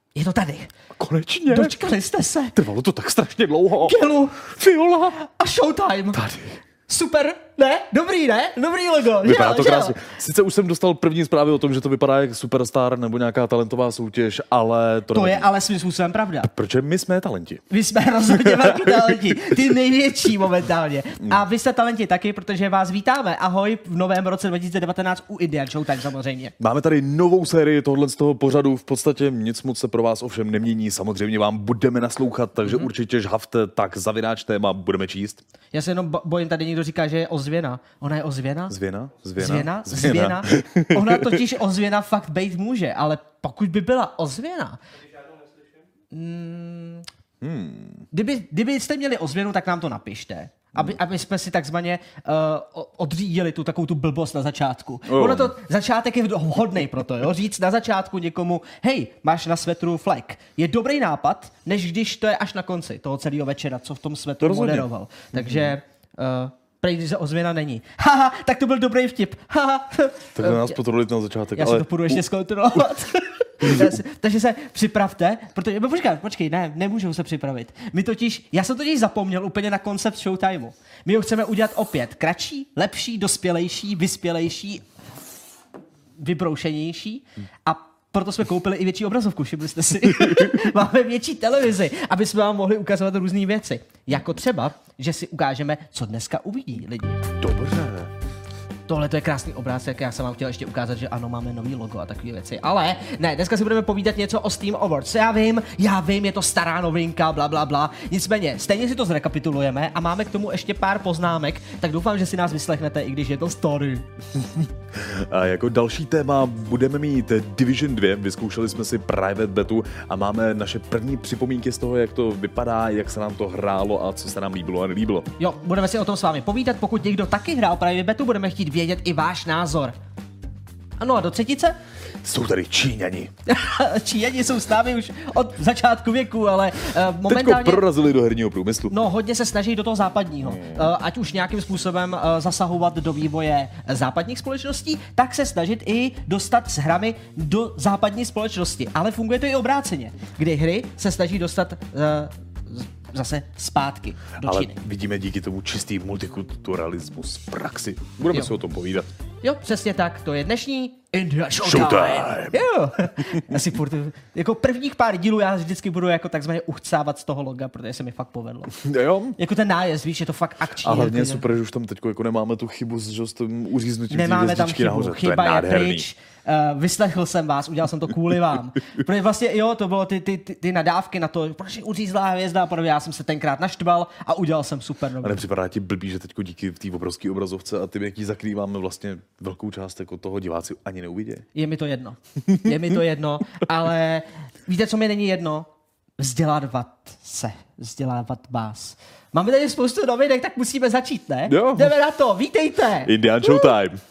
Je to tady. Konečně. Dočkali jste se. Trvalo to tak strašně dlouho. Gelu Viola. a Showtime. Tady. Super, ne? Dobrý, ne? Dobrý logo. Vypadá to krásně. Sice už jsem dostal první zprávy o tom, že to vypadá jak Superstar nebo nějaká talentová soutěž, ale to je ale svým způsobem pravda. Protože my jsme talenti. Vy jsme rozhodně velký talenti. Ty největší momentálně. A vy jste talenti taky, protože vás vítáme. Ahoj v novém roce 2019 u Indian Showtime samozřejmě. Máme tady novou sérii tohle z toho pořadu. V podstatě nic moc se pro vás ovšem nemění. Samozřejmě vám budeme naslouchat, takže určitě žhavte tak @ téma budeme číst. Já se jenom bojím, tady někdo říká, že je ozvěna. Ona je ozvěna? Zvěna? Ona totiž ozvěna fakt být může, ale pokud by byla ozvěna... Kdybyste měli ozvěnu, tak nám to napište. Aby jsme si takzvaně odřídili takovou tu blbost na začátku. Ono to, začátek je vhodnej pro to, jo? Říct na začátku někomu, hej, máš na svetru flek. Je dobrý nápad, než když to je až na konci toho celého večera, co v tom svetru moderoval. Takže... Prej, když se ozvěna není. Haha, tak to byl dobrý vtip. Haha. Tak nás potrolit na začátek. Já si to půjdu ještě zkontrolovat. Takže se připravte, protože, počkej, ne, nemůžu se připravit. Já jsem totiž zapomněl úplně na koncept Showtimeu. My ho chceme udělat opět kratší, lepší, dospělejší, vyspělejší, vybroušenější a proto jsme koupili i větší obrazovku, všimli jste si. Máme větší televizi, aby jsme vám mohli ukazovat různé věci. Jako třeba, že si ukážeme, co dneska uvidí lidi. Dobře. Tohle to je krásný obrázek, já jsem vám chtěl ještě ukázat, že ano, máme nový logo a takové věci. Ale ne, dneska si budeme povídat něco o Steam Awards. Já vím, je to stará novinka, bla, bla, bla. Nicméně, stejně si to zrekapitulujeme a máme k tomu ještě pár poznámek, tak doufám, že si nás vyslechnete, i když je to story. A jako další téma budeme mít Division 2, vyzkoušeli jsme si private betu a máme naše první připomínky z toho, jak to vypadá, jak se nám to hrálo a co se nám líbilo a nelíbilo. Jo, budeme si o tom s vámi povídat, pokud někdo taky hrál private betu, budeme chtít vědět i váš názor. Ano a do třetice? Jsou tady Číňani. Číňani jsou s námi už od začátku věku, ale momentálně... Teďko prorazili do herního průmyslu. No, hodně se snaží do toho západního. Ať už nějakým způsobem zasahovat do vývoje západních společností, tak se snažit i dostat s hrami do západní společnosti. Ale funguje to i obráceně, kdy hry se snaží dostat zase zpátky do Číny. Ale vidíme díky tomu čistý multikulturalismus v praxi. Budeme si o tom povídat. Jo, přesně tak. To je dnešní Indian Showtime. Jo. Asi jako prvních pár dílů já vždycky budu jako takzvaně uchcávat z toho loga, protože se mi fakt povedlo. Jo. Jako ten nájezd, víš, je to fakt akční. A hlavně je super, že už tam teďko jako nemáme tu chybu s tím uříznutím té hvězdičky nahoře. Chyba je pryč. Vyslechl jsem vás, udělal jsem to kvůli vám. Protože vlastně jo, to bylo ty nadávky na to, proč je uřízlá hvězda a podobně. Já jsem se tenkrát naštval a udělal jsem super nový. A nepřipadá ti blbý, že teďko díky té obrovské obrazovce a tím, jak ji zakrýváme vlastně velkou část jako toho diváci ani neuvidí. Je mi to jedno, ale víte, co mi není jedno? Vzdělávat vás. Máme tady spoustu novinek, tak musíme začít, ne? Jo. Jdeme na to, vítejte! Indian Showtime.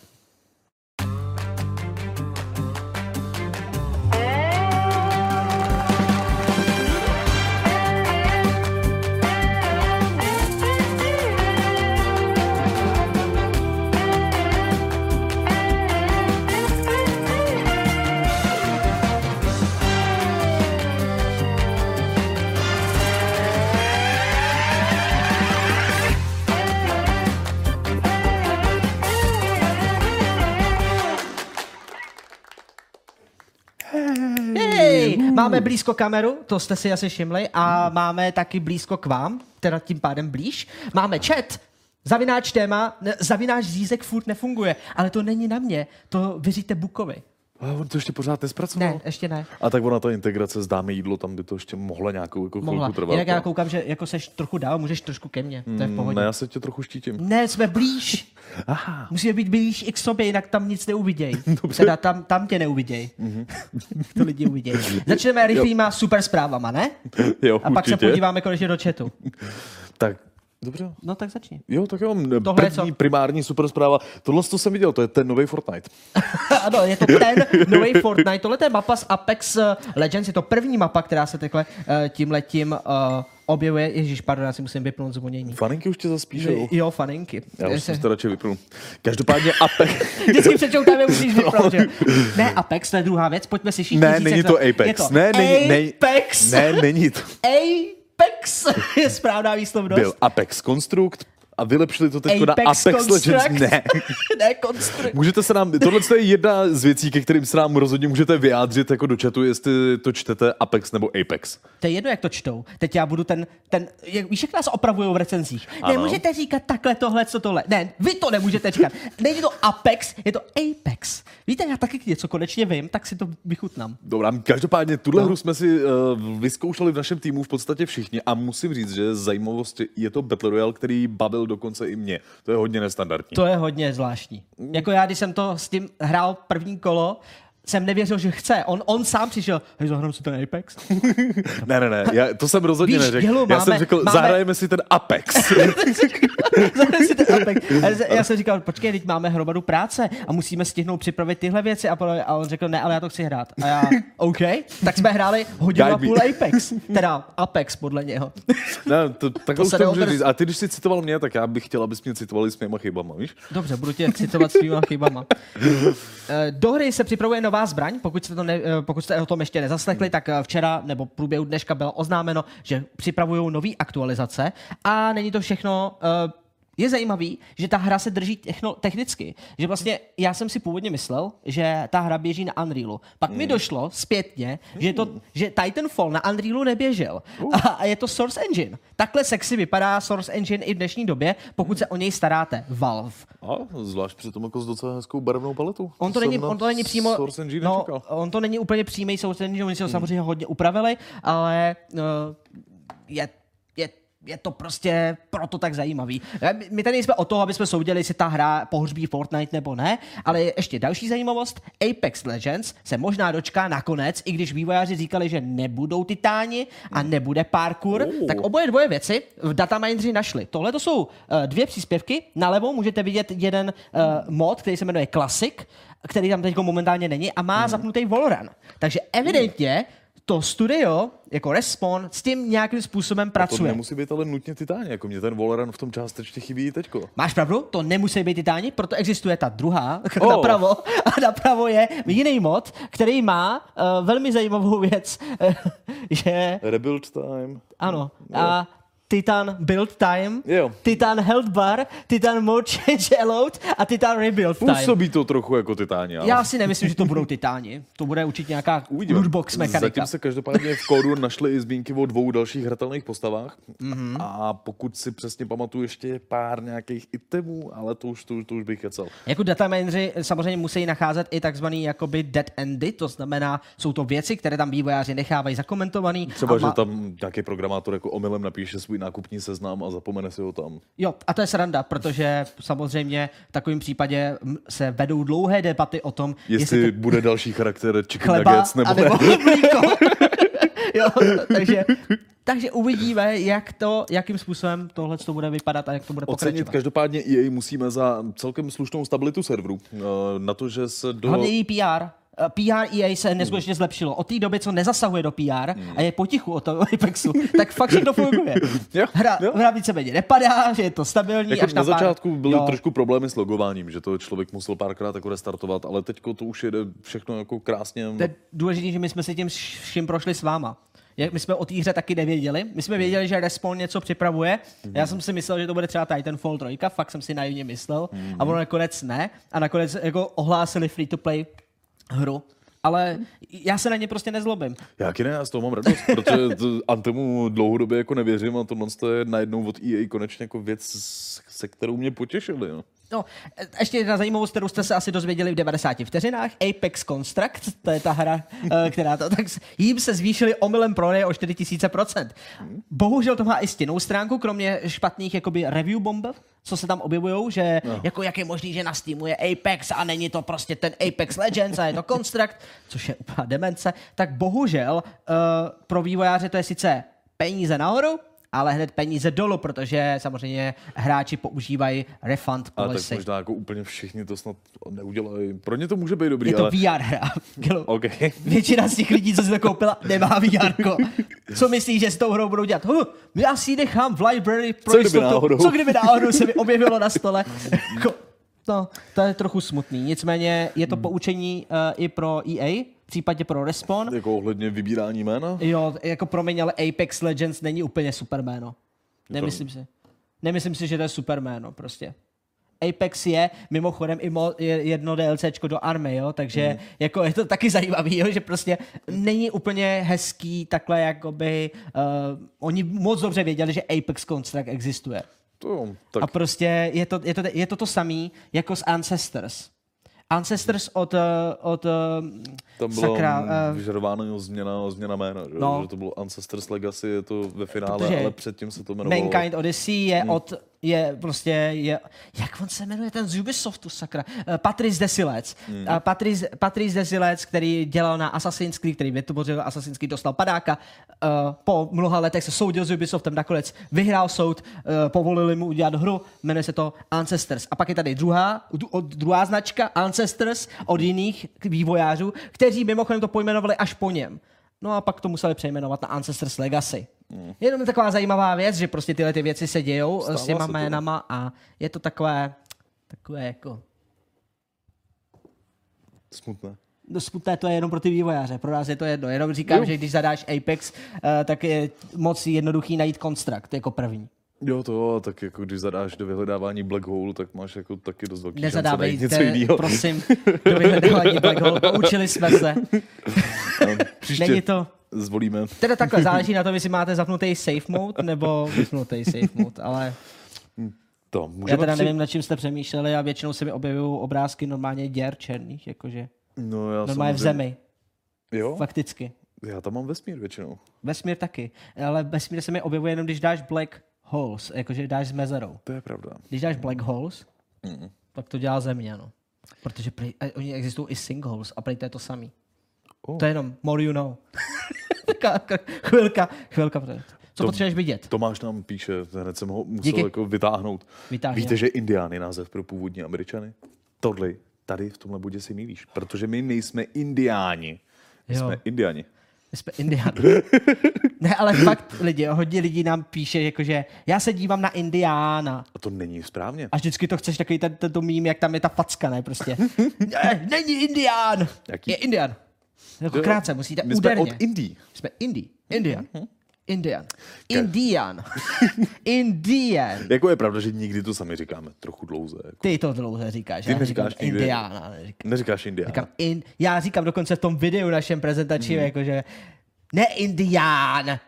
Máme blízko kameru, to jste si asi všimli, a máme taky blízko k vám, teda tím pádem blíž. Máme chat, zavináč téma, zavináč řízek furt nefunguje, ale to není na mě, to vyříte Bukovi. A on to ještě pořád nespracoval? Ne, ještě ne. A tak ona ta integrace s Dáme jídlo, tam by to ještě mohla nějakou jako chvilku trvat. Jinak já koukám, že jako seš trochu dál, můžeš trošku ke mně, to je v pohodě. Ne, já se tě trochu štítím. Ne, jsme blíž. Aha. Musíme být blíž i k sobě, jinak tam nic neuviděj. Teda tam tě neuviděj. To lidi uviděj. Začneme rychlýma super zprávama, ne? Jo, a pak určitě. se podíváme konečně do chatu. Tak Dobře. No tak začni. Jo, tak jo, Tohle první primární super zpráva. Tohle to jsem viděl, to je ten nový Fortnite. Ano, je to ten nový Fortnite. Tohle je mapa z Apex Legends, je to první mapa, která se takhle tímhletím objevuje. Ježíš, pardon, já si musím vypnout zvonění. Faninky už tě zaspíšou. Jo, faninky. Já už jsem to radši vypnul. Každopádně Apex. Vždycky před showtime musíš vypnout, že? Ne, Apex, to je druhá věc, pojďme si všichni Ne, není to Apex. Ne, Apex. Ne, není to. Apex je správná výslovnost. Byl Apex Construct a vylepšili to teď na Apex Legends. Ne. Ne, Construct. Můžete se nám, tohle je jedna z věcí, ke kterým se nám rozhodně můžete vyjádřit jako do chatu, jestli to čtete Apex nebo Apex. To je jedno, jak to čtou. Teď já budu víš, jak nás opravujou v recenzích. Ano. Nemůžete říkat takhle tohle. Ne, vy to nemůžete říkat. Není to Apex, je to Apex. Víte, já taky něco konečně vím, tak si to vychutnám. Dobrá, každopádně tuhle hru jsme si vyzkoušeli v našem týmu v podstatě všichni a musím říct, že zajímavost je to Battle Royale, který bavil dokonce i mě. To je hodně nestandardní. To je hodně zvláštní. Jako já, když jsem to s tím hrál první kolo, jsem nevěřil, že chce. On sám přišel, hej, zahrám si ten Apex. Ne, to jsem rozhodně neřekl. Já jsem řekl, zahrajeme si ten Apex. Zahrajeme si ten Apex. Já jsem říkal, počkej, teď máme hromadu práce a musíme stihnout připravit tyhle věci. A on řekl, ne, ale já to chci hrát. A já, OK, tak jsme hráli hodinu a půl Apex. Teda Apex, podle něho. Ne, tak už to můžu říct. A ty, když jsi citoval mě, tak já bych chtěl, abys mě citovali s mýma chybama, víš? Dobře, budu tě citovat s tvýma chybama. Do hry se připravuje nová zbraň, pokud jste o tom ještě nezaslechli, tak včera nebo v průběhu dneška bylo oznámeno, že připravují nové aktualizace a není to všechno. Je zajímavý, že ta hra se drží technicky. Že vlastně já jsem si původně myslel, že ta hra běží na Unrealu. Pak mi došlo zpětně, že Titanfall na Unrealu neběžel. A je to Source Engine. Takhle sexy vypadá Source Engine i v dnešní době, pokud se o něj staráte. Valve. A zvlášť přitom jako s docela hezkou barevnou paletou. On to není přímo, Source Engine nečekal. On to není úplně přímý Source Engine, oni si ho samozřejmě hodně upravili, ale je to prostě proto tak zajímavý. My tady jsme o toho, aby jsme soudili, jestli ta hra pohřbí Fortnite nebo ne, ale je ještě další zajímavost. Apex Legends se možná dočká nakonec, i když vývojáři říkali, že nebudou titáni a nebude parkour, tak oboje dvoje věci v datamineri našli. Tohle to jsou dvě příspěvky. Nalevo můžete vidět jeden mod, který se jmenuje Classic, který tam teď momentálně není a má zapnutý wallrun. Takže evidentně to studio, jako Respawn, s tím nějakým způsobem pracuje. To nemusí být ale nutně titáni, jako mě ten Wallrun v tom částečně chybí i teďko. Máš pravdu, to nemusí být titáni, proto existuje ta druhá, napravo, a napravo je jiný mod, který má velmi zajímavou věc, že... Rebuild time. Ano, a Titan Build Time, jo. Titan Health Bar, Titan Mode Change Allowed a Titan Rebuild Time. Působí to trochu jako titáni. Ale... Já si nemyslím, že to budou titáni. To bude určitě nějaká lootbox mechanika. Zatím se každopádně v kódu našly i zmínky o 2 dalších hratelných postavách. A pokud si přesně pamatuju ještě pár nějakých itemů, ale to už bych kecal. Jako datamineři samozřejmě musí nacházet i takzvaný jakoby dead endy, to znamená, jsou to věci, které tam vývojáři nechávají zakomentovaný. Třeba, že tam nějaký programátor jako omylem napíše svůj nákupní seznam a zapomene si ho tam. Jo, a to je sranda, protože samozřejmě v takovém případě se vedou dlouhé debaty o tom, jestli bude další charakter Chicken Nuggets nebo ne. Jo, takže uvidíme, jakým způsobem tohle bude vypadat a jak to bude pokračovat. Ocenit každopádně EA musíme za celkem slušnou stabilitu serveru. Na to, že se hlavně i PR. PR EA se neskutečně zlepšilo. Od té doby, co nezasahuje do PR a je potichu od toho Apexu, tak fakt všechno funguje. Hra víceméně nepadá, že je to stabilní. Jako až na začátku byly trošku problémy s logováním, že to člověk musel párkrát jako restartovat, ale teďko to už jede všechno jako krásně. To je důležité, že my jsme si tím vším prošli s váma. My jsme o té hře taky nevěděli. My jsme věděli, že Respawn něco připravuje. Já jsem si myslel, že to bude třeba Titanfall 3, fakt jsem si naivně myslel. A ono nakonec ne. A nakonec jako ohlásili free-to-play hru. Ale já se na ně prostě nezlobím. Já ne, já z toho mám radost, protože Anthemu dlouhodobě jako nevěřím a tohle je najednou od EA konečně jako věc, se kterou mě potěšili. No, ještě jedna zajímavost, kterou jste se asi dozvěděli v 90 vteřinách. Apex Construct, to je ta hra, která to, tak jim se zvýšili omylem prodeje o 4000%. Bohužel to má i stinnou stránku, kromě špatných jakoby review bomb, co se tam objevujou, že jako jak je možný, že na Steamu je Apex a není to prostě ten Apex Legends a je to Construct, což je úplná demence, tak bohužel pro vývojáře to je sice peníze nahoru, ale hned peníze dolů, protože samozřejmě hráči používají refund Ale policy. tak možná jako úplně všichni to snad neudělají. Pro ně to může být dobrý, Je to ale... VR hra. Okay. Většina z těch lidí, co si to koupila, nemá VR. Co myslíš, že s tou hrou budou dělat? Já si ji nechám v library pro jistotu. Co kdyby náhodou se mi objevilo na stole? No, to je trochu smutný. Nicméně je to poučení i pro EA, v případě pro Respawn. Jako ohledně vybírání jména? Jo, jako promiň, ale Apex Legends není úplně super jméno. Nemyslím si, že to je super jméno prostě. Apex je mimochodem i jedno DLCčko do Army, jo, takže jako je to taky zajímavý, jo, že prostě není úplně hezký takhle, jakoby oni moc dobře věděli, že Apex Construct existuje. Tak. A prostě je to samý jako s Ancestors. Ancestors od tam bylo vyžadováno změna jména, že? No. Že to bylo Ancestors Legacy, je to ve finále, ale předtím se to jmenovalo... Mankind Odyssey je jak on se jmenuje ten z Ubisoftu, sakra? Patrice Desilets. Patrice Desilets, který dělal na Assassin's Creed, který vytvořil Assassin's Creed, dostal padáka. Po mnoha letech se soudil s Ubisoftem, nakonec vyhrál soud, povolili mu udělat hru, jmenuje se to Ancestors. A pak je tady druhá značka, Ancestors, od jiných vývojářů, kteří mimochodem to pojmenovali až po něm. No a pak to museli přejmenovat na Ancestors Legacy. Jenom taková zajímavá věc, že prostě tyhle ty věci se dějou s těma jménama a je to takové jako... Smutné. No smutné to je jenom pro ty vývojáře, pro nás je to jedno. Jenom říkám, že když zadáš Apex, tak je moc jednoduchý najít Construct jako první. Jo, tak jako když zadáš do vyhledávání Black Hole, tak máš jako taky dost velký šance najít něco jiného. Prosím, do vyhledávání Black Hole, poučili jsme se. Příště není to... zvolíme. Teda takhle, záleží na to, jestli máte zapnutý safe mode, nebo vypnutý safe mode, ale... Já teda nevím, nad čím jste přemýšleli a většinou se mi objevují obrázky normálně děr černých, jakože... No, já normálně v zemi. Jo? Fakticky. Já tam mám vesmír většinou. Vesmír taky, ale vesmír se mi objevuje jenom, když dáš black holes, jakože dáš s mezerou. To je pravda. Když dáš black holes, tak to dělá země, no. Protože oni existují i singholes a to je to samý. To je jenom more you know. chvilka. Co potřebuješ vidět? Tomáš nám píše, hned jsem ho musel jako vytáhnout. Víte, že Indián je název pro původní Američany? Tohle, tady v tomhle bodě si mýlíš, protože my nejsme Indiáni. My jsme Indiáni. Ne, ale fakt hodně lidí nám píše, jakože já se dívám na Indiána. A to není správně. A vždycky to chceš takový tento mím, jak tam je ta facka, ne, prostě. Ne, není Indián. Jaký? Je Indián. Jako krátce, musíte my úderně. jsme od Indii. Jsme Indian. Indian. Jako je pravda, že nikdy to sami říkáme trochu dlouze. Jako. Ty to dlouze říkáš. Ty neříkáš nikdy. Indiána. Neříkáš Indiána. Já říkám dokonce v tom videu našem prezentačním, jakože ne Indián.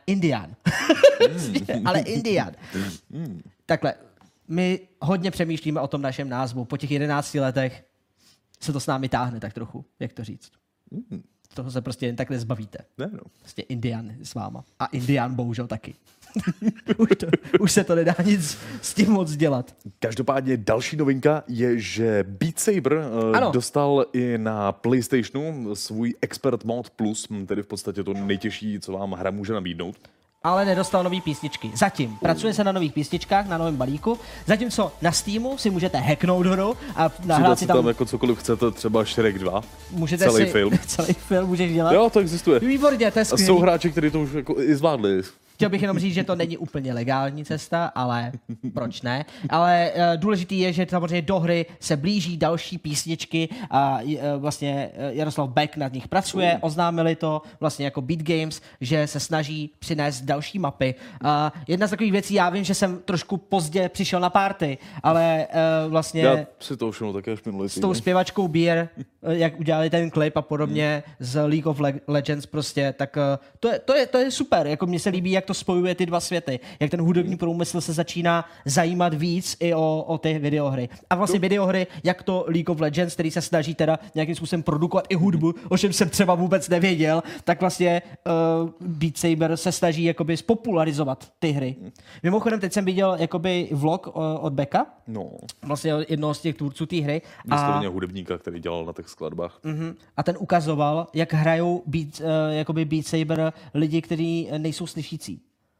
Ale Indian. Takhle, my hodně přemýšlíme o tom našem názvu. Po těch 11 letech se to s námi táhne tak trochu, jak to říct. Toho se prostě jen tak nezbavíte. Ne, no. Prostě Indian s váma. A Indian bohužel taky. už se to nedá nic s tím moc dělat. Každopádně další novinka je, že Beat Saber dostal i na PlayStationu svůj Expert Mode Plus, tedy v podstatě to nejtěžší, co vám hra může nabídnout. Ale nedostal nový písničky. Zatím. Pracuje se na nových písničkách, na novém balíku. Zatímco na Steamu si můžete hacknout hru a nahrát si tam jako cokoliv chcete, třeba Shrek 2. Můžete celý film. Celý film můžeš dělat. Jo, to existuje. Výborně, to je skvělý. A jsou hráči, kteří to už jako i zvládli. Chtěl bych jenom říct, že to není úplně legální cesta, ale proč ne? Ale důležitý je, že samozřejmě do hry se blíží další písničky a vlastně Jaroslav Beck nad nich pracuje, oznámili to vlastně jako Beat Games, že se snaží přinést další mapy. Jedna z takových věcí, já vím, že jsem trošku pozdě přišel na party, ale vlastně... Já si to všiml také až minulý s tou zpěvačkou Beer, jak udělali ten klip a podobně z League of Legends prostě, tak to je super. Jako mně se líbí, jak to spojuje ty dva světy. Jak ten hudební průmysl se začíná zajímat víc i o ty videohry. A vlastně videohry, jak to League of Legends, který se snaží teda nějakým způsobem produkovat i hudbu, o čem jsem třeba vůbec nevěděl, tak vlastně Beat Saber se snaží jakoby spopularizovat ty hry. Mimochodem, teď jsem viděl jakoby vlog od Becka, vlastně jednoho z těch tvůrců té hry. A hudebníka, který dělal na těch skladbách. A ten ukazoval, jak hrajou Beat Saber lidi, kteří nejsou slyšící.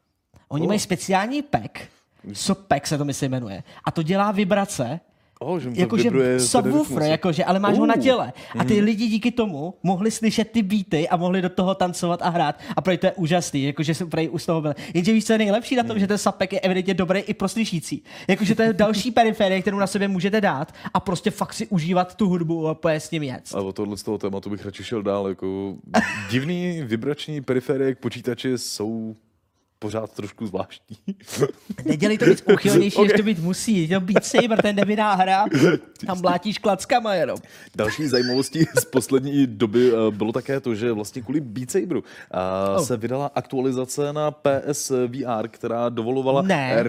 Oni mají speciální pack, Pack se to myslím jmenuje, a to dělá vibrace, jakože subwoofer, jakože, ale máš ho na těle. A ty lidi díky tomu mohli slyšet ty beaty a mohli do toho tancovat a hrát. A prej to je úžasný, jakože jsem prej už z toho byl. Jenže víš, co je nejlepší na tom, že ten subpack je evidentně dobrý i pro slyšící. Jakože to je další periferie, kterou na sebe můžete dát a prostě fakt si užívat tu hudbu a pojet s ním jet. A o tohle z toho tématu bych radši šel dál. Jako divný vibrační periferie k počítači jsou pořád trošku zvláštní. Nedělej to víc úchylnější, než to být musí. To Beat Saber, ten nevinná hra, tam blátíš klackama jenom. Další zajímavostí z poslední doby bylo také to, že vlastně kvůli Beat Saberu se vydala aktualizace na PSVR, která dovolovala... Ne,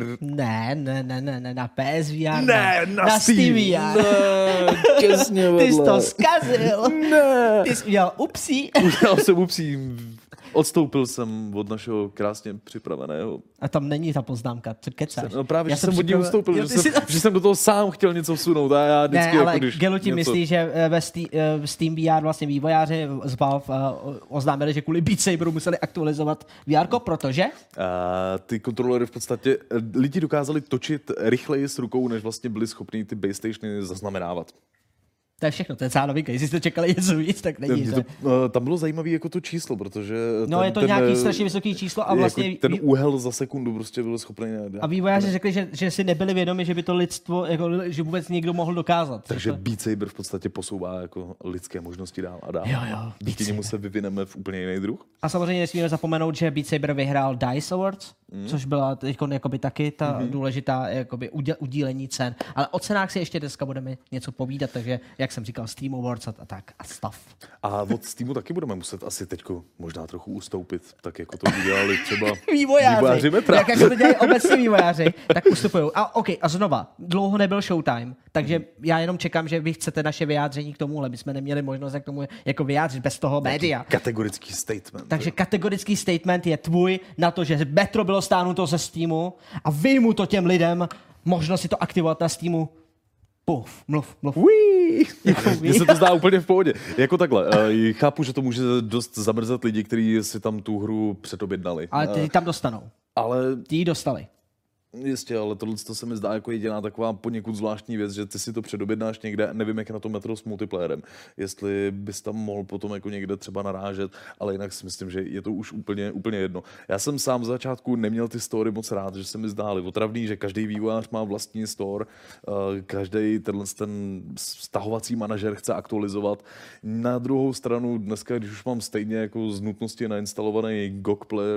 na PSVR. Ne, na Steam VR. Ne, těsně vedle. Ty jsi to zkazil. Ne. Ty jsi udělal upsí. Udělal jsem upsí. Odstoupil jsem od našeho krásně připraveného. A tam není ta poznámka, co kecáš? No právě, že jsem od něj ustoupil, že jsem do toho sám chtěl něco vsunout. A já vždycky, ne, ale jako, Gelu ti myslí, že ve Steam VR vlastně vývojáři z Valve oznámili, že kvůli Beat Saberu museli aktualizovat VR, protože? Ty kontrolery v podstatě lidi dokázali točit rychleji s rukou, než vlastně byli schopni ty base stationy zaznamenávat. To je všechno, to je celá novinka. Jestli jste čekali něco víc, tak není to. Tam bylo zajímavé jako to číslo, protože... No je to nějaký strašně vysoký číslo a vlastně... Jako ten úhel za sekundu prostě byl schopný... A vývojáři řekli, že si nebyli vědomi, že by to lidstvo, jako, že vůbec někdo mohl dokázat. Takže Beat Saber v podstatě posouvá jako lidské možnosti dál a dál. Jo. Díky němu se vyvineme v úplně jiný druh. A samozřejmě nesmíme zapomenout, že Beat Saber vyhrál DICE Awards, což byla jakoby taky ta důležitá jakoby udílení cen. Ale o cenách si ještě dneska budeme něco povídat, takže jak jsem říkal, Steam Awards a tak a stav. A od Steamu taky budeme muset asi teďko možná trochu ustoupit, tak jako to udělali třeba vývojáři Metra. Jak jako to dělají obecně vývojáři, tak ustupujou. A znova, dlouho nebyl Showtime, takže já jenom čekám, že vy chcete naše vyjádření k tomu, ale my jsme neměli možnost k tomu jako vyjádřit bez toho média. Kategorický statement. Takže kategorický statement je tvůj na to, že Metro bylo stáhnuto ze Steamu a vyjmu to těm lidem možnost si to aktivovat na Steamu. Puf, mluv. Mně se to zdá úplně v pohodě. Jako takhle, chápu, že to může dost zamrzet lidi, kteří si tam tu hru předobjednali. Ale ty tam dostanou. Ale... Ty ji dostali. Jistě, ale tohle se mi zdá jako jediná taková poněkud zvláštní věc, že ty si to předobjednáš někde, nevím, jak je na to Metro s multiplayerem, jestli bys tam mohl potom jako někde třeba narážet, ale jinak si myslím, že je to už úplně jedno. Já jsem sám z začátku neměl ty story moc rád, že se mi zdály otravný, že každý vývojář má vlastní store, každý ten stahovací manažer chce aktualizovat. Na druhou stranu dneska, když už mám stejně jako z nutnosti nainstalovaný GOG player,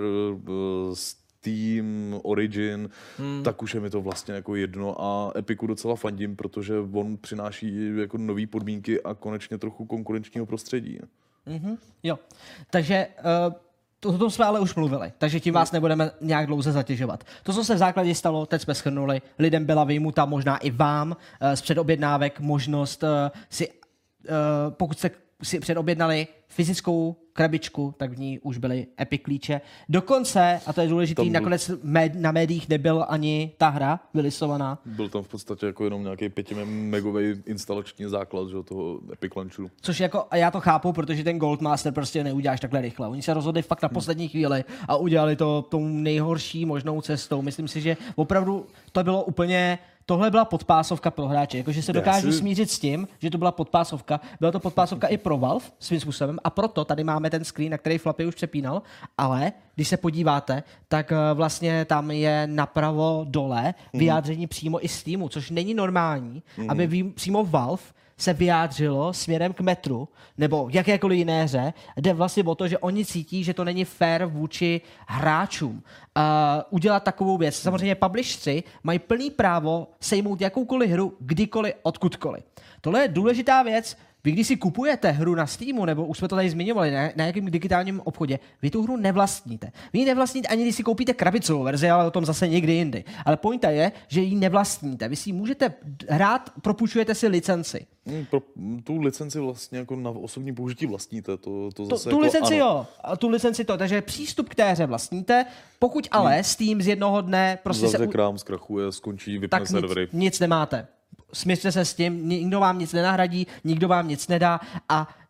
Steam, Origin, tak už je mi to vlastně jako jedno a Epiku docela fandím, protože on přináší jako nový podmínky a konečně trochu konkurenčního prostředí. Jo, takže o tom jsme ale už mluvili, takže tím vás nebudeme nějak dlouze zatěžovat. To, co se v základě stalo, teď jsme shrnuli, lidem byla vyjmuta možná i vám z předobjednávek možnost si, pokud jste si předobjednali fyzickou krabičku, tak v ní už byly Epic klíče. Dokonce, a to je důležitý, nakonec na médiích nebyl ani ta hra vylisovaná. Byl tam v podstatě jako jenom nějaký 5 megový instalační základ, že, toho Epic Launcheru. Což jako, a já to chápu, protože ten Goldmaster prostě neuděláš takhle rychle. Oni se rozhodli fakt na poslední chvíli a udělali to tou nejhorší možnou cestou. Myslím si, že opravdu to bylo úplně... Tohle byla podpásovka pro hráče, jakože se dokážu smířit s tím, že to byla podpásovka. Byla to podpásovka i pro Valve svým způsobem a proto tady máme ten screen, na který Flappy už přepínal, ale když se podíváte, tak vlastně tam je napravo dole vyjádření přímo i Steamu, což není normální, aby přímo Valve se vyjádřilo směrem k Metru nebo jakékoliv jiné hře, jde vlastně o to, že oni cítí, že to není fair vůči hráčům udělat takovou věc. Samozřejmě publishři mají plný právo sejmout jakoukoliv hru, kdykoliv, odkudkoliv. Tohle je důležitá věc. Vy, když si kupujete hru na Steamu, nebo už jsme to tady zmiňovali, na jakém digitálním obchodě, vy tu hru nevlastníte. Vy ji nevlastníte ani když si koupíte krabicovou verzi, ale o tom zase někdy jindy. Ale pointa je, že ji nevlastníte. Vy si ji můžete hrát, propůjčujete si licenci. Tu licenci vlastně jako na osobní použití vlastníte. To zase tu jako licenci ano. jo, a tu licenci to. Takže přístup k té hře vlastníte, pokud ale Steam z jednoho dne prostě zavře krám, zkrachuje, skončí, vypne servery. Nic nemáte. Smířte se s tím, nikdo vám nic nenahradí, nikdo vám nic nedá a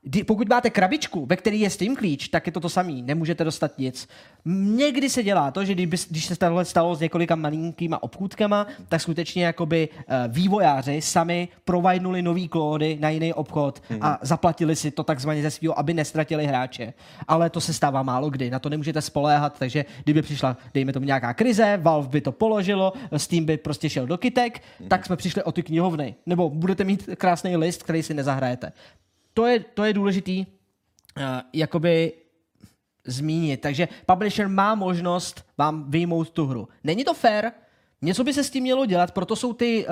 pokud máte krabičku, ve které je Steam klíč, tak je to samý, nemůžete dostat nic. Někdy se dělá to, že když se tohle stalo s několika malinkýma obchůdkama, tak skutečně jakoby vývojáři sami providnuli nový kódy na jiný obchod a zaplatili si to takzvaně ze svého, aby nestratili hráče. Ale to se stává málo kdy, na to nemůžete spoléhat, takže kdyby přišla, dejme tomu nějaká krize, Valve by to položilo, Steam by prostě šel do kytek, tak jsme přišli o ty knihovny. Nebo budete mít krásný list, který si nezahrajete. To je důležitý jakoby zmínit. Takže publisher má možnost vám vyjmout tu hru. Není to fair, něco by se s tím mělo dělat, proto jsou ty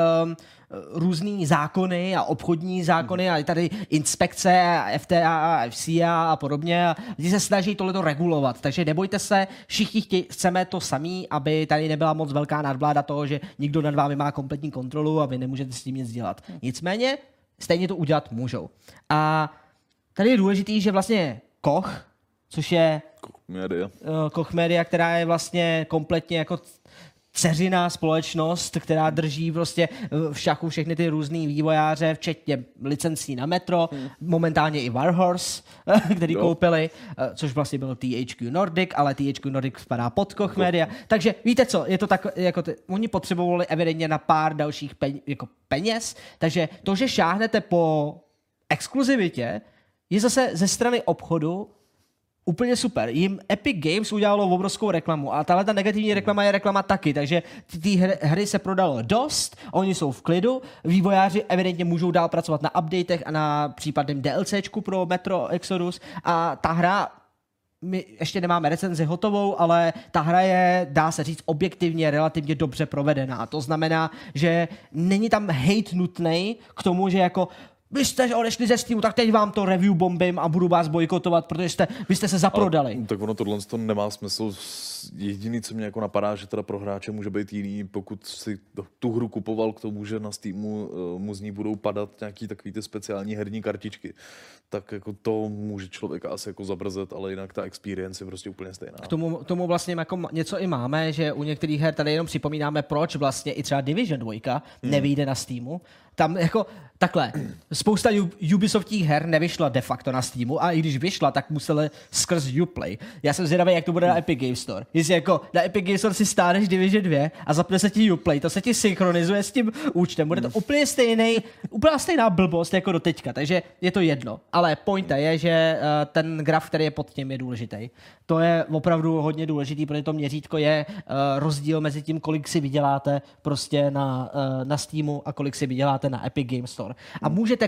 různý zákony a obchodní zákony a tady inspekce a FTA a FCA a podobně. A lidi se snaží tohleto regulovat, takže nebojte se, všichni chceme to samý, aby tady nebyla moc velká nadvláda toho, že nikdo nad vámi má kompletní kontrolu a vy nemůžete s tím nic dělat. Nicméně stejně to udělat můžou. A tady je důležitý, že vlastně Koch, což je Koch Media, která je vlastně kompletně jako dceřiná společnost, která drží prostě v šachu všechny ty různý vývojáře, včetně licencí na Metro, momentálně i Warhorse, který koupili, což vlastně byl THQ Nordic, ale THQ Nordic spadá pod Koch Media. Takže víte co, je to tak, jako oni potřebovali evidentně na pár dalších peněz, takže to, že šáhnete po exkluzivitě, je zase ze strany obchodu úplně super. Jim Epic Games udělalo obrovskou reklamu a tahle ta negativní reklama je reklama taky, takže ty hry se prodalo dost, oni jsou v klidu, vývojáři evidentně můžou dál pracovat na updatech a na případném DLCčku pro Metro Exodus a ta hra, my ještě nemáme recenzi hotovou, ale ta hra je, dá se říct, objektivně relativně dobře provedená. To znamená, že není tam hate nutnej k tomu, že jako vy jste odešli ze Steamu, tak teď vám to review bombím a budu vás bojkotovat, protože vy jste se zaprodali. Ale, tak ono tohle to nemá smysl. Jediný, co mě jako napadá, že teda pro hráče může být jiný, pokud si tu hru kupoval k tomu, že na Steamu mu z ní budou padat nějaký takový ty speciální herní kartičky, tak jako to může člověka asi jako zabrzet, ale jinak ta experience je prostě úplně stejná. K tomu vlastně jako něco i máme, že u některých her tady jenom připomínáme, proč vlastně i třeba Division 2 nevyjde na Steamu. Tam jako takhle, spousta Ubisoftích her nevyšla de facto na Steamu a i když vyšla, tak museli skrz Uplay. Já jsem zvědavý, jak to bude na Epic Games Store. Jestli jako na Epic Games Store si stáneš Division 2 a zapne se ti Uplay, to se ti synchronizuje s tím účtem. Bude to úplně stejná blbost jako do teďka, takže je to jedno. Ale pointa je, že ten graf, který je pod tím, je důležitý. To je opravdu hodně důležitý, protože to měřítko je rozdíl mezi tím, kolik si vyděláte prostě na Steamu a kolik si vyděláte na Epic Games Store. A můžete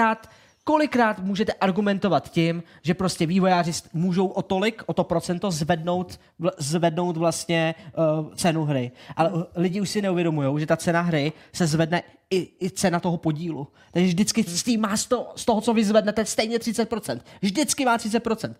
kolikrát můžete argumentovat tím, že prostě vývojáři můžou o to procento zvednout vlastně cenu hry. Ale lidi už si neuvědomují, že ta cena hry se zvedne i cena toho podílu. Takže vždycky Steam má z toho, co vy zvednete, stejně 30%. Vždycky má 30%.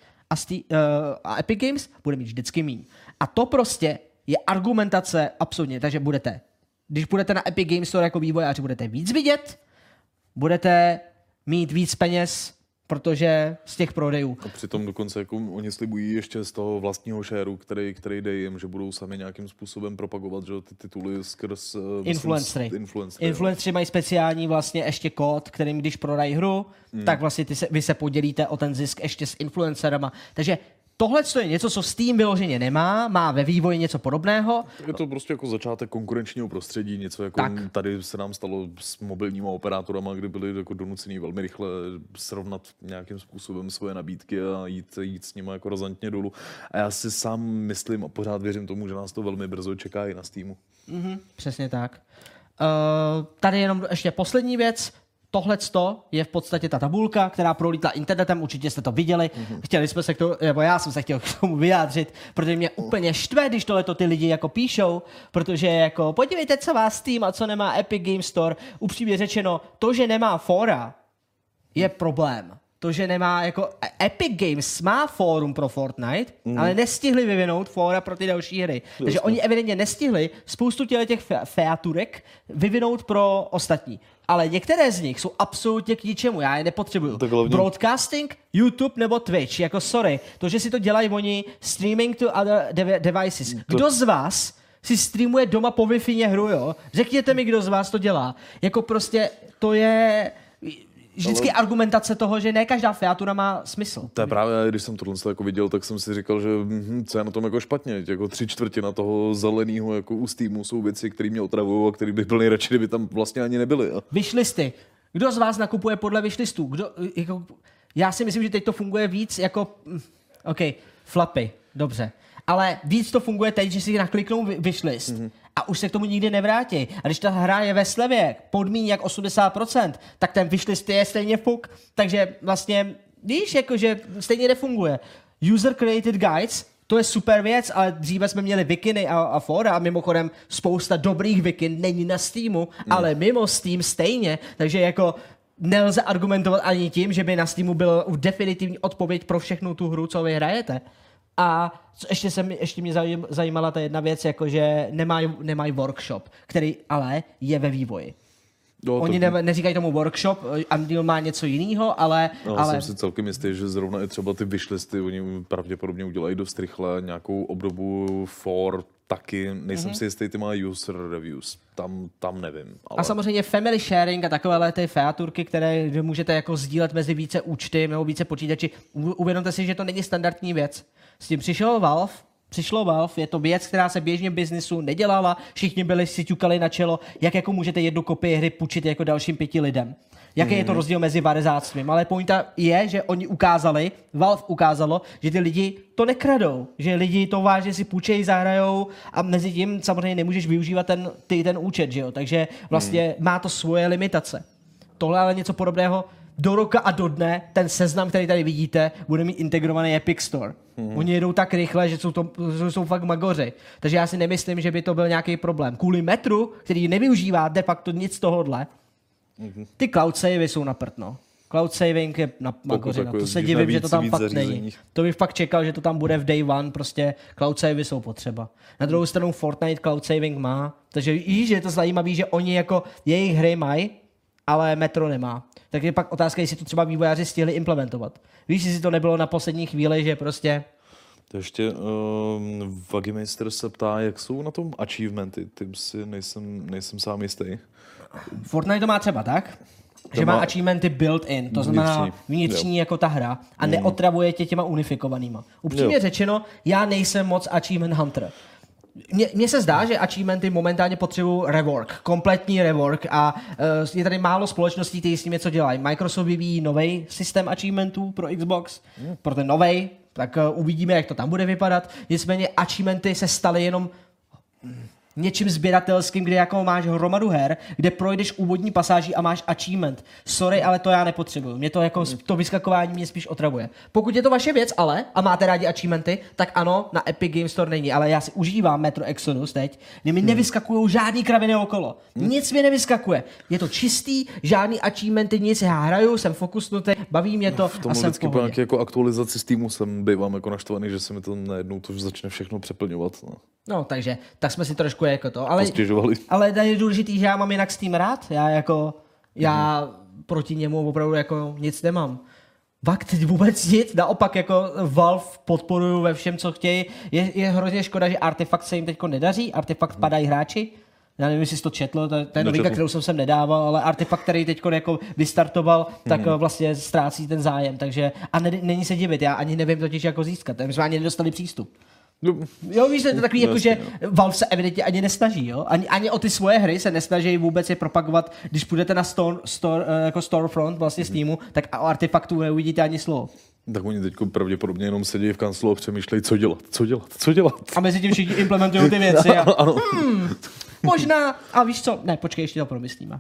A Epic Games bude mít vždycky míň. A to prostě je argumentace absolutně. Takže když budete na Epic Games Store jako vývojáři, budete víc vidět, budete mít víc peněz, protože z těch prodejů. A přitom dokonce jako oni slibují ještě z toho vlastního shareu, který jde jim, že budou sami nějakým způsobem propagovat, že ty tituly skrz influencery. Influencery mají speciální vlastně ještě kód, kterým když prodají hru, tak vlastně vy se podělíte o ten zisk ještě s influencerama. Takže tohle je něco, co Steam vyloženě nemá, má ve vývoji něco podobného. Je to prostě jako začátek konkurenčního prostředí, něco jako tady se nám stalo s mobilníma operátorama, kdy byli jako donucený velmi rychle srovnat nějakým způsobem svoje nabídky a jít s nimi jako razantně dolů. A já si sám myslím a pořád věřím tomu, že nás to velmi brzo čeká i na Steamu. Přesně tak. Tady jenom ještě poslední věc. Tohleto je v podstatě ta tabulka, která prolítla internetem, určitě jste to viděli. Chtěli jsme se já jsem se chtěl k tomu vyjádřit, protože mě úplně štve, když tohleto ty lidi jako píšou, protože jako podívejte, co má Steam a co nemá Epic Games Store. Upřímně řečeno, to, že nemá fóra, je problém. To, že nemá jako Epic Games má fórum pro Fortnite, ale nestihli vyvinout fóra pro ty další hry. Takže oni evidentně nestihli spoustu těch featurek vyvinout pro ostatní. Ale některé z nich jsou absolutně k ničemu, já je nepotřebuju. Broadcasting, YouTube nebo Twitch, jako sorry, to, že si to dělají oni, streaming to other devices. Kdo z vás si streamuje doma po Wi-Fi hru, jo? Řekněte mi, kdo z vás to dělá. Jako prostě to je vždycky argumentace toho, že ne každá featura má smysl. To je právě, když jsem tohle jako viděl, tak jsem si říkal, že co je na tom jako špatně. Jako 3/4 toho zeleného jako u Steamu jsou věci, které mě otravují a které bych byl nejradši, kdyby tam vlastně ani nebyly. Wishlisty. Kdo z vás nakupuje podle wishlistů? Já si myslím, že teď to funguje víc jako... OK, flapy, dobře. Ale víc to funguje teď, že si nakliknou wishlist a už se k tomu nikdy nevrátí. A když ta hra je ve slevě podmíň jak 80%, tak ten wishlist je stejně fuk. Takže vlastně, víš, jakože stejně nefunguje. User created guides, to je super věc, ale dříve jsme měli wikiny a fora a mimochodem spousta dobrých wikin není na Steamu, ale mimo Steam stejně, takže jako nelze argumentovat ani tím, že by na Steamu byl definitivní odpověď pro všechnu tu hru, co vy hrajete. A ještě mě zajímala ta jedna věc, jakože nemají workshop, který ale je ve vývoji. No, oni neříkají tomu workshop, Unreal má něco jiného, ale... Jsem si celkem jistý, že zrovna i třeba ty wishlisty, oni pravděpodobně udělají dost rychle nějakou obdobu for taky, nejsem si jistý, ty má user reviews, tam nevím. Ale... A samozřejmě family sharing a takovéhle ty featurky, kde můžete jako sdílet mezi více účty nebo více počítači, uvědomte si, že to není standardní věc. S tím přišlo Valve, je to věc, která se běžně v biznisu nedělala, všichni si ťukali na čelo, jak jako můžete jednu kopii hry půjčit jako dalším 5 lidem. Jaký je to rozdíl mezi varezáctvím? Ale pointa je, že Valve ukázalo, že ty lidi to nekradou, že lidi to vážně si půjčejí, zahrajou a mezi tím samozřejmě nemůžeš využívat ten účet, že jo? Takže vlastně má to svoje limitace. Tohle ale něco podobného do roka a do dne ten seznam, který tady vidíte, bude mít integrovaný Epic Store. Oni jedou tak rychle, že jsou fakt magoři. Takže já si nemyslím, že by to byl nějaký problém. Kvůli metru, který nevyužívá de facto nic tohodle, ty cloud savey jsou na prd, no. Cloud saving je na magoři. To se divím, že to tam fakt není. To bych fakt čekal, že to tam bude v day one, prostě cloud savey jsou potřeba. Na druhou stranu Fortnite cloud saving má, takže víš, že je to zajímavé, že oni jako jejich hry mají, ale metro nemá. Tak je pak otázka, jestli to třeba vývojáři stihli implementovat. Víš, jestli to nebylo na poslední chvíli, že prostě... To ještě Vagimeister se ptá, jak jsou na tom achievementy, tím si nejsem sám jistý. Fortnite to má třeba tak, že má achievementy built-in, to znamená vnitřní jako ta hra a neotravuje tě těma unifikovanýma. Upřímně řečeno, já nejsem moc achievement hunter. Mně se zdá, že achievementy momentálně potřebují rework, kompletní rework a je tady málo společností, které s tím něco dělají. Microsoft vyvíjí nový systém achievementů pro Xbox, pro ten novej, tak uvidíme, jak to tam bude vypadat. Nicméně achievementy se staly jenom něčím sběratelským, kde jako máš hromadu her, kde projdeš úvodní pasáží a máš achievement. Sorry, ale to já nepotřebuju. Mě to jako to vyskakování mě spíš otravuje. Pokud je to vaše věc, ale a máte rádi achievementy, tak ano, na Epic Games Store není, ale já si užívám Metro Exodus teď, kde mi nevyskakují žádný kraviny okolo. Nic mi nevyskakuje. Je to čistý, žádný achievementy, nic, já hraju, jsem fokusnutý, baví mě to a jsem v pohodě. Nějaký jako aktualizaci Steamu bývám jako naštvaný, že se mi to najednou to začne všechno přeplňovat. No, takže tak jsme si trošku jako to, ale je důležitý, že já mám jinak Steam rád, já proti němu opravdu jako nic nemám. Fakt vůbec nic, naopak jako Valve podporuju ve všem, co chtějí. Je hrozně škoda, že Artifact se jim teďko nedaří, Artifact padají hráči. Já nevím, jestli jsi to četl, to je novinka, kterou jsem sem nedával, ale Artifact, který teď jako vystartoval, tak vlastně ztrácí ten zájem, takže a není se divit, já ani nevím totiž, jako získat, my jsme ani nedostali přístup. Jo, víš, to je takový, jako, že Valve se evidentně ani nesnaží, jo? Ani o ty svoje hry se nesnaží vůbec je propagovat. Když půjdete na jako storefront vlastně Steamu, tak o Artefaktu neuvidíte ani slovo. Tak oni teď pravděpodobně jenom sedí v kanclu a přemýšlejí, co dělat. A mezi tím všichni implementují ty věci. Ano. Možná, a víš co, ne, počkej, ještě to promyslíme.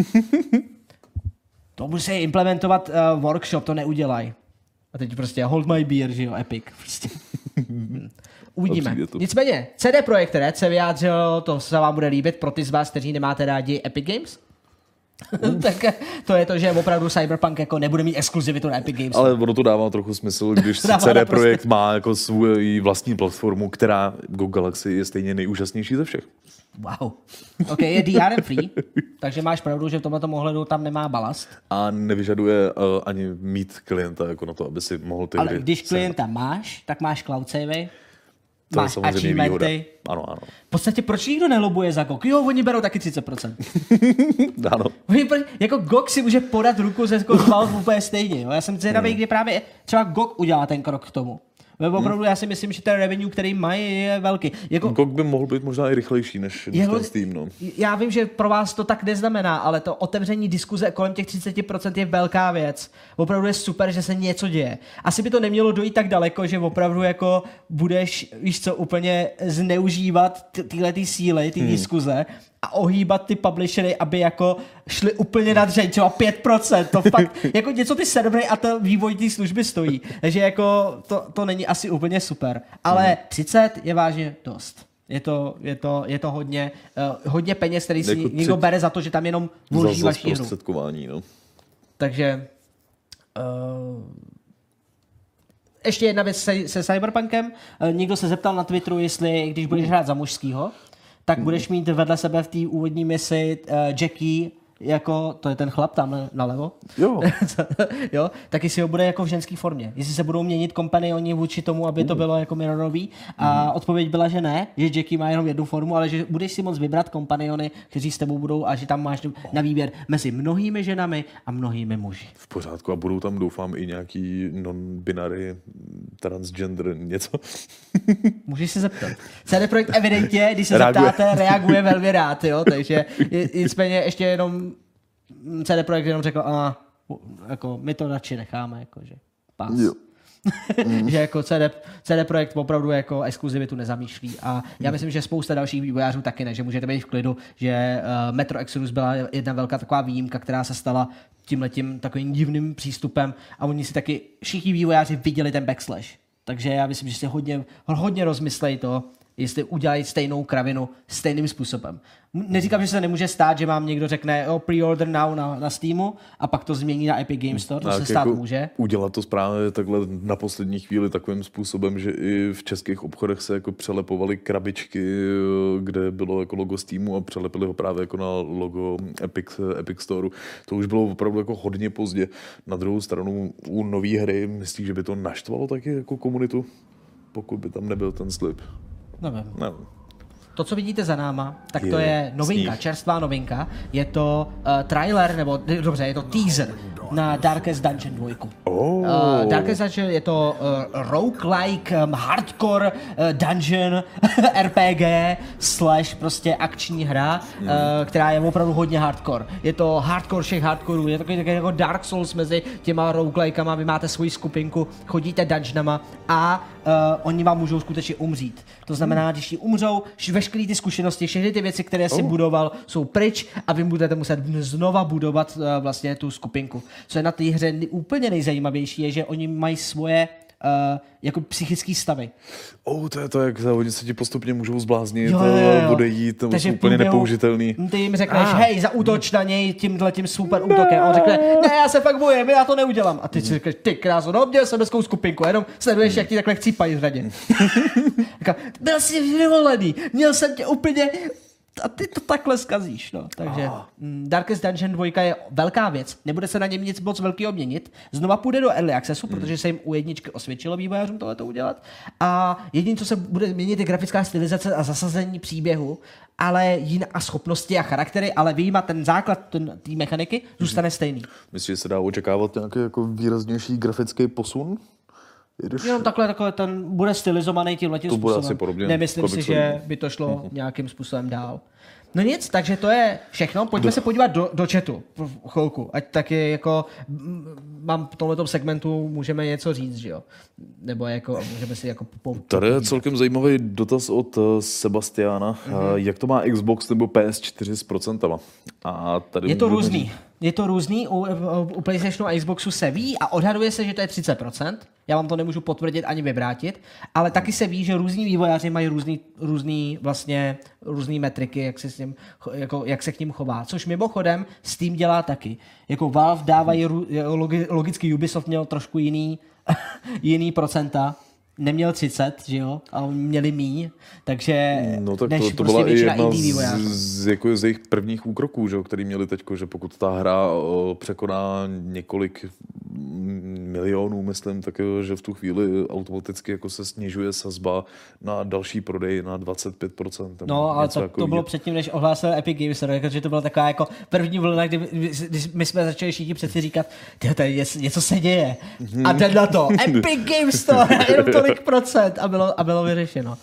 To musí implementovat workshop, to neudělají. A teď prostě hold my beer, že jo, Epic. Prostě. Uvidíme. Nicméně, CD Projekt Red se vyjádřil, to se vám bude líbit pro ty z vás, kteří nemáte rádi Epic Games. Tak to je to, že opravdu Cyberpunk jako nebude mít exkluzivitu na Epic Games. Ale ono to dává trochu smysl, když CD Projekt má jako svou vlastní platformu, která Go Galaxy je stejně nejúžasnější ze všech. Wow. OK, je DRM free, takže máš pravdu, že v tomto ohledu tam nemá balast. A nevyžaduje ani mít klienta jako na to, aby si mohl ty hry. Ale když klienta máš, tak máš cloud savey. To je máš samozřejmě výhoda. achievementy. Ano. V podstatě proč nikdo nelobuje za GOG? Jo, oni berou taky 30%. Ano. Jako GOG si může podat ruku ze Valve úplně stejně. Jo? Já jsem zvědavý, kdy právě třeba GOG udělá ten krok k tomu. Opravdu já si myslím, že ten revenue, který mají, je velký. Jako, GOG by mohl být možná i rychlejší než ten Steam. No. Já vím, že pro vás to tak neznamená, ale to otevření diskuze kolem těch 30% je velká věc. Opravdu je super, že se něco děje. Asi by to nemělo dojít tak daleko, že opravdu jako budeš, víš co, úplně zneužívat tyhle síly, ty diskuze a ohýbat ty publishery, aby jako šli úplně nad řeň, třeba 5%, to fakt, jako něco ty servery a ten vývoj té služby stojí. Takže jako to není asi úplně super. Ale 30 je vážně dost. Je to hodně peněz, který si jako někdo bere za to, že tam jenom vloží vaši hru. No. Takže ještě jedna věc se Cyberpunkem. Někdo se zeptal na Twitteru, jestli když budeš hrát za mužskýho, tak budeš mít vedle sebe v té úvodní misi Jackie, jako, to je ten chlap tam nalevo. Jo. Jo, taky si ho bude jako v ženské formě. Jestli se budou měnit kompanioni vůči tomu, aby to bylo jako mirrorový. A odpověď byla, že ne, že Jackie má jenom jednu formu, ale že budeš si moct vybrat kompaniony, kteří s tebou budou a že tam máš na výběr mezi mnohými ženami a mnohými muži. V pořádku a budou tam, doufám, i nějaký non-binary, transgender, něco. Můžeš se zeptat. CD Projekt evidentně, když se zeptáte, reaguje velmi rád, jo, takže nicméně ještě jenom CD Projekt jenom řekl, jako my to radši necháme, jakože pás. Že jako CD Projekt opravdu jako exkluzivitu nezamýšlí a já myslím, že spousta dalších vývojářů taky ne, že můžete být v klidu, že Metro Exodus byla jedna velká taková výjimka, která se stala tímhletím takovým divným přístupem a oni si taky všichni vývojáři viděli ten backslash. Takže já myslím, že si hodně rozmyslejí to, jestli udělají stejnou kravinu stejným způsobem. Neříkám, že se nemůže stát, že vám někdo řekne pre-order now na Steamu a pak to změní na Epic Games Store, to se stát jako může. Udělat to správně takhle na poslední chvíli takovým způsobem, že i v českých obchodech se jako přelepovaly krabičky, kde bylo jako logo Steamu a přelepili ho právě jako na logo Epic Store. To už bylo opravdu jako hodně pozdě. Na druhou stranu u nový hry myslíš, že by to naštvalo taky jako komunitu, pokud by tam nebyl ten slib? Nevím. To, co vidíte za náma, tak to je novinka, čerstvá novinka. Je to trailer, nebo dobře, je to teaser na Darkest Dungeon 2. Darkest Dungeon je to roguelike, hardcore dungeon RPG / prostě akční hra, která je opravdu hodně hardcore. Je to hardcore všech hardcoreů, je takový jako Dark Souls mezi těma roguelikama, vy máte svoji skupinku, chodíte dungeonama a oni vám můžou skutečně umřít. To znamená, když ti umřou, veškeré ty zkušenosti, všechny ty věci, které si budoval, jsou pryč a vy budete muset znova budovat vlastně tu skupinku. Co je na té hře úplně nejzajímavější, je, že oni mají svoje jako psychické stavy. To je to, jak oni se ti postupně můžou zbláznit, odejít, to jsou úplně nepoužitelný. Ty jim řekneš, hej, zaútoč na něj tímhletím super útokem. A on řekne, ne, já se fakt bojím, já to neudělám. A ty si řekneš, ty kráso, měl jsem hezkou skupinku, jenom sleduješ, jak ti takhle chcípají v řadě. Byl jsi vyvolený, měl jsem tě úplně... A ty to takhle zkazíš, no. Takže Darkest Dungeon 2 je velká věc, nebude se na něm nic moc velkého měnit. Znova půjde do Early Accessu, protože se jim u jedničky osvědčilo vývojářům tohleto udělat. A jediné, co se bude měnit, je grafická stylizace a zasazení příběhu, ale a schopnosti a charaktery, ale vyjímat ten základ té mechaniky zůstane stejný. Myslíš, že se dá očekávat nějaký jako výraznější grafický posun? Jenom takhle ten bude stylizovaný tímhletím způsobem. To bude asi podobně. Nemyslím si, že by to šlo nějakým způsobem dál. No nic, takže to je všechno. Pojďme se podívat do chatu chvilku. Ať taky jako mám v tomhletom segmentu můžeme něco říct, že jo? Nebo jako můžeme si jako Tady je celkem zajímavý dotaz od Sebastiana. Jak to má Xbox nebo PS4 s procentama? A tady je to různý. Je to různý, u PlayStationu a Xboxu se ví a odhaduje se, že to je 30%. Já vám to nemůžu potvrdit ani vyvrátit, ale taky se ví, že různí vývojáři mají různý metriky, jak se k ním chová. Což mimochodem Steam dělá taky. Jako Valve dávají logicky Ubisoft měl trošku jiný procenta, neměl 30, že jo, a měli míň, takže no tak než to prostě byla i většina jedna indie vývojářů. z jejich prvních úkroků, že, který měli teďko, že pokud ta hra překoná několik milionů, myslím, tak že v tu chvíli automaticky jako se snižuje sazba na další prodej na 25%. No, ale to bylo předtím, než ohlásil Epic Games Store, že to byla taková jako první vlna, když my jsme začali všichni přeci říkat, tady něco se děje. A jde na to, Epic Games Store, jenom tolik procent a bylo vyřešeno.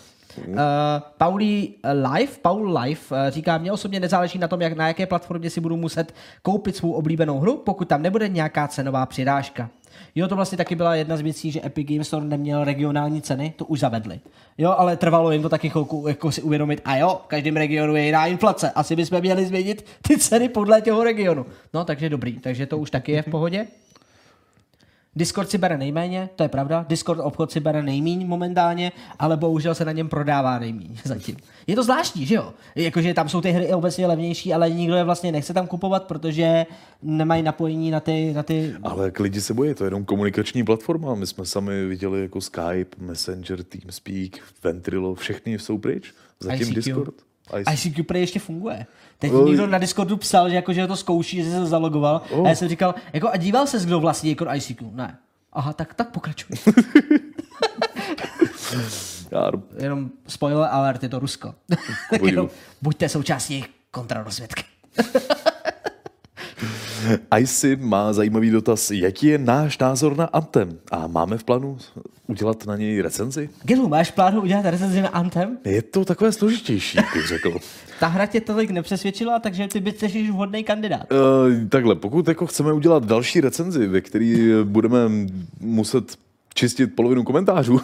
Paul Life říká, mně osobně nezáleží na tom, na jaké platformě si budu muset koupit svou oblíbenou hru, pokud tam nebude nějaká cenová přirážka. Jo, to vlastně taky byla jedna z věcí, že Epic Games Store neměl regionální ceny, to už zavedli. Jo, ale trvalo jim to taky chvilku jako si uvědomit, a jo, v každém regionu je jiná inflace, asi bychom měli změnit ty ceny podle toho regionu. No, takže dobrý, takže to už taky je v pohodě. Discord si bere nejméně, to je pravda, Discord obchod si bere nejméně momentálně, ale bohužel se na něm prodává nejméně zatím. Je to zvláštní, že jo? Jakože tam jsou ty hry obecně levnější, ale nikdo je vlastně nechce tam kupovat, protože nemají napojení na ty... Ale jak lidi se bojí, to je jenom komunikační platforma. My jsme sami viděli jako Skype, Messenger, TeamSpeak, Ventrilo, všechny jsou pryč. Zatím ICQ. Discord. ICQ Play ještě funguje. Teď někdo na Discordu psal, že, jako, že to zkouší, že se zalogoval. A já jsem říkal, jako, a díval ses, kdo vlastní jako ICQ? Ne. Aha, tak pokračuj. Jenom spoiler alert, je to Rusko. Tak jenom buďte součástí kontrarozvědky. ICI má zajímavý dotaz, jaký je náš názor na Anthem? A máme v plánu udělat na něj recenzi? Gilu, máš v plánu udělat recenzi na Anthem? Je to takové složitější, bych řekl. Ta hra tě tolik nepřesvědčila, takže ty bys jsi vhodný kandidát. Takhle, pokud jako chceme udělat další recenzi, ve který budeme muset čistit polovinu komentářů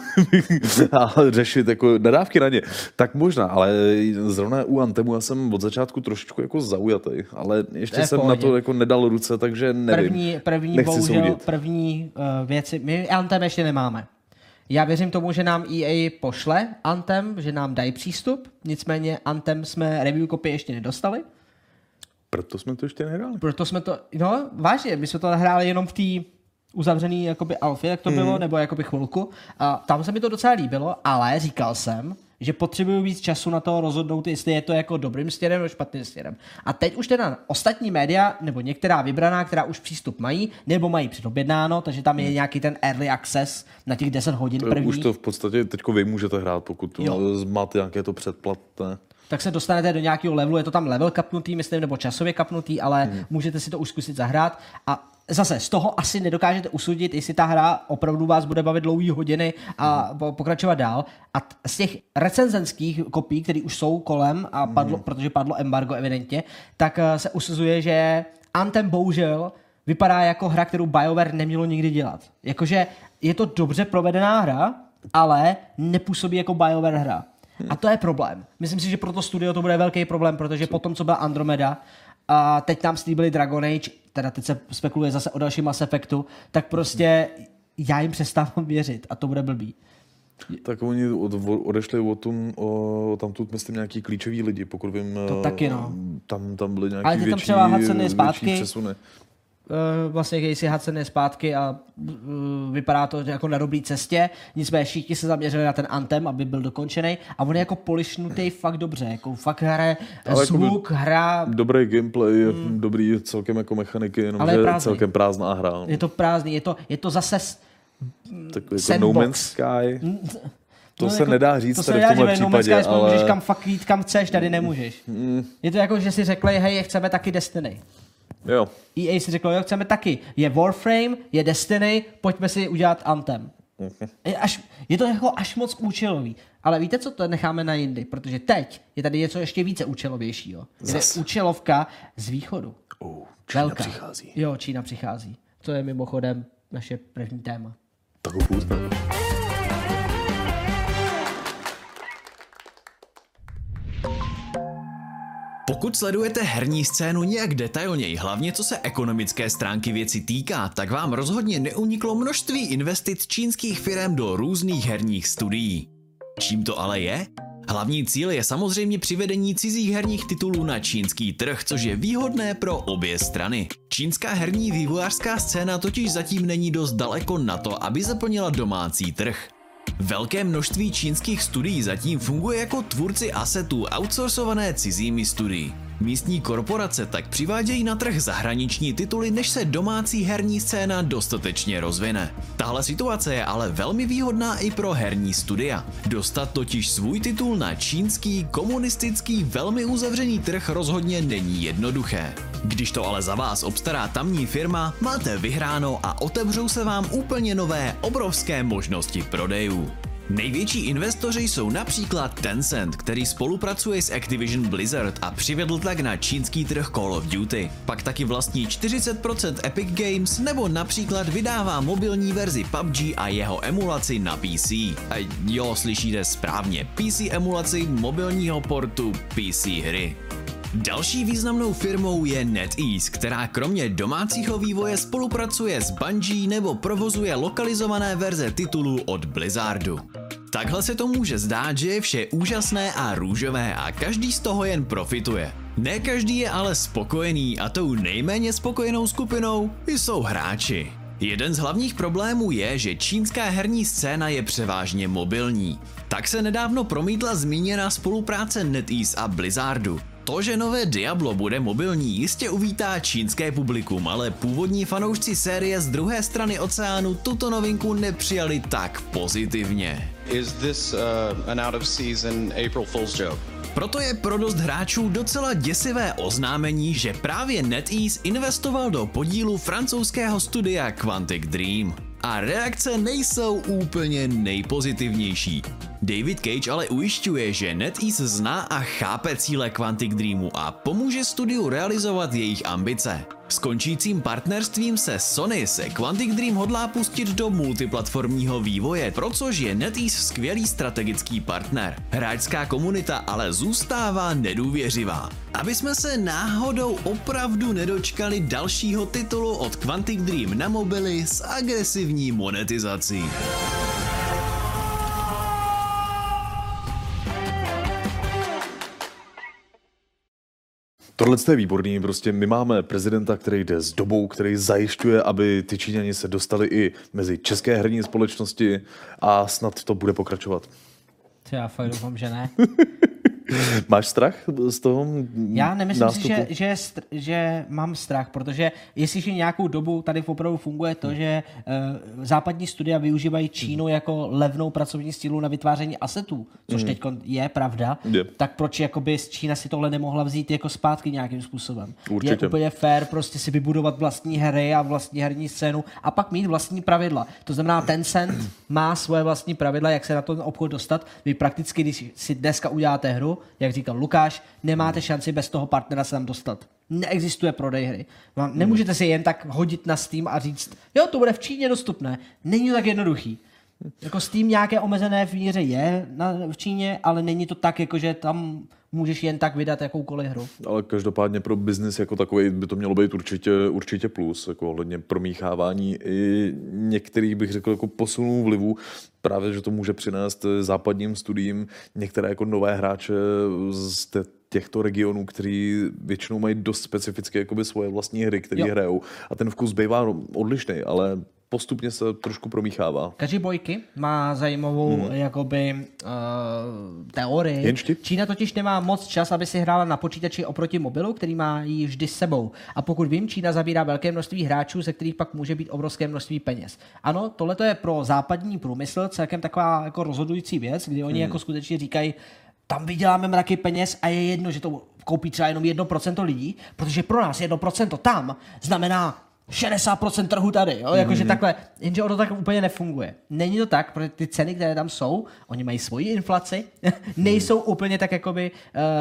a řešit jako nadávky na ně, tak možná, ale zrovna u Anthemu já jsem od začátku trošičku jako zaujatý, ale ještě jsem na to jako nedal ruce, takže nevím. První věci, my Anthem ještě nemáme. Já věřím tomu, že nám EA pošle Anthem, že nám dají přístup, nicméně Anthem jsme review kopie ještě nedostali. Proto jsme to ještě nehráli. Vážně, my jsme to hráli jenom v té uzavřený jakoby alfy, jak to bylo, nebo jakoby chvilku. A tam se mi to docela líbilo, ale říkal jsem, že potřebuju víc času na to rozhodnout, jestli je to jako dobrým směrem nebo špatným směrem. A teď už teda ostatní média, nebo některá vybraná, která už přístup mají, nebo mají předobjednáno, takže tam je nějaký ten early access na těch 10 hodin prvních. Už to v podstatě teďko vy můžete hrát, pokud máte nějaké to předplatné. Tak se dostanete do nějakého levelu, je to tam level kapnutý, myslím, nebo časově kapnutý, ale můžete si to už zkusit zahrát a zase z toho asi nedokážete usudit, jestli ta hra opravdu vás bude bavit dlouhý hodiny a pokračovat dál. A z těch recenzenských kopií, které už jsou kolem, a protože padlo embargo evidentně, tak se usuzuje, že Anthem bohužel vypadá jako hra, kterou BioWare nemělo nikdy dělat. Jakože je to dobře provedená hra, ale nepůsobí jako BioWare hra. A to je problém. Myslím si, že pro to studio to bude velký problém, protože potom, co byla Andromeda, a teď nám slíbili Dragon Age, teda teď se spekuluje zase o dalším Mass Effectu, tak prostě já jim přestávám věřit a to bude blbý. Tak oni odešli tamtud, myslím, nějaký klíčoví lidi, pokud vím, to taky, no. Tam byly nějaký větší přesuny. Vlastně Casey Hudson je zpátky a vypadá to jako na dobrý cestě, nicméně všichni se zaměřili na ten Anthem, aby byl dokončený a on je jako polišnutý fakt dobře, jako fakt hraje zvuk, hra... Dobrý gameplay, dobrý celkem jako mechaniky, jenomže celkem prázdná hra. Je to prázdný, je to zase takový jako No Man's Sky. To se nedá říct tady v tomhle případě, ale... Můžeš kam fakt jít, kam chceš, tady nemůžeš. Je to jako, že si řekli, hej, chceme taky Destiny. Jo. EA si řeklo, jo, chceme taky. Je Warframe, je Destiny, pojďme si udělat Anthem. Je to jako až moc účelový. Ale víte, co to necháme na jindy? Protože teď je tady něco ještě více účelovějšího. Je účelovka z východu. Čína přichází. Jo, Čína přichází. To je mimochodem naše první téma. Tak ho půjde. Pokud sledujete herní scénu nějak detailněji, hlavně co se ekonomické stránky věci týká, tak vám rozhodně neuniklo množství investic čínských firem do různých herních studií. Čím to ale je? Hlavní cíl je samozřejmě přivedení cizích herních titulů na čínský trh, což je výhodné pro obě strany. Čínská herní vývojářská scéna totiž zatím není dost daleko na to, aby zaplnila domácí trh. Velké množství čínských studií zatím funguje jako tvůrci asetů outsourcované cizími studii. Místní korporace tak přivádějí na trh zahraniční tituly, než se domácí herní scéna dostatečně rozvine. Tahle situace je ale velmi výhodná i pro herní studia. Dostat totiž svůj titul na čínský, komunistický, velmi uzavřený trh rozhodně není jednoduché. Když to ale za vás obstará tamní firma, máte vyhráno a otevřou se vám úplně nové, obrovské možnosti prodejů. Největší investoři jsou například Tencent, který spolupracuje s Activision Blizzard a přivedl tak na čínský trh Call of Duty. Pak taky vlastní 40% Epic Games nebo například vydává mobilní verzi PUBG a jeho emulaci na PC. A jo, slyšíte správně, PC emulaci mobilního portu PC hry. Další významnou firmou je NetEase, která kromě domácího vývoje spolupracuje s Bungie nebo provozuje lokalizované verze titulů od Blizzardu. Takhle se to může zdát, že je vše úžasné a růžové a každý z toho jen profituje. Ne každý je ale spokojený a tou nejméně spokojenou skupinou jsou hráči. Jeden z hlavních problémů je, že čínská herní scéna je převážně mobilní. Tak se nedávno promítla zmíněná spolupráce NetEase a Blizzardu. To, že nové Diablo bude mobilní, jistě uvítá čínské publikum, ale původní fanoušci série z druhé strany oceánu tuto novinku nepřijali tak pozitivně. Is this an out of season April Fool's joke? Proto je pro dost hráčů docela děsivé oznámení, že právě NetEase investoval do podílu francouzského studia Quantic Dream. A reakce nejsou úplně nejpozitivnější. David Cage ale ujišťuje, že NetEase zná a chápe cíle Quantic Dreamu a pomůže studiu realizovat jejich ambice. S končícím partnerstvím se Sony se Quantic Dream hodlá pustit do multiplatformního vývoje, protože je NetEase skvělý strategický partner. Hráčská komunita ale zůstává nedůvěřivá. Aby jsme se náhodou opravdu nedočkali dalšího titulu od Quantic Dream na mobily s agresivní monetizací. Tohle je výborný, prostě my máme prezidenta, který jde s dobou, který zajišťuje, aby ty Číňani se dostali i mezi české herní společnosti a snad to bude pokračovat. Já fakt doufám, že ne. Máš strach z toho Já nemyslím nástupu? si, že mám strach, protože jestliže nějakou dobu tady opravdu funguje to, že západní studia využívají Čínu jako levnou pracovní sílu na vytváření asetů, což teď je pravda, tak proč jakoby z Čína si tohle nemohla vzít jako zpátky nějakým způsobem? Určitě. Je úplně fair prostě si vybudovat vlastní hry a vlastní herní scénu a pak mít vlastní pravidla. To znamená, Tencent má svoje vlastní pravidla, jak se na ten obchod dostat. Vy prakticky, když si dneska uděláte hru, jak říkal Lukáš, nemáte šanci bez toho partnera se tam dostat. Neexistuje prodej hry. Nemůžete si jen tak hodit na Steam a říct, jo, to bude v Číně dostupné. Není to tak jednoduchý. Jako Steam nějaké omezené míře je v Číně, ale není to tak, jako že tam můžeš jen tak vydat jakoukoliv hru. Ale každopádně pro biznis jako takový by to mělo být určitě plus, jako ohledně promíchávání i některých, bych řekl, jako posunů vlivu. Právě, že to může přinést západním studiím některé jako nové hráče z těchto regionů, kteří většinou mají dost specifické jakoby svoje vlastní hry, které hrajou. A ten vkus bývá odlišný, ale postupně se trošku promíchává. Každý Bojky má zajímavou jakoby teorii. Čína totiž nemá moc čas, aby si hrála na počítači oproti mobilu, který má jí vždy s sebou. A pokud vím, Čína zabírá velké množství hráčů, ze kterých pak může být obrovské množství peněz. Ano, tohle je pro západní průmysl celkem taková jako rozhodující věc, kdy oni jako skutečně říkají, tam vyděláme mraky peněz a je jedno, že to koupí třeba jenom 1% lidí, protože pro nás 1% tam znamená 60% trhu tady, jo? Jakože takhle, jenže ono tak úplně nefunguje. Není to tak, protože ty ceny, které tam jsou, oni mají svoji inflaci, nejsou úplně tak jakoby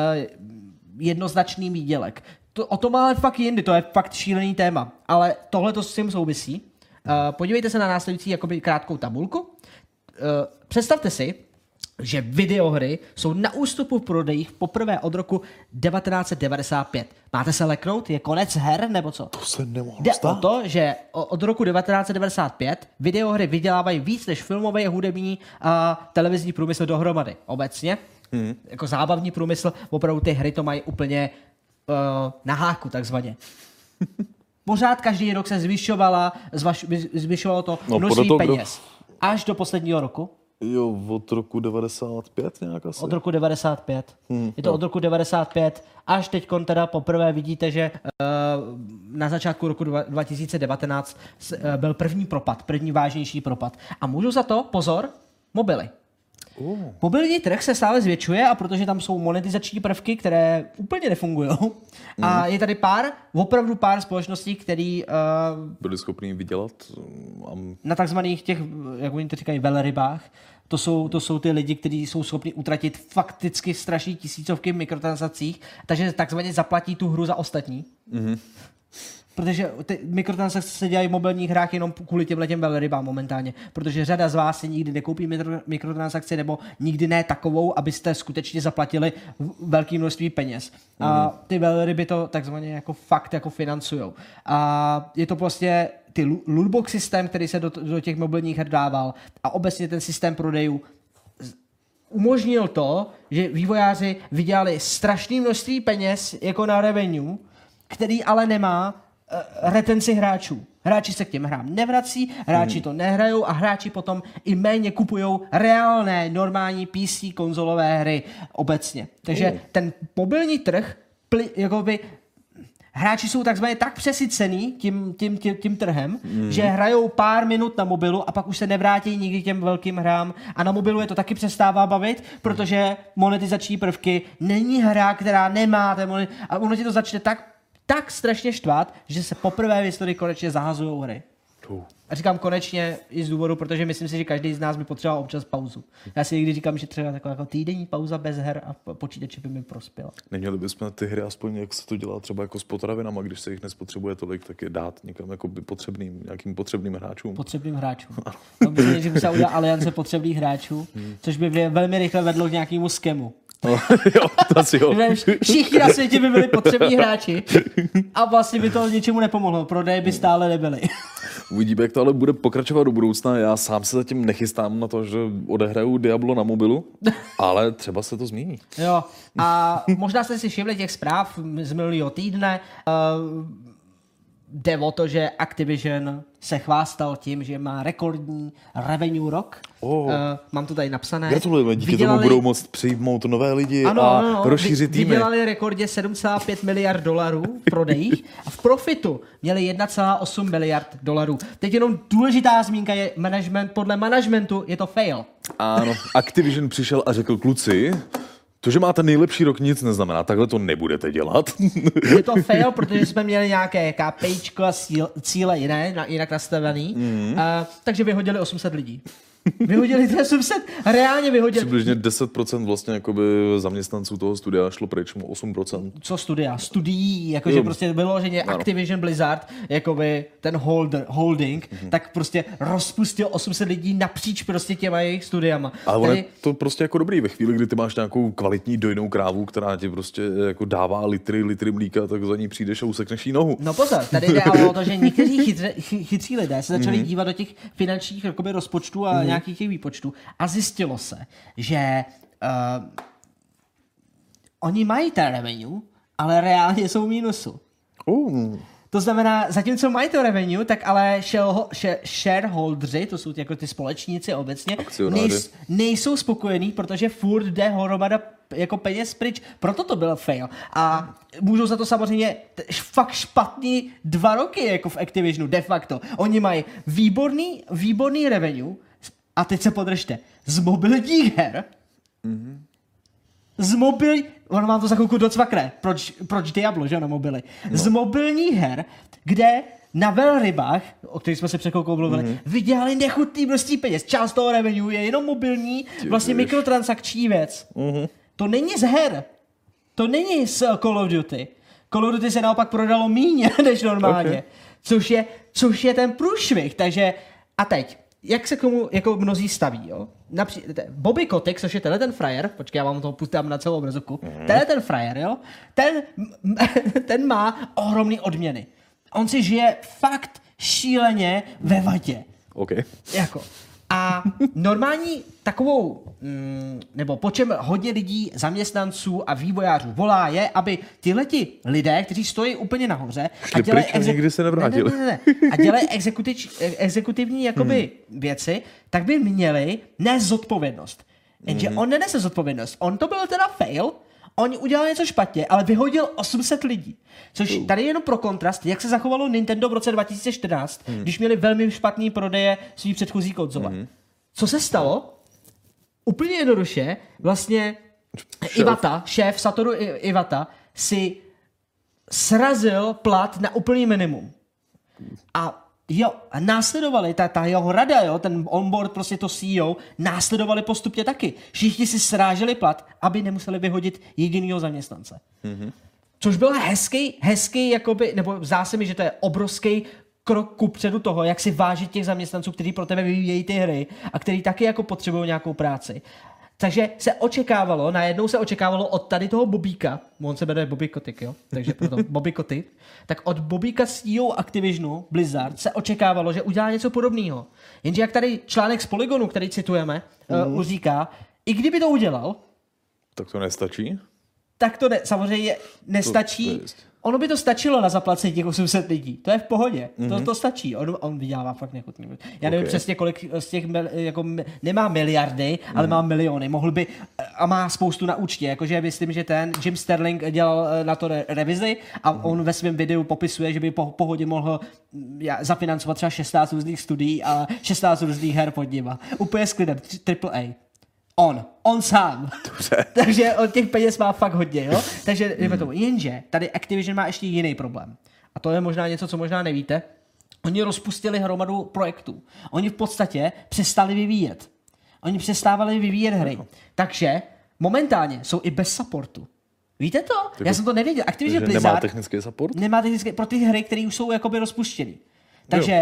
jednoznačný výdělek. O tom ale fakt jindy, to je fakt šílený téma, ale tohle to s tím souvisí. Podívejte se na následující jakoby krátkou tabulku. Představte si, že videohry jsou na ústupu v prodejích poprvé od roku 1995. Máte se leknout? Je konec her, nebo co? To se nemohlo Jde stát. o to, že od roku 1995 videohry vydělávají víc než filmový, hudební a televizní průmysl dohromady. Obecně. Jako zábavní průmysl, opravdu ty hry to mají úplně na háku, takzvaně. Pořád každý rok se zvyšovalo to množství peněz. Až do posledního roku, Jo, od roku 95 nějak asi. Od roku 95. Je to od roku 95, až teď teda poprvé vidíte, že na začátku roku 2019 byl první vážnější propad. A můžu za to, pozor, mobily. Mobilní trh se stále zvětšuje a protože tam jsou monetizační prvky, které úplně nefungují. A je tady opravdu pár společností, které byli schopní vydělat. Na takzvaných těch, jak oni to říkají, velrybách. To jsou ty lidi, kteří jsou schopni utratit fakticky strašný tisícovky v mikrotransakcích, takže takzvaně zaplatí tu hru za ostatní. Protože ty mikrotransakce se dělají v mobilních hrách jenom kvůli těmhletěm velrybám momentálně. Protože řada z vás si nikdy nekoupí mikrotransakci nebo nikdy ne takovou, abyste skutečně zaplatili velké množství peněz. A ty velryby to takzvaně jako fakt jako financujou. A je to prostě ty lootbox systém, který se do těch mobilních her dával a obecně ten systém prodejů umožnil to, že vývojáři vydělali strašné množství peněz jako na revenue, který ale nemá retenci hráčů. Hráči se k těm hrám nevrací, hráči to nehrajou a hráči potom i méně kupujou reálné, normální PC konzolové hry obecně. Takže ten mobilní trh, jakoby, hráči jsou takzvaně tak přesycený tím trhem, že hrajou pár minut na mobilu a pak už se nevrátí nikdy k těm velkým hrám a na mobilu je to taky přestává bavit, protože monetizační prvky není hra, která nemá a ono ti to začne tak strašně štvát, že se poprvé v historii konečně zahazují hry. A říkám konečně i z důvodu, protože myslím si, že každý z nás by potřeboval občas pauzu. Já si někdy říkám, že třeba taková jako týdenní pauza bez her a počítače by mi prospěla. Neměli bychom ty hry aspoň, jak se to dělá třeba jako s potravinama, když se jich nespotřebuje tolik, tak je dát někam jako nějakým potřebným hráčům. Potřebným hráčům. To by se musela udělat aliance potřebných hráčů, což by velmi rychle vedlo k nějakému skemu. Jo, to asi jo. Všichni na světě by byli potřební hráči a vlastně by to ničemu nepomohlo. Prodeje by stále nebyly. Uvidíme, jak to ale bude pokračovat do budoucna. Já sám se zatím nechystám na to, že odehraju Diablo na mobilu, ale třeba se to změní. Jo, a možná jste si všimli těch zpráv z minulého týdne. Jde o to, že Activision se chvástal tím, že má rekordní revenue rok. Mám to tady napsané. Gratulujeme, díky tomu budou moct přijmout nové lidi a rozšířit týmy. Vydělali rekordě $7,5 miliard v prodejích a v profitu měli $1,8 miliard. Teď jenom důležitá zmínka je management. Podle managementu je to fail. Ano, Activision přišel a řekl, kluci, to, že máte nejlepší rok, nic neznamená. Takhle to nebudete dělat. Je to fail, protože jsme měli nějaké KPIčko a cíle jinak nastavený. Takže vyhodili 800 lidí. Vyhodili 800, reálně vyhodili. Přibližně 10% vlastně jakoby zaměstnanců toho studia šlo pryč, 8%. Co studia? Studií, jakože prostě bylo, že Activision Blizzard, jakoby ten holding, tak prostě rozpustil 800 lidí napříč prostě těma jejich studiama. Ale tady... je to prostě jako dobrý. Ve chvíli, kdy ty máš nějakou kvalitní dojnou krávu, která ti prostě jako dává litry mlíka, tak za ní přijdeš a usekneš jí nohu. No pozor, tady jde ale o to, že někteří chytří lidé se začali dívat do těch finančních jakoby rozpočtů a nějakých těch výpočtů a zjistilo se, že oni mají ten revenue, ale reálně jsou v mínusu. To znamená, zatímco mají to revenue, tak ale shareholdři, to jsou jako ty společníci obecně, nejsou spokojení, protože furt jde hromada jako peněz pryč. Proto to byl fail. A můžou za to samozřejmě fakt špatný 2 roky jako v Activisionu, de facto. Oni mají výborný revenue a teď se podržte. Z mobilních her ono vám to za chvilku docvakne. Proč Diablo, že na mobily? Z mobilních her, kde na velrybách, o kterých jsme se před chvilkou mluvili, vydělali nechutný množství peněz. Část toho revenue je jenom mobilní, vlastně mikrotransakční věc. To není z her. To není z Call of Duty. Call of Duty se naopak prodalo míň než normálně. Což je ten průšvih. Takže a teď, jak se k tomu jako mnozí staví, jo? Bobby Kotick, což je tenhle ten frajer, počkej, já vám to pustím na celou obrazovku, tenhle ten frajer, jo? Ten má ohromný odměny. On si žije fakt šíleně ve vatě. Okay. Jako. A normální takovou, nebo po čem hodně lidí, zaměstnanců a vývojářů volá je, aby tihleti lidé, kteří stojí úplně nahoře a dělají nikdy se nevrátili. a dělají exekutivní jakoby věci, tak by měli nést zodpovědnost. Jenže on nenese zodpovědnost. On to byl teda fail, on udělal něco špatně, ale vyhodil 800 lidí. Což tady jenom pro kontrast, jak se zachovalo Nintendo v roce 2014, když měli velmi špatný prodeje svých předchozí konzole. Co se stalo? Úplně jednoduše, vlastně šéf Satoru Iwata si srazil plat na úplný minimum. A následovali, ta jeho rada, ten onboard, prostě to CEO, následovali postupně taky. Všichni si sráželi plat, aby nemuseli vyhodit jedinýho zaměstnance. Což byl hezký, jakoby, nebo zdá se mi, že to je obrovský krok kupředu toho, jak si vážit těch zaměstnanců, kteří pro tebe vyvíjejí ty hry a kteří taky jako potřebují nějakou práci. Takže najednou se očekávalo od tady toho Bobíka, on se jmenuje Bobby Kotick, jo? Takže proto Bobby Kotick, tak od Bobíka CEO Activisionu, Blizzard, se očekávalo, že udělá něco podobného. Jenže jak tady článek z Polygonu, který citujeme, už říká, i kdyby to udělal, tak to nestačí? Tak to samozřejmě nestačí. Ono by to stačilo na zaplacení těch 800 lidí. To je v pohodě. To stačí. On vydělává fakt nechutný. Já nevím přesně, kolik z těch, jako, nemá miliardy, ale má miliony. Mohl by, a má spoustu na účtě. Jakože myslím, že ten Jim Sterling dělal na to revizi a on ve svém videu popisuje, že by po pohodě mohl zafinancovat třeba 16 různých studií a 16 různých her pod nima. Úplně s klidem. AAA. On sám. Dobře. Takže od těch peněz má fakt hodně, jo? Takže jenže tady Activision má ještě jiný problém. A to je možná něco, co možná nevíte. Oni rozpustili hromadu projektů. Oni v podstatě přestali vyvíjet. Oni přestávali vyvíjet hry. Takže momentálně jsou i bez supportu. Víte to? Já jsem to nevěděl. Activision Blizzard nemá technický support? Nemá technický pro ty hry, které už jsou jakoby rozpuštěny. Takže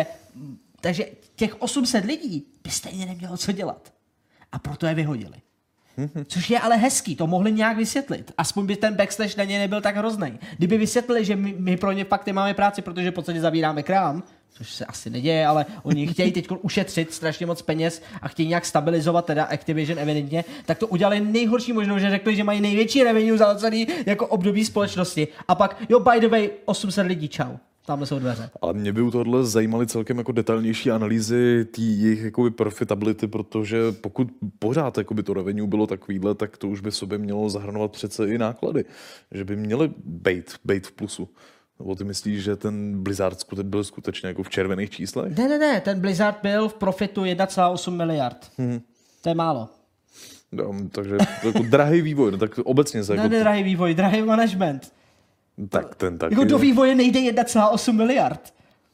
těch 800 lidí by stejně nemělo co dělat. A proto je vyhodili. Což je ale hezký, to mohli nějak vysvětlit. Aspoň by ten backslash na ně nebyl tak hrozný. Kdyby vysvětlili, že my pro ně fakt nemáme práci, protože v podstatě zavíráme krám, což se asi neděje, ale oni chtějí teď ušetřit strašně moc peněz a chtějí nějak stabilizovat teda Activision evidentně, tak to udělali nejhorší možnou, že řekli, že mají největší revenue za celý jako období společnosti. A pak, by the way, 800 lidí, čau. Tamhle jsou dveře. Ale mě by u tohohle zajímaly celkem jako detailnější analýzy té jejich jakoby profitability, protože pokud pořád jakoby to revenue bylo takovýhle, tak to už by sobě mělo zahrnovat přece i náklady. Že by měly být v plusu. Nebo ty myslíš, že ten Blizzard byl skutečně jako v červených číslech? Ne, ten Blizzard byl v profitu 1,8 miliard. To je málo. No, takže jako drahý vývoj, no, tak obecně se jako... Ne, drahý vývoj, drahý management. Tak ten taky... Jako do vývoje nejde 1,8 miliard.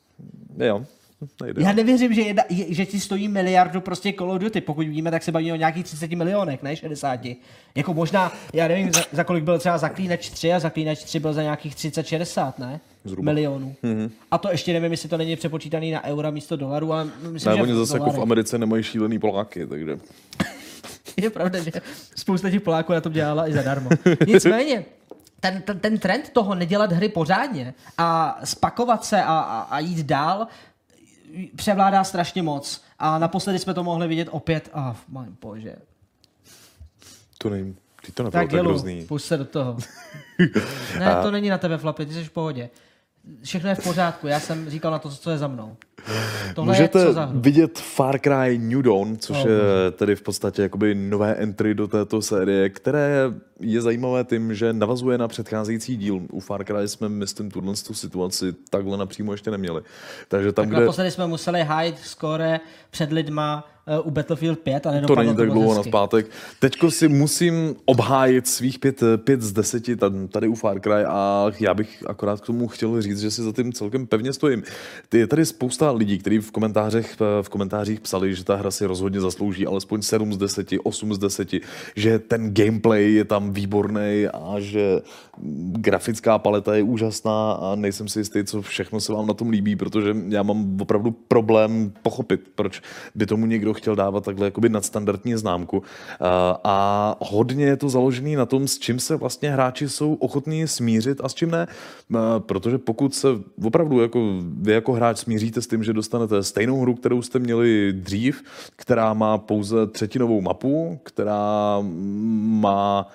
Jo, nejde. Já nevěřím, že ti stojí miliardu prostě Call of Duty. Pokud víme, tak se baví o nějakých 30 milionech, ne 60. Jako možná, já nevím, za kolik byl třeba Zaklínač 3 a Zaklínač 3 byl za nějakých 30-60, ne? Zhruba. Milionů. A to ještě nevím, jestli to není přepočítaný na eura místo dolarů, ale myslím, ne, že oni zase jako v Americe nemají šílený Poláky, takže... Je pravda, že spousta těch Poláků na tom dělala i zadarmo. Nicméně, ten trend toho nedělat hry pořádně a spakovat se a jít dál převládá strašně moc. A naposledy jsme to mohli vidět opět. Můj bože. To nevím. Ty to nebylo tak hrozný. Pusť se do toho. Ne, to není na tebe, Flapy, ty jsi v pohodě. Všechno je v pořádku, já jsem říkal na to, co je za mnou. Můžete vidět Far Cry New Dawn, což je tedy v podstatě jakoby nové entry do této série, které je zajímavé tím, že navazuje na předcházející díl. U Far Cry jsme, myslím, tuhle situaci takhle napřímo ještě neměli. Takže tam, kde... Naposledy jsme museli hájit skóre před lidma u Battlefield 5 a to není tak dlouho nazpátek. Teďko si musím obhájit svých 5 z 10 tady u Far Cry a já bych akorát k tomu chtěl říct, že si za tím celkem pevně stojím. Je tady spousta lidí, kteří v komentářích psali, že ta hra si rozhodně zaslouží alespoň 7 z 10, 8 z 10, že ten gameplay je tam výborný a že grafická paleta je úžasná a nejsem si jistý, co všechno se vám na tom líbí, protože já mám opravdu problém pochopit, proč by tomu někdo někdo chtěl dávat takhle jakoby nadstandardní známku. A hodně je to založený na tom, s čím se vlastně hráči jsou ochotní smířit a s čím ne. Protože pokud se opravdu vy jako hráč smíříte s tím, že dostanete stejnou hru, kterou jste měli dřív, která má pouze třetinovou mapu, která má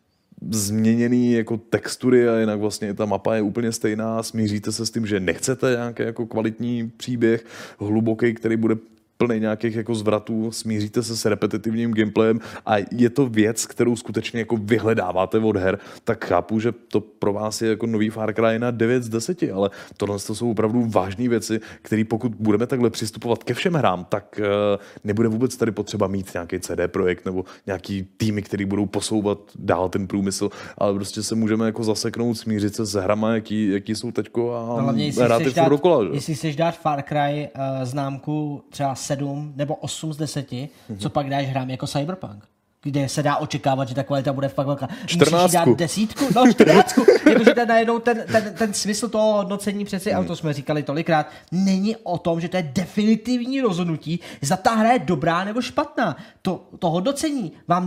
změněný jako textury a jinak vlastně ta mapa je úplně stejná, smíříte se s tím, že nechcete nějaký jako kvalitní příběh, hluboký, který bude plný nějakých jako zvratů, smíříte se s repetitivním gameplayem a je to věc, kterou skutečně jako vyhledáváte od her, tak chápu, že to pro vás je jako nový Far Cry na 9 z 10, ale tohle to jsou opravdu vážné věci, které pokud budeme takhle přistupovat ke všem hrám, tak nebude vůbec tady potřeba mít nějaký CD Projekt nebo nějaký týmy, který budou posouvat dál ten průmysl, ale prostě se můžeme jako zaseknout, smířit se s hrama, jaký jsou teďko a hrát je furt dokola. Jestli chceš dát Far Cry známku třeba 7 nebo 8 z 10, co pak dáš hrám jako Cyberpunk, kde se dá očekávat, že ta kvalita bude fakt velká. 14. Musíš dát 10, no 14. Jakože najednou ten smysl toho hodnocení přeci, a to jsme říkali tolikrát, není o tom, že to je definitivní rozhodnutí, zda ta hra je dobrá nebo špatná. To hodnocení vám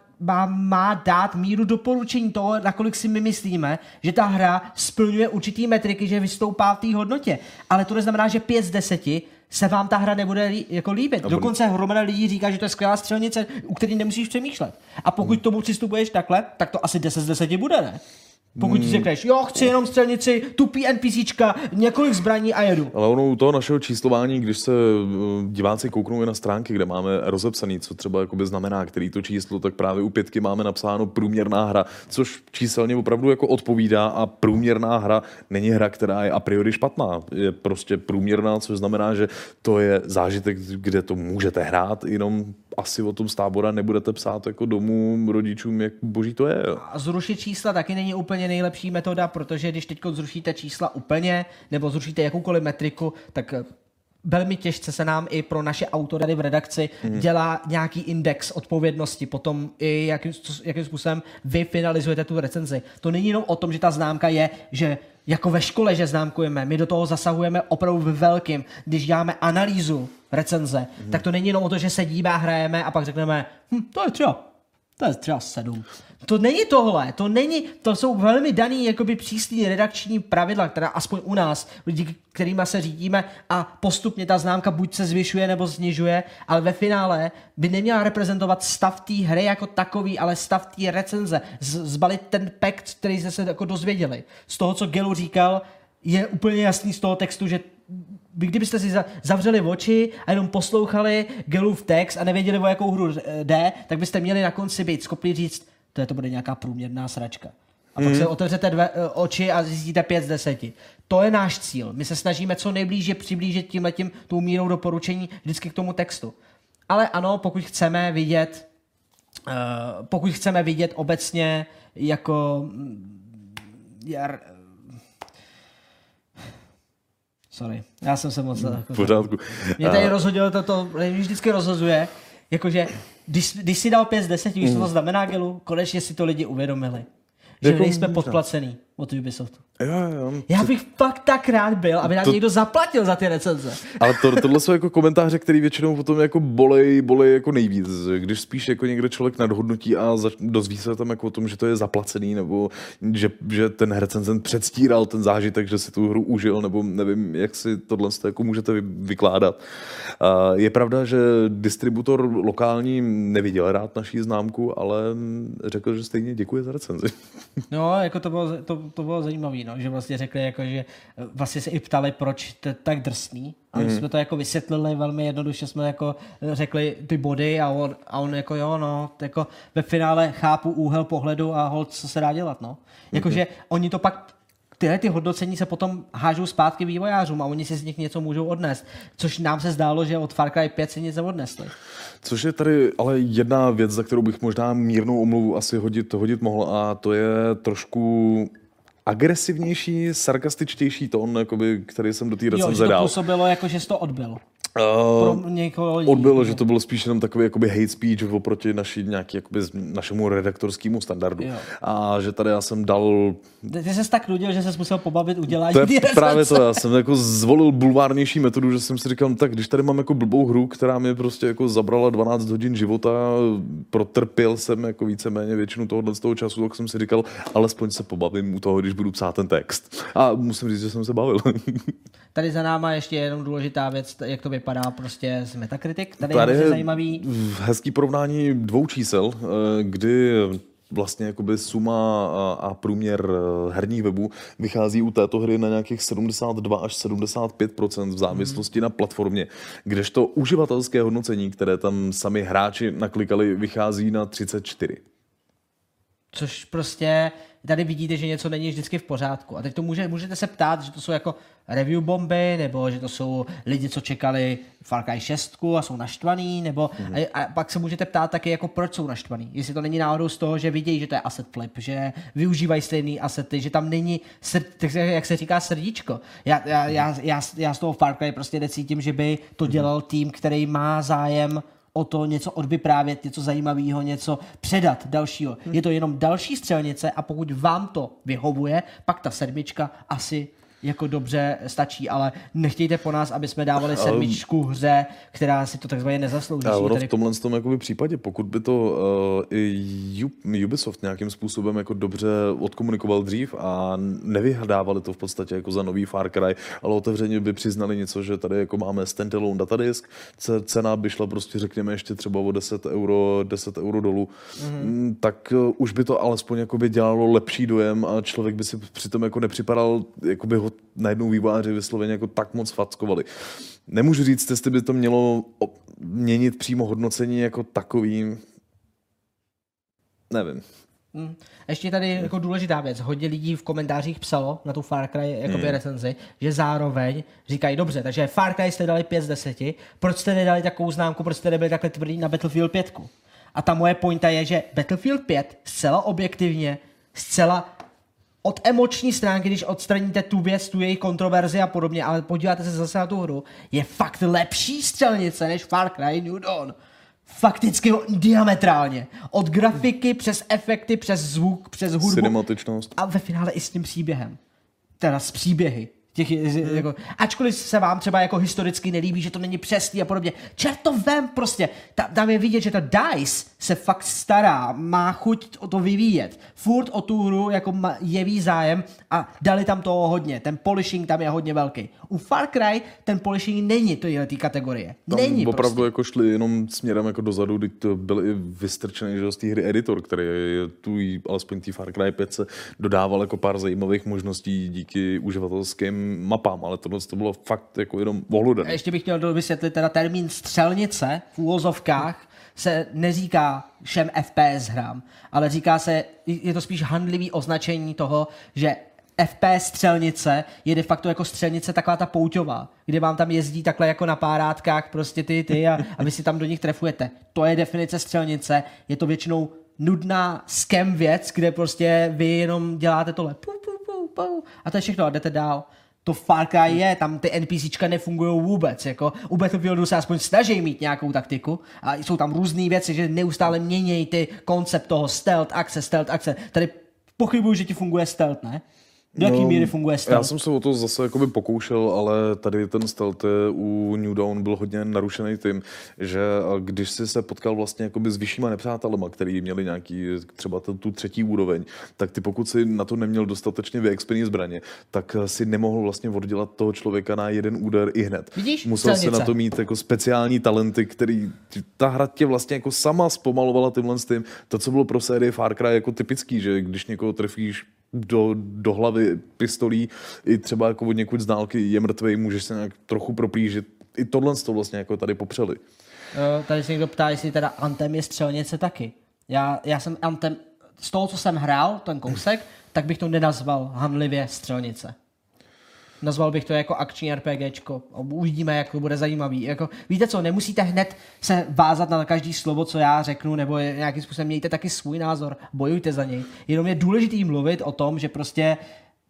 má dát míru doporučení toho, nakolik si my myslíme, že ta hra splňuje určitý metriky, že vystoupá v té hodnotě. Ale to neznamená, že 5 z 10 se vám ta hra nebude jako líbit. Dokonce hromada lidí říká, že to je skvělá střelnice, u který nemusíš přemýšlet. A pokud k tomu přistupuješ takhle, tak to asi 10 z 10 bude, ne? Pokud ti řekneš, jo, chci jenom střelnici, tupý NPCčka, několik zbraní a jedu. Ale ono u toho našeho číslování, když se diváci kouknou i na stránky, kde máme rozepsaný, co třeba jakoby znamená, který to číslo, tak právě u 5 máme napsáno průměrná hra, což číselně opravdu jako odpovídá a průměrná hra není hra, která je a priori špatná. Je prostě průměrná, což znamená, že to je zážitek, kde to můžete hrát, jenom asi o tom z tábora nebudete psát jako domů rodičům, jak boží to je. A zrušit čísla taky není úplně nejlepší metoda, protože když teď zrušíte čísla úplně, nebo zrušíte jakoukoliv metriku, tak velmi těžce se nám i pro naše autory v redakci dělá nějaký index odpovědnosti, potom i jakým způsobem vy finalizujete tu recenzi. To není jenom o tom, že ta známka je, že jako ve škole, že známkujeme, my do toho zasahujeme opravdu ve velkým. Když děláme analýzu recenze, tak to není jenom o to, že sedíme a hrajeme a pak řekneme, to je třeba 7. To není tohle, to jsou velmi daný jakoby přísný redakční pravidla, která aspoň u nás, lidi, kterýma se řídíme a postupně ta známka buď se zvyšuje nebo snižuje, ale ve finále by neměla reprezentovat stav té hry jako takový, ale stav té recenze, zbalit ten pekt, který jste se jako dozvěděli. Z toho, co Gelu říkal, je úplně jasný z toho textu, že vy kdybyste si zavřeli oči a jenom poslouchali Gelův text a nevěděli, o jakou hru jde, tak byste měli na konci být schopni říct, to bude nějaká průměrná sračka. A pak se otevřete oči a zjistíte 5 z 10. To je náš cíl. My se snažíme co nejblíže přiblížit tímhletím tou mírou doporučení vždycky k tomu textu. Ale ano, pokud chceme vidět obecně jako sorry, já jsem se moc... V pořádku. Mě tady rozhodilo to vždycky rozhozuje, jakože když si dal 5 z 10, víš, co to znamená, Gelu? Konečně si to lidi uvědomili. Že jako nejsme podplacený od Ubisoftu. Jo. Já bych fakt tak rád byl, aby nám někdo zaplatil za ty recenze. Ale tohle jsou jako komentáře, které většinou potom jako bolej jako nejvíc. Když spíš jako někdo člověk nadhodnotí a dozví se tam jako o tom, že to je zaplacený, nebo že ten recenzent předstíral ten zážitek, že si tu hru užil, nebo nevím, jak si tohle jako můžete vykládat. Je pravda, že distributor lokální neviděl rád naší známku, ale řekl, že stejně děkuje za recenzi. No, jako to bylo zajímavé, no, že vlastně řekli, jako, že vlastně se i ptali, proč to je tak drsný. A my jsme to jako vysvětlili velmi jednoduše, jsme jako řekli ty body a on jako jo, no, jako ve finále chápu úhel pohledu a holt, co se dá dělat, no. Jakože oni to pak ty hodnocení se potom hážou zpátky vývojářům a oni si z nich něco můžou odnést. Což nám se zdálo, že od Far Cry 5 si nic neodnesli. Což je tady ale jedna věc, za kterou bych možná mírnou omluvu asi hodit mohl, a to je trošku agresivnější, sarkastičtější tón, jakoby, který jsem do té recenze dal. Jo, že to působilo, jako že jsi to odbil. pro někoho lidí. Odbylo, že to bylo spíš jenom takový jakoby hate speech oproti našemu redaktorskému standardu. Jo. A že tady já jsem dal... Ty ses tak nudil, že ses musel pobavit udělání. To je právě to, já jsem jako zvolil bulvárnější metodu, že jsem si říkal, no tak když tady mám jako blbou hru, která mi prostě jako zabrala 12 hodin života, protrpěl jsem jako víceméně většinu tohohle z toho času, tak jsem si říkal, alespoň se pobavím u toho, když budu psát ten text. A musím říct, že jsem se bavil. Tady za náma ještě jenom důležitá věc, jak to vypadá prostě z Metacritic. Tady je zajímavý. Hezký porovnání 2 čísel, kdy vlastně jakoby suma a průměr herních webů vychází u této hry na nějakých 72 až 75% v závislosti na platformě, kdežto uživatelské hodnocení, které tam sami hráči naklikali, vychází na 34. Což prostě tady vidíte, že něco není vždycky v pořádku. A teď to můžete se ptát, že to jsou jako review bomby, nebo že to jsou lidi, co čekali Far Cry 6 a jsou naštvaný, nebo a pak se můžete ptát taky, jako proč jsou naštvaný. Jestli to není náhodou z toho, že vidějí, že to je asset flip, že využívají stejný asety, že tam není, jak se říká, srdíčko. Já z toho Far Cry prostě necítím, že by to dělal tým, který má zájem o to něco odvyprávět, něco zajímavého, něco předat dalšího. Je to jenom další střelnice a pokud vám to vyhovuje, pak ta 7 asi jako dobře stačí, ale nechtějte po nás, aby jsme dávali 7 hře, která si to takzvaně nezaslouží. Ale v tomhle případě, pokud by to i Ubisoft nějakým způsobem jako dobře odkomunikoval dřív a nevyhledávali to v podstatě jako za nový Far Cry, ale otevřeně by přiznali něco, že tady jako máme standalone datadisk, cena by šla prostě řekněme ještě třeba o 10 euro dolů, tak už by to alespoň jako by dělalo lepší dojem a člověk by si přitom jako nepřipadal, jako by ho najednou vývojáři vysloveně jako tak moc fackovali. Nemůžu říct, jestli by to mělo měnit přímo hodnocení jako takový. Nevím. Ještě tady jako důležitá věc. Hodně lidí v komentářích psalo na tu Far Cry jakoby recenzi, že zároveň říkají, dobře, takže Far Cry jste dali 5 z 10, proč jste nedali takovou známku, proč jste nebyli takhle tvrdí na Battlefield 5? A ta moje pointa je, že Battlefield 5 zcela objektivně, zcela od emoční stránky, když odstraníte tu věc, tu její kontroverzi a podobně, ale podíváte se zase na tu hru, je fakt lepší střelnice než Far Cry New Dawn. Fakticky diametrálně. Od grafiky přes efekty, přes zvuk, přes hudbu. Cinematičnost. A ve finále i s tím příběhem. Teda s příběhy. Jako, ačkoliv se vám třeba jako historicky nelíbí, že to není přesný a podobně. Čert to vem prostě. Tam je vidět, že ta DICE se fakt stará, má chuť o to vyvíjet. Furt o tu hru jako jeví zájem a dali tam toho hodně. Ten polishing tam je hodně velký. U Far Cry ten polishing není té kategorie. Tam není opravdu prostě. jako šli jenom směrem jako dozadu, kdy to byl i vystrčený, že z té hry editor, který tu alespoň tý Far Cry 5 se dodával jako pár zajímavých možností díky uživatelským mapám, ale tohle to bylo fakt jako jenom ohludené. Ještě bych chtěl vysvětlit teda termín střelnice v úvozovkách se neříká všem FPS hrám, ale říká se, je to spíš handlivý označení toho, že FPS střelnice je de facto jako střelnice taková ta pouťová, kde vám tam jezdí takhle jako na párátkách prostě ty a vy si tam do nich trefujete. To je definice střelnice, je to většinou nudná scam věc, kde prostě vy jenom děláte tohle a to je všechno a jdete dál. To Far Cry je, tam ty NPCčka nefungují vůbec, jako u Battlefieldu se aspoň snaží mít nějakou taktiku a jsou tam různé věci, že neustále měnějí ty koncept toho stealth akce. Tady pochybuju, že ti funguje stealth, ne? Do jaký míry funguje stealth? Já jsem se o to zase jakoby pokoušel, ale tady ten stealth u New Dawn byl hodně narušený tím, že když jsi se potkal vlastně jakoby s vyššíma nepřátelema, který měli nějaký třeba tu 3. úroveň, tak ty pokud si na to neměl dostatečně vyexpený zbraně, tak si nemohl vlastně oddělat toho člověka na jeden úder i hned. Vidíš? Musel si na to mít jako speciální talenty, který ta hra tě vlastně jako sama zpomalovala tímhle s tím. To, co bylo pro sérii Far Cry jako typický, že když někoho trefíš do hlavy pistolí, i třeba jako od někud z dálky je mrtvej, můžeš se nějak trochu proplížit. I tohle to vlastně jako tady popřeli. Tady se někdo ptá, jestli teda Anthem je střelnice taky. Já jsem Anthem, z toho, co jsem hrál, ten kousek, tak bych to nenazval handlivě střelnice. Nazval bych to jako akční RPGčko. Uvidíme, jak to bude zajímavý. Jako, víte co, nemusíte hned se vázat na každý slovo, co já řeknu, nebo nějakým způsobem mějte taky svůj názor, bojujte za něj. Jenom je důležitý mluvit o tom, že prostě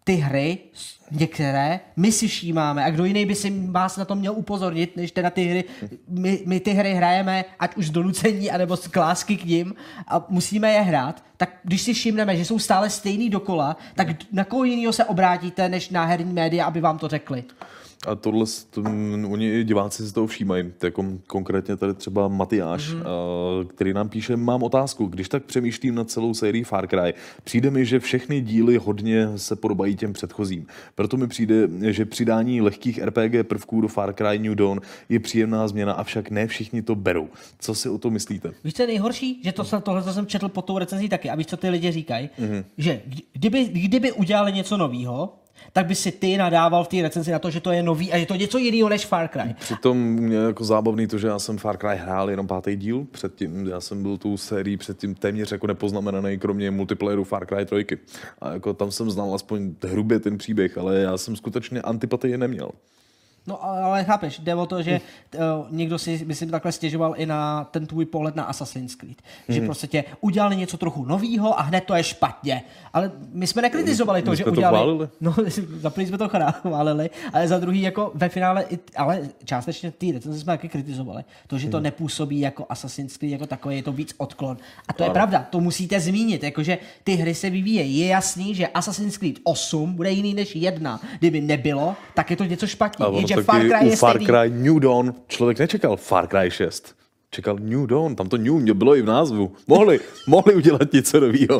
ty hry, některé, my si všímáme a kdo jiný by si vás na to měl upozornit, než teda ty hry, my ty hry hrajeme, ať už z donucení, anebo z klásky k ním a musíme je hrát, tak když si všimneme, že jsou stále stejný dokola, tak na koho jinýho se obrátíte, než na herní média, aby vám to řekli? A tohle, oni i diváci si toho všímají. Jako konkrétně tady třeba Matyáš, který nám píše, mám otázku, když tak přemýšlím nad celou sérií Far Cry, přijde mi, že všechny díly hodně se podobají těm předchozím. Proto mi přijde, že přidání lehkých RPG prvků do Far Cry New Dawn je příjemná změna, avšak ne všichni to berou. Co si o to myslíte? Víš, co je nejhorší? Že tohle jsem četl pod tou recenzí taky. A víš, co ty lidi říkají? Že kdyby udělali něco novýho, tak by si ty nadával v té recenzi na to, že to je nový a že to je něco jiného než Far Cry. Přitom mě jako zábavný to, že já jsem Far Cry hrál jenom 5. díl, předtím já jsem byl tu sérii předtím téměř jako nepoznamenaný, kromě multiplayeru Far Cry 3. A jako tam jsem znal aspoň hrubě ten příběh, ale já jsem skutečně antipatii neměl. No ale chápeš, jde o to, že někdo si, myslím, takhle stěžoval i na ten tvůj pohled na Assassin's Creed. Že prostě tě udělali něco trochu novýho a hned to je špatně. Ale my jsme nekritizovali to, že udělali... No, za první jsme to chválili, ale za druhý jako ve finále, ale částečně ty recenze jsme taky kritizovali. To, že to nepůsobí jako Assassin's Creed, jako takový, je to víc odklon. A to je pravda, to musíte zmínit, jakože ty hry se vyvíjejí. Je jasný, že Assassin's Creed 8 bude jiný než 1. Kdyby nebylo, tak je to něco špatně. Far Cry je Far Cry New Dawn člověk nečekal Far Cry 6. Čekal New Dawn, tam to New bylo i v názvu. Mohli udělat něco novýho.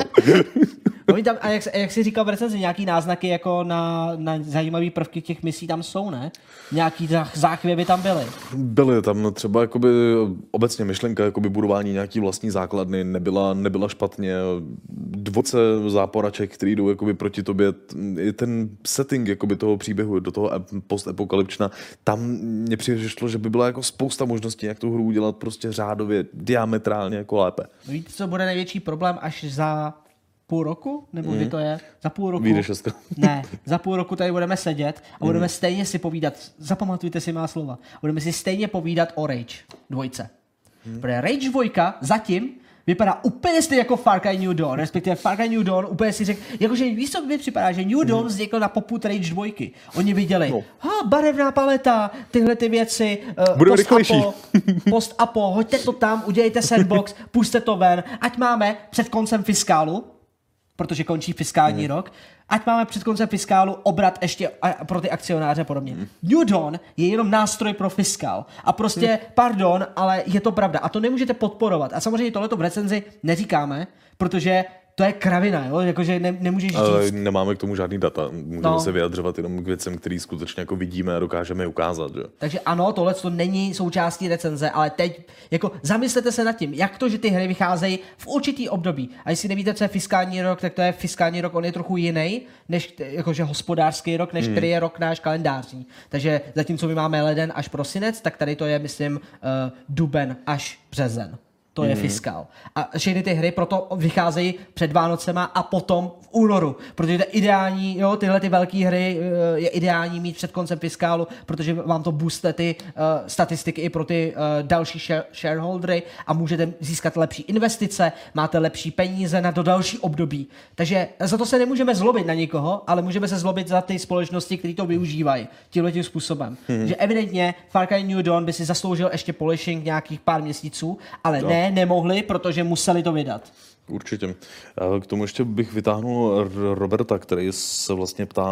A jak jsi říkal v recenzi, nějaký náznaky jako na zajímavý prvky těch misí tam jsou, ne? Nějaký záchvěvy tam byly. Byly tam, no třeba jakoby obecně myšlenka jakoby budování nějaký vlastní základny nebyla špatně. Dvoce záporaček, který jdou jakoby proti tobě, i ten setting jakoby toho příběhu do toho postapokalypčna, tam mě přišlo, že by byla jako spousta možností, jak tu hru udělat prostě řádově, diametrálně jako lépe. Víte, co bude největší problém až za půl roku? Nebo kdy to je? Za půl roku? Vyjde 6. Ne, za půl roku tady budeme sedět a budeme stejně si povídat, zapamatujte si má slova, budeme si stejně povídat o Rage 2. Protože Rage 2 zatím vypadá úplně stejně jako Far Cry New Dawn, respektive Far Cry New Dawn úplně si řekl, jakože víš, co mi připadá, že New Dawn vznikl na popud Rage 2. Oni viděli, barevná paleta, tyhle ty věci, post-apo, hoďte to tam, udělejte sandbox, puste to ven, ať máme před koncem fiskálu, protože končí fiskální rok, ať máme před koncem fiskálu obrat ještě pro ty akcionáře a podobně. New Dawn je jenom nástroj pro fiskál. A prostě, pardon, ale je to pravda. A to nemůžete podporovat. A samozřejmě tohleto v recenzi neříkáme, protože to je kravina, jo? Jakože nemůžeš říct. Ale nemáme k tomu žádný data. Můžeme se vyjadřovat jenom k věcem, který skutečně jako vidíme a dokážeme je ukázat. Že? Takže ano, tohle to není součástí recenze, ale teď jako zamyslete se nad tím, jak to, že ty hry vycházejí v určitý období. A jestli nevíte, co je fiskální rok, tak to je fiskální rok, on je trochu jiný, než jakože hospodářský rok, než který je rok náš kalendářní. Takže zatímco my máme leden až prosinec, tak tady to je, myslím, duben až březen. To je fiskál. A všechny ty hry proto vycházejí před Vánocema a potom v únoru. Protože to je ideální, jo, tyhle ty velké hry je ideální mít před koncem fiskálu, protože vám to booste ty statistiky i pro ty další shareholdery a můžete získat lepší investice, máte lepší peníze na to další období. Takže za to se nemůžeme zlobit na nikoho, ale můžeme se zlobit za ty společnosti, které to využívají tímhletím způsobem. Že evidentně Far Cry New Dawn by si zasloužil ještě polishing nějakých pár měsíců, ale nemohli, protože museli to vydat. Určitě. K tomu ještě bych vytáhnul Roberta, který se vlastně ptá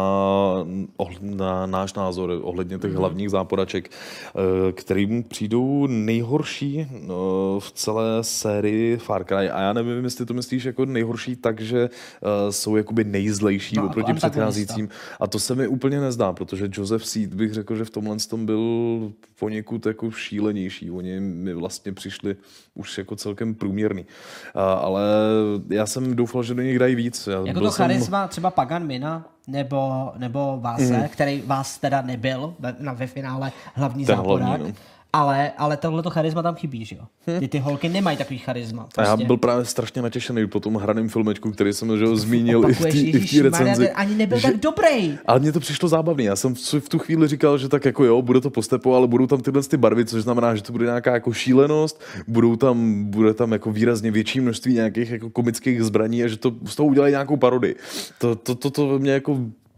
na náš názor ohledně těch hlavních záporaček, kterým přijdou nejhorší v celé sérii Far Cry. A já nevím, jestli to myslíš jako nejhorší, takže jsou jakoby nejzlejší oproti předcházejícím. A to se mi úplně nezdá, protože Joseph Seed bych řekl, že v tomhle tom byl poněkud jako šílenější. Oni mi vlastně přišli už jako celkem průměrný. Ale já jsem doufal, že do nich dají víc. Jako to charisma třeba Pagan Mina nebo Váse, který vás teda nebyl ve finále hlavní záporák. Ale tohleto charisma tam chybí, že jo? Ty holky nemají takový charisma. Prostě. A já byl právě strašně natěšený po tom hraném filmečku, který jsem že zmínil i v té recenzi. Ani nebyl tak dobrý. Ale mně to přišlo zábavný. Já jsem v tu chvíli říkal, že tak jako jo, bude to postepo, ale budou tam tyhle ty barvy, což znamená, že to bude nějaká jako šílenost, bude tam jako výrazně větší množství nějakých jako komických zbraní a že to z toho udělají nějakou parodii. To mě jako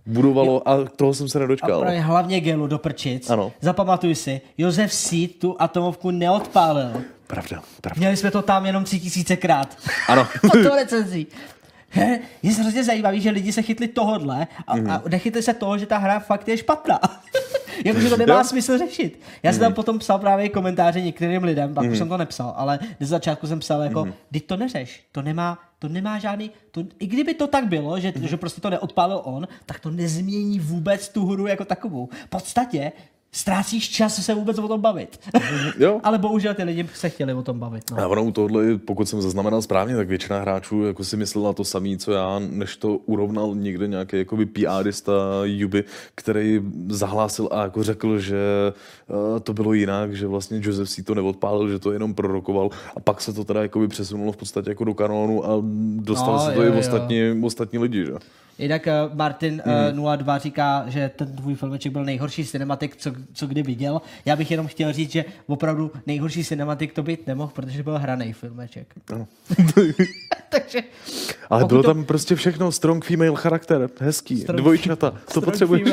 budovalo a toho jsem se A nedočkal. právě hlavně Gelu do prčic. Ano. Zapamatuj si, Josef Seed tu atomovku neodpálil. Pravda. Měli jsme to tam jenom 3000krát. Ano. Po to recenzí. Je hrozně zajímavý, že lidi se chytli tohodle a nechytli se toho, že ta hra fakt je špatná. Jakože to nemá smysl řešit. Já jsem tam potom psal právě komentáře některým lidem, pak už jsem to nepsal, ale na začátku jsem psal jako, teď to neřeš, to nemá žádný, i kdyby to tak bylo, že prostě to neodpálil on, tak to nezmění vůbec tu hru jako takovou. V podstatě ztrácíš čas se vůbec o tom bavit. Jo. Ale bohužel ty lidi se chtěli o tom bavit. No. A ono u tohohle, pokud jsem zaznamenal správně, tak většina hráčů jako si myslela to samé, co já, než to urovnal někde nějaký jakoby PRista Yubi, který zahlásil a jako řekl, že to bylo jinak, že vlastně Joseph si to neodpálil, že to jenom prorokoval a pak se to teda jakoby přesunulo v podstatě jako do kanónu a dostali se to i ostatní lidi, že? Jinak Martin 02 říká, že ten tvůj filmeček byl nejhorší cinematik, co kdy viděl. Já bych jenom chtěl říct, že opravdu nejhorší cinematik to být nemohl, protože byl hranej filmeček. Ano. Takže, ale bylo tam prostě všechno, strong female charakter, hezký, dvojčata, to potřebuješ.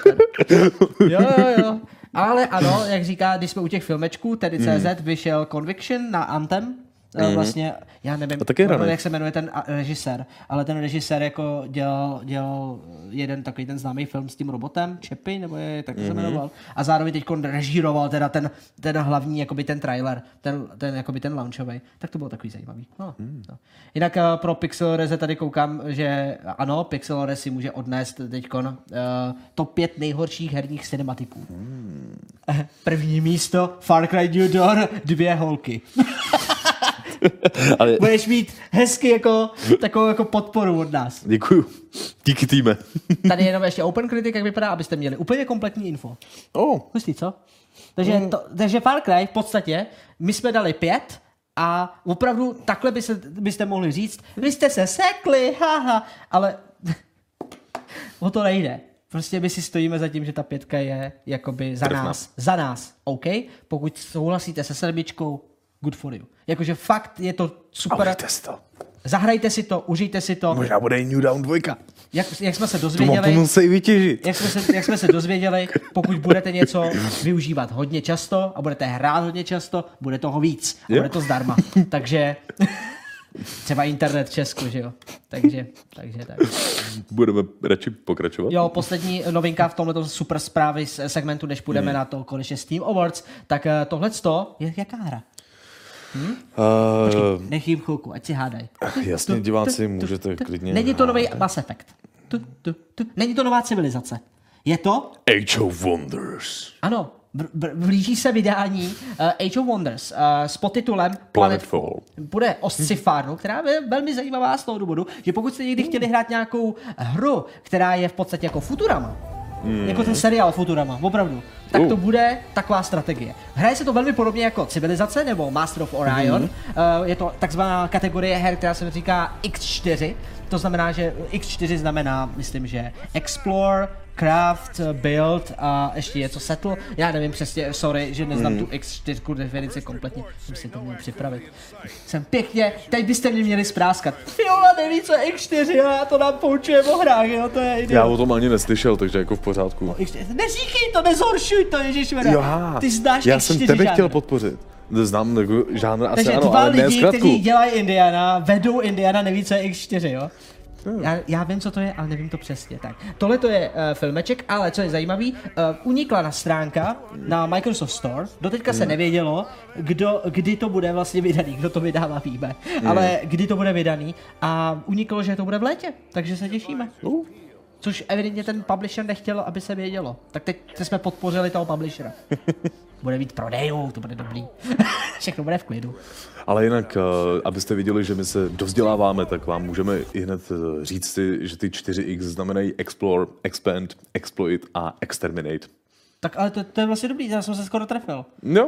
Jo. Ale ano, jak říká, když jsme u těch filmečků, tedy CZ vyšel Conviction na Anthem, vlastně, já nevím, jak se jmenuje ten režisér, ale ten režisér jako dělal jeden takový ten známý film s tím robotem, Chappie, nebo tak to se jmenoval, a zároveň teď režíroval teda ten hlavní, jakoby ten trailer, ten jakoby ten launchovej, tak to bylo takový zajímavý. No. Jinak pro Pixel Reze tady koukám, že ano, Pixel Reze si může odnést teďkon top 5 nejhorších herních cinematiků. První místo, Far Cry New Dawn, 2 holky. Ale... Budeš mít hezky jako takovou jako podporu od nás. Děkuju. Díky týme. Tady jenom ještě Open Critic, jak vypadá, abyste měli úplně kompletní info. Hustý, co? Takže Far Cry v podstatě, my jsme dali 5 a opravdu takhle byste mohli říct, vy jste se sekli, haha, ale o to nejde. Prostě my si stojíme za tím, že ta 5 je jakoby za nás, OK? Pokud souhlasíte se 7, good for you. Jakože fakt je to super. Zahrajte si to, užijte si to. Možná bude i New Dawn 2. Jak jsme se dozvěděli, to musí vytěžit. Jak jsme se dozvěděli, pokud budete něco využívat hodně často a budete hrát hodně často, bude toho víc. A bude to zdarma. Takže třeba internet v Česku, že jo. Takže tak. Budeme radši pokračovat? Jo, poslední novinka v tomto super zprávy z segmentu, než půjdeme na to konečně Steam Awards, tak tohleto je jaká hra? Počkej, nech jim chvilku, ať si hádaj. Jasně, diváci, můžete klidně... Není to nový Mass Effect. Není to nová civilizace. Je to... Age of Wonders. Ano, blíží se vydání Age of Wonders s podtitulem Planetfall. Bude o sci-fi, která je velmi zajímavá z toho důvodu, že pokud jste někdy chtěli hrát nějakou hru, která je v podstatě jako Futurama, jako ten seriál Futurama, opravdu, tak to bude taková strategie. Hraje se to velmi podobně jako Civilizace nebo Master of Orion. Je to takzvaná kategorie her, která se říká X4. To znamená, že X4 znamená, myslím, že Explore, Craft, Build a ještě něco Settle. Já nevím přesně, sorry, že neznám tu X4 definici kompletně. Jsem si to měl připravit. Jsem pěkně, teď byste mě měli spráskat. Fiola neví, co je X4, já to nám poučuje o hrách, jo, to je idiot. Já o tom ani neslyšel, takže jako v pořádku. No, neříkej to, nezhoršuj to, ježišmarja. Ty znáš já X4 jsem tebe žánr. Chtěl podpořit. Znám jako žánr asi takže ano, dva ale lidi, kteří dělají Indiana, vedou Indiana, neví, co je X4, jo? Já vím, co to je, ale nevím to přesně. Tak. Tohle to je filmeček, ale co je zajímavý, unikla na stránka na Microsoft Store. Doteďka se nevědělo, kdy to bude vlastně vydaný, kdo to vydává, víme. Ale kdy to bude vydaný a uniklo, že to bude v létě, takže se těšíme. Což evidentně ten publisher nechtěl, aby se vědělo. Tak teď jsme podpořili toho publishera. Bude mít prodejů, to bude dobrý. Všechno bude v klidu. Ale jinak, abyste viděli, že my se dovzděláváme, tak vám můžeme i hned říct si, že ty 4X znamenají Explore, Expand, Exploit a Exterminate. Tak ale to je vlastně dobrý, já jsem se skoro trefil. No.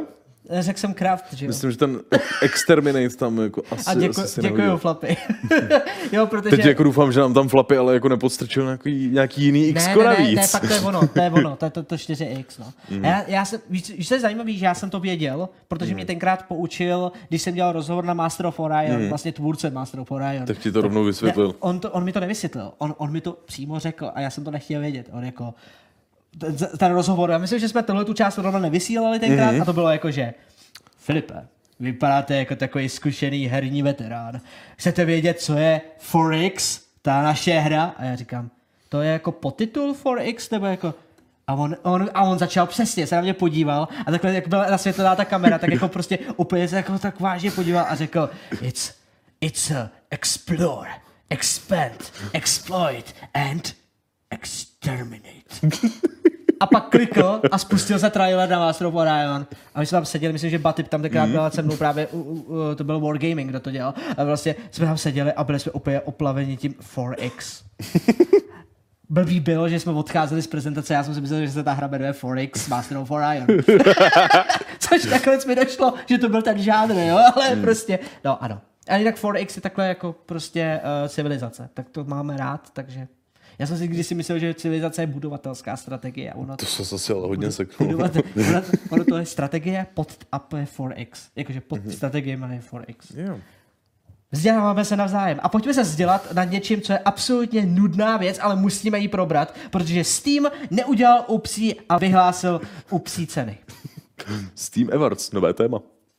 Řekl jsem Craft, že jo? Myslím, že ten Exterminate tam jako asi, A děkuju, Flapy. Jo, protože... Teď jako doufám, že nám tam Flapy, ale jako nepodstrčil nějaký jiný X navíc. Ne, pak to je ono, to je to 4X, no. Já jsem, víš, co je zajímavý, že já jsem to věděl, protože mě tenkrát poučil, když jsem dělal rozhovor na Master of Orion, vlastně tvůrce Master of Orion. Tak ti to rovnou vysvětlil. On mi to nevysvětlil, on mi to přímo řekl a já jsem to nechtěl vědět. On jako, ten rozhovor, já myslím, že jsme tohle tu část rovnou nevysílali tenkrát a to bylo jako, že Filipe, vypadáte jako takový zkušený herní veterán. Chcete vědět, co je 4X, ta naše hra? A já říkám, to je jako podtitul 4X, nebo jako... A on začal přesně, se na mě podíval a takhle, jak byla nasvětlená ta kamera, tak jako prostě úplně se jako tak vážně podíval a řekl, it's a explore, expand, exploit and exterminate. A pak klikl a spustil se trailer na Master of Orion. A my jsme tam seděli, myslím, že Batip tam tenkrát byla se mnou právě, to byl Wargaming, kdo to dělal. A vlastně jsme tam seděli a byli jsme úplně oplaveni tím 4X. Blbý bylo, že jsme odcházeli z prezentace, já jsem si myslel, že se ta hra jmenuje 4X Master of Orion. Což nakonec mi došlo, že to byl ten žánr, jo, ale prostě, no ano. A jinak 4X je takhle jako prostě civilizace, tak to máme rád, takže... Já jsem si kdysi myslel, že civilizace je budovatelská strategie. To se zase ale hodně seknul. Ono to je strategie pod a je 4X. Jakože pod strategiemi je 4X. Yeah. Vzděláváme se navzájem. A pojďme se vzdělat nad něčím, co je absolutně nudná věc, ale musíme ji probrat, protože Steam neudělal upsí a vyhlásil upsí ceny. Steam Awards, nové téma.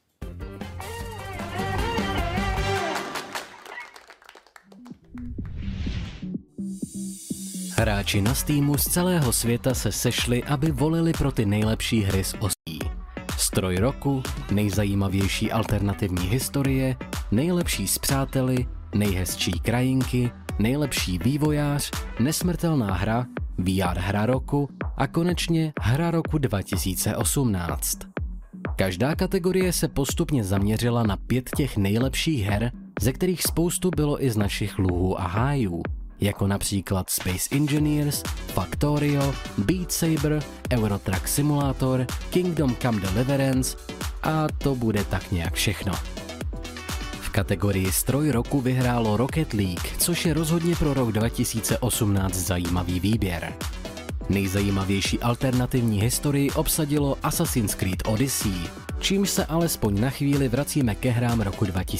Hráči na Steamu z celého světa se sešli, aby volili pro ty nejlepší hry z osí. Stroj roku, nejzajímavější alternativní historie, nejlepší s přáteli, nejhezčí krajinky, nejlepší vývojář, nesmrtelná hra, VR hra roku a konečně hra roku 2018. Každá kategorie se postupně zaměřila na 5 těch nejlepších her, ze kterých spoustu bylo i z našich luhů a hájů, jako například Space Engineers, Factorio, Beat Saber, Euro Truck Simulator, Kingdom Come Deliverance a to bude tak nějak všechno. V kategorii Stroj roku vyhrálo Rocket League, což je rozhodně pro rok 2018 zajímavý výběr. Nejzajímavější alternativní historii obsadilo Assassin's Creed Odyssey, čímž se alespoň na chvíli vracíme ke hrám roku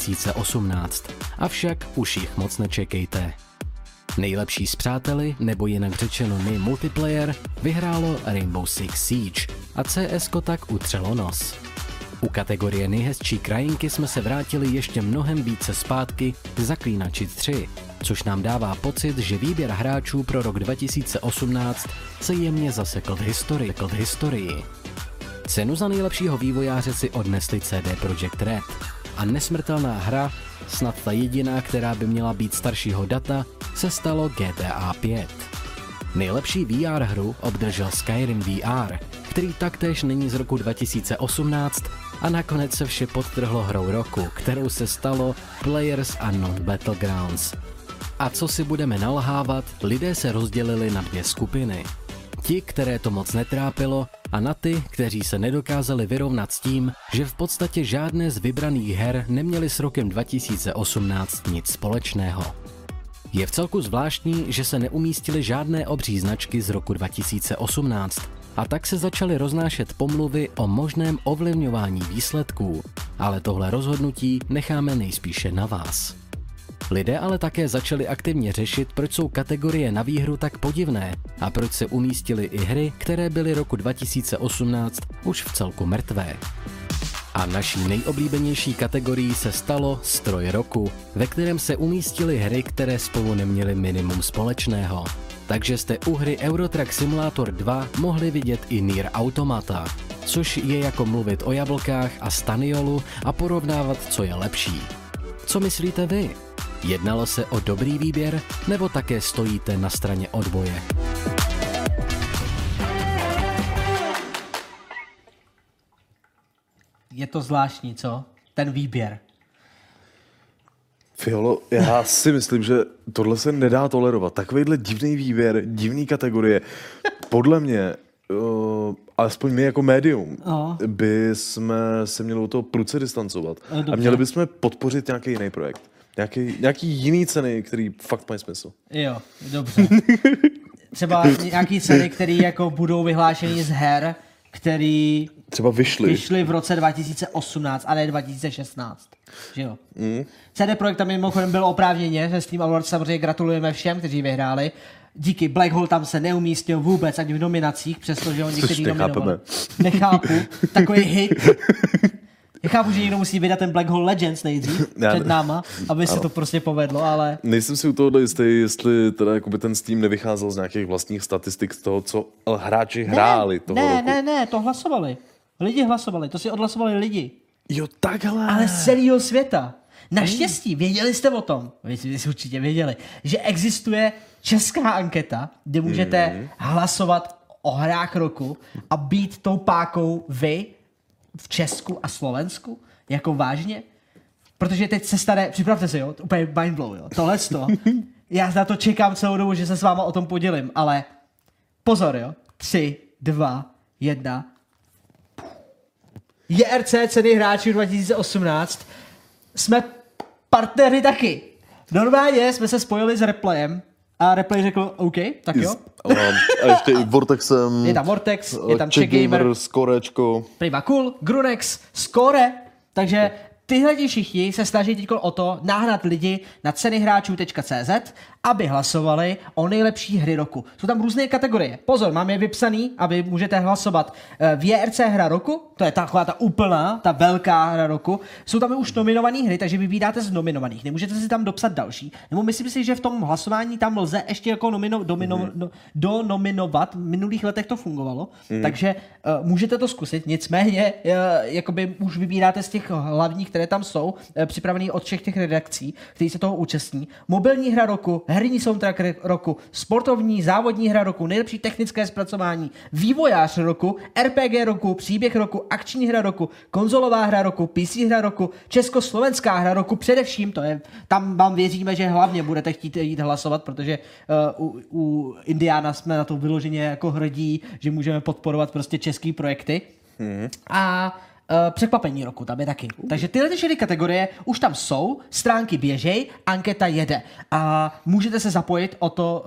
2018, avšak už jich moc nečekejte. Nejlepší s přáteli, nebo jinak řečeno multiplayer, vyhrálo Rainbow Six Siege a CS:ko tak utřelo nos. U kategorie nejhezčí krajinky jsme se vrátili ještě mnohem více zpátky k Zaklínači 3, což nám dává pocit, že výběr hráčů pro rok 2018 se jemně zasekl v historii. Cenu za nejlepšího vývojáře si odnesli CD Projekt Red a nesmrtelná hra, snad ta jediná, která by měla být staršího data, se stalo GTA 5. Nejlepší VR hru obdržel Skyrim VR, který taktéž není z roku 2018 a nakonec se vše podtrhlo hrou roku, kterou se stalo PlayerUnknown's Battlegrounds. A co si budeme nalhávat, lidé se rozdělili na 2 skupiny. Ti, které to moc netrápilo, a na ty, kteří se nedokázali vyrovnat s tím, že v podstatě žádné z vybraných her neměly s rokem 2018 nic společného. Je vcelku zvláštní, že se neumístily žádné obří značky z roku 2018 a tak se začaly roznášet pomluvy o možném ovlivňování výsledků, ale tohle rozhodnutí necháme nejspíše na vás. Lidé ale také začali aktivně řešit, proč jsou kategorie na výhru tak podivné a proč se umístily i hry, které byly roku 2018 už vcelku mrtvé. A naší nejoblíbenější kategorií se stalo Stroj roku, ve kterém se umístily hry, které spolu neměly minimum společného. Takže jste u hry Euro Truck Simulator 2 mohli vidět i Nier Automata, což je jako mluvit o jablkách a Staniolu a porovnávat, co je lepší. Co myslíte vy? Jednalo se o dobrý výběr, nebo také stojíte na straně odboje? Je to zvláštní, co? Ten výběr. Fiolo, já si myslím, že tohle se nedá tolerovat. Takovýhle divný výběr, divný kategorie. Podle mě alespoň my jako médium by jsme se měli od toho prudce distancovat. A měli bychom podpořit nějaký jiný projekt. Nějaký jiný ceny, který fakt mají smysl. Jo, dobře. Třeba nějaký ceny, které jako budou vyhlášeny z her, který třeba vyšly v roce 2018 a ne 2016. Že jo? CD Projekt tam mimochodem byl oprávněně, že Steam Awards samozřejmě gratulujeme všem, kteří vyhráli. Díky Black Hole tam se neumístil vůbec ani v nominacích, přestože ho někteří nominovali. Nechápu, takový hit. Já chápu, že někdo musí vydat ten Black Hole Legends nejdřív před náma, aby se to prostě povedlo, ale... Nejsem si u toho jistý, jestli teda jakoby ten Steam nevycházel z nějakých vlastních statistik z toho, co hráči hráli toho roku. Ne, to hlasovali. Lidi hlasovali, to si odhlasovali lidi. Jo, takhle. Ale z celého světa. Naštěstí, věděli jste o tom, vy si určitě věděli, že existuje česká anketa, kde můžete hlasovat o hrách roku a být tou pákou vy v Česku a Slovensku? Jako vážně? Protože teď se stane, připravte se, jo, úplně mindblow, jo, tohleto. Já na to čekám celou dobu, že se s váma o tom podělím, ale pozor, jo, 3, 2, 1. JRC ceny hráčů 2018. Jsme partnery taky. Normálně jsme se spojili s Replayem a Replay řekl OK, tak jo. A ještě i Vortexem. Je tam Vortex, je tam Czech Gamer, Skorečko. Prima Cool, Grunex, Score. Takže tyhle všichni se snaží teď o to nahnat lidi na cenyhráčů.cz, aby hlasovali o nejlepší hry roku. Jsou tam různé kategorie. Pozor, mám je vypsaný, aby můžete hlasovat v JRC hra roku, to je taková ta úplná, ta velká hra roku. Jsou tam už nominované hry, takže vybíráte z nominovaných. Nemůžete si tam dopsat další. Nebo myslím si, že v tom hlasování tam lze ještě jako donominovat. V minulých letech to fungovalo, takže můžete to zkusit. Nicméně, jakoby už vybíráte z těch hlavních, které tam jsou, připravený od všech těch redakcí, kteří se toho účastní. Mobilní hra roku, herní soundtrack roku, sportovní, závodní hra roku, nejlepší technické zpracování, vývojář roku, RPG roku, příběh roku, akční hra roku, konzolová hra roku, PC hra roku, československá hra roku, především, to je, tam vám věříme, že hlavně budete chtít jít hlasovat, protože u Indiana jsme na to vyloženě jako hrdí, že můžeme podporovat prostě český projekty. A překvapení roku tam je taky. Takže tyhle 4 kategorie už tam jsou, stránky běžej, anketa jede. A můžete se zapojit o to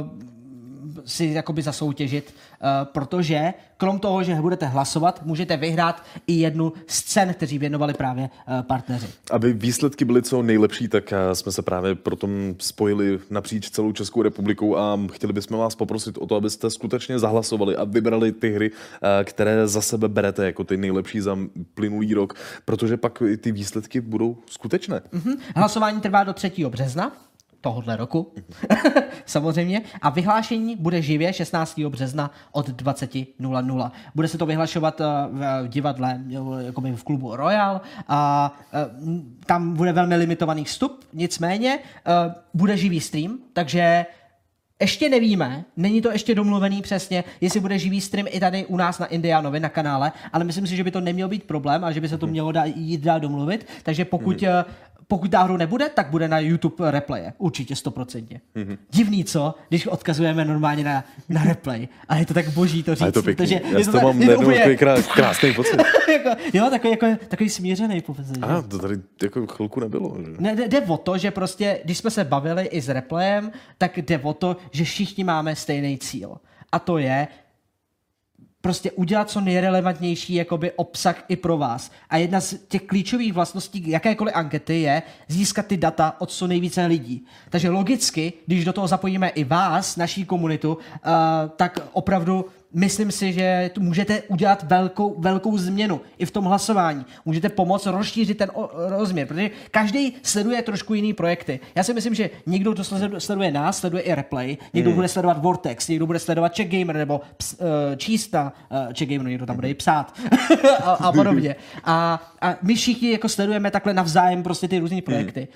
si jakoby zasoutěžit, protože krom toho, že budete hlasovat, můžete vyhrát i jednu z cen, kteří věnovali právě partneři. Aby výsledky byly co nejlepší, tak jsme se právě proto spojili napříč celou Českou republikou a chtěli bychom vás poprosit o to, abyste skutečně zahlasovali a vybrali ty hry, které za sebe berete jako ty nejlepší za plynulý rok, protože pak ty výsledky budou skutečné. Hlasování trvá do 3. března. Tohohle roku, samozřejmě. A vyhlášení bude živě 16. března od 20:00. Bude se to vyhlašovat v divadle, jakoby v klubu Royal a tam bude velmi limitovaný vstup, nicméně bude živý stream, takže ještě nevíme, není to ještě domluvený přesně, jestli bude živý stream i tady u nás na Indianovi na kanále, ale myslím si, že by to neměl být problém a že by se to mělo jít dál domluvit, takže pokud náhodou nebude, tak bude na YouTube replaye. Určitě 100%. Divný, co? Když odkazujeme normálně na replay. Ale je to tak boží to říct. A je to pěkný. Já to mám úplně krásný pocit. Jo, takový smířený pocit. To tady jako chvilku nebylo. Že? Ne, jde o to, že prostě, když jsme se bavili i s replayem, tak jde o to, že všichni máme stejný cíl. A to je prostě udělat co nejrelevantnější jakoby obsah i pro vás. A jedna z těch klíčových vlastností jakékoliv ankety je získat ty data od co nejvíce lidí. Takže logicky, když do toho zapojíme i vás, naší komunitu, tak opravdu myslím si, že můžete udělat velkou změnu i v tom hlasování. Můžete pomoct rozšířit ten rozměr, protože každý sleduje trošku jiný projekty. Já si myslím, že někdo, kdo sleduje nás, sleduje i replay, někdo bude sledovat Vortex, někdo bude sledovat Czech Gamer nebo číst na Czech Gamer, někdo tam bude i psát a podobně. A my všichni jako sledujeme takhle navzájem prostě ty různý projekty.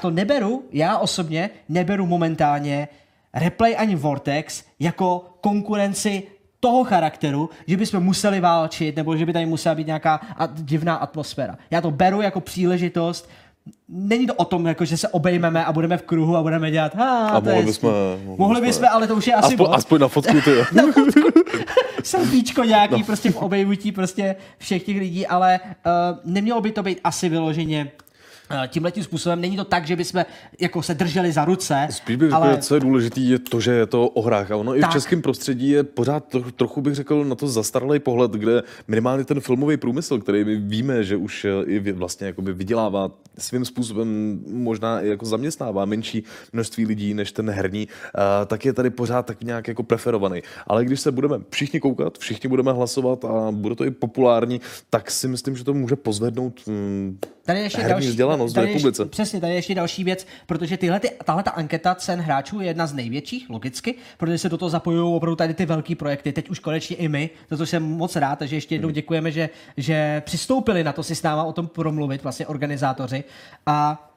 Já osobně neberu momentálně replay ani Vortex jako konkurenci toho charakteru, že bychom museli válčit, nebo že by tady musela být nějaká divná atmosféra. Já to beru jako příležitost není to o tom, jako, že se obejmeme a budeme v kruhu a budeme dělat a mohli bychom, ale to už je asi aspoň na fotku, ty. Na fotku. Selfiečko nějaký prostě v obejmutí prostě všech těch lidí, ale nemělo by to být asi vyloženě tímhletím způsobem. Není to tak, že bychom jako se drželi za ruce. Spíš bych řekl, co je důležité, je to, že je to o hrách. A ono i v českém prostředí je pořád trochu bych řekl na to zastaralý pohled, kde minimálně ten filmový průmysl, který my víme, že už i vlastně jakoby vydělává svým způsobem, možná i jako zaměstnává menší množství lidí než ten herní, tak je tady pořád tak nějak jako preferovaný. Ale když se budeme všichni koukat, všichni budeme hlasovat a bude to i populární, tak si myslím, že to může pozvednout tady ještě herní vzdělanost v republice. Přesně, tady ještě další věc, protože tahleta anketa cen hráčů je jedna z největších, logicky, protože se do toho zapojují opravdu tady ty velký projekty, teď už konečně i my, za to jsem moc rád, takže ještě jednou děkujeme, že přistoupili na to si s náma o tom promluvit, vlastně organizátoři a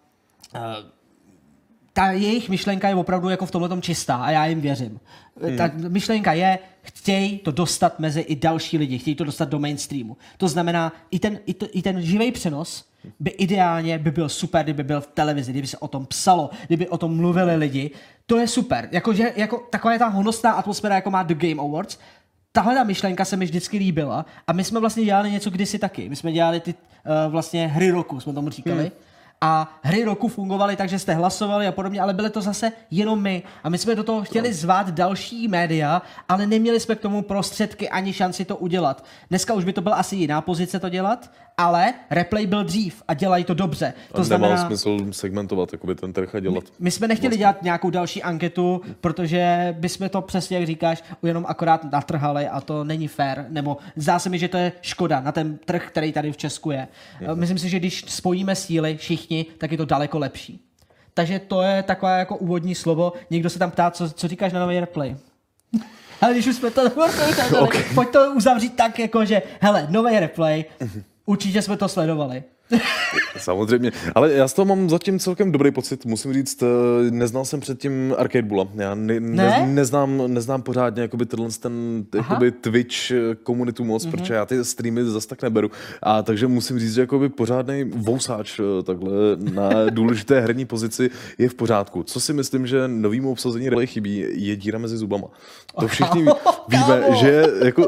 ta jejich myšlenka je opravdu jako v tomhletom čistá a já jim věřím. Ta myšlenka je, chtějí to dostat mezi i další lidi, chtějí to dostat do mainstreamu. To znamená, i ten živý přenos by ideálně byl super, kdyby byl v televizi, kdyby se o tom psalo, kdyby o tom mluvili lidi. To je super. Jako taková je ta honosná atmosféra, jako má The Game Awards. Tahle ta myšlenka se mi vždycky líbila a my jsme vlastně dělali něco kdysi taky. My jsme dělali ty vlastně hry roku, jsme tomu říkali. A hry roku fungovaly tak, že jste hlasovali a podobně, ale byly to zase jenom my. A my jsme do toho chtěli zvát další média, ale neměli jsme k tomu prostředky ani šanci to udělat. Dneska už by to byla asi jiná pozice to dělat, ale Replay byl dřív a dělají to dobře. To znamená, nemá smysl segmentovat, jakoby ten trh a dělat. My jsme nechtěli dělat nějakou další anketu, protože bychom to přesně, jak říkáš, jenom akorát natrhali a to není fair, nebo zdá se mi, že to je škoda na ten trh, který tady v Česku je. Myslím si, že když spojíme síly všichni, tak je to daleko lepší. Takže to je takové jako úvodní slovo. Někdo se tam ptá, co říkáš na nový Replay? Ale když už jsme to okay. Pojď to uzavřít tak, jako že hele, nový Replay, určitě jsme to sledovali. Samozřejmě, ale já z toho mám zatím celkem dobrý pocit, musím říct, neznal jsem předtím Arcade Bulla, já neznám pořádně jakoby ten jakoby Twitch komunitu moc, protože já ty streamy zase tak neberu, a takže musím říct, že jakoby pořádnej vousáč takhle na důležité herní pozici je v pořádku. Co si myslím, že novýmu obsazení Replay chybí, je díra mezi zubama. To všichni víme, že jako...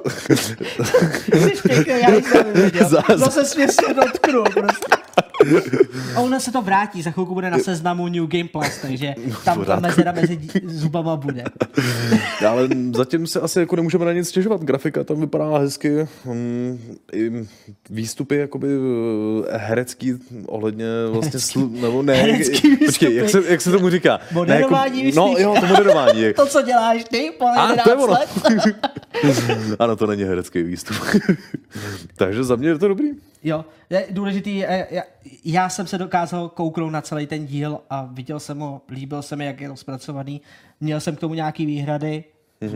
Zase směsně dotknu, prostě. A ona se to vrátí, za chvilku bude na seznamu New Game Plus, takže tam ta mezera mezi zubama bude. Ale zatím se asi jako nemůžeme na nic stěžovat. Grafika tam vypadá hezky, i výstupy jakoby herecký ohledně vlastně nebo ne. Herecký výstupy. Počkej, jak se tomu říká? Moderování, ne, no jo, to moderování. To, co děláš ty po 11 let. Ano, to není herecký výstup. Takže za mě je to dobrý. Jo, je důležitý, já jsem se dokázal kouknout na celý ten díl a viděl jsem ho, líbil se mi, jak je to zpracovaný, měl jsem k tomu nějaký výhrady.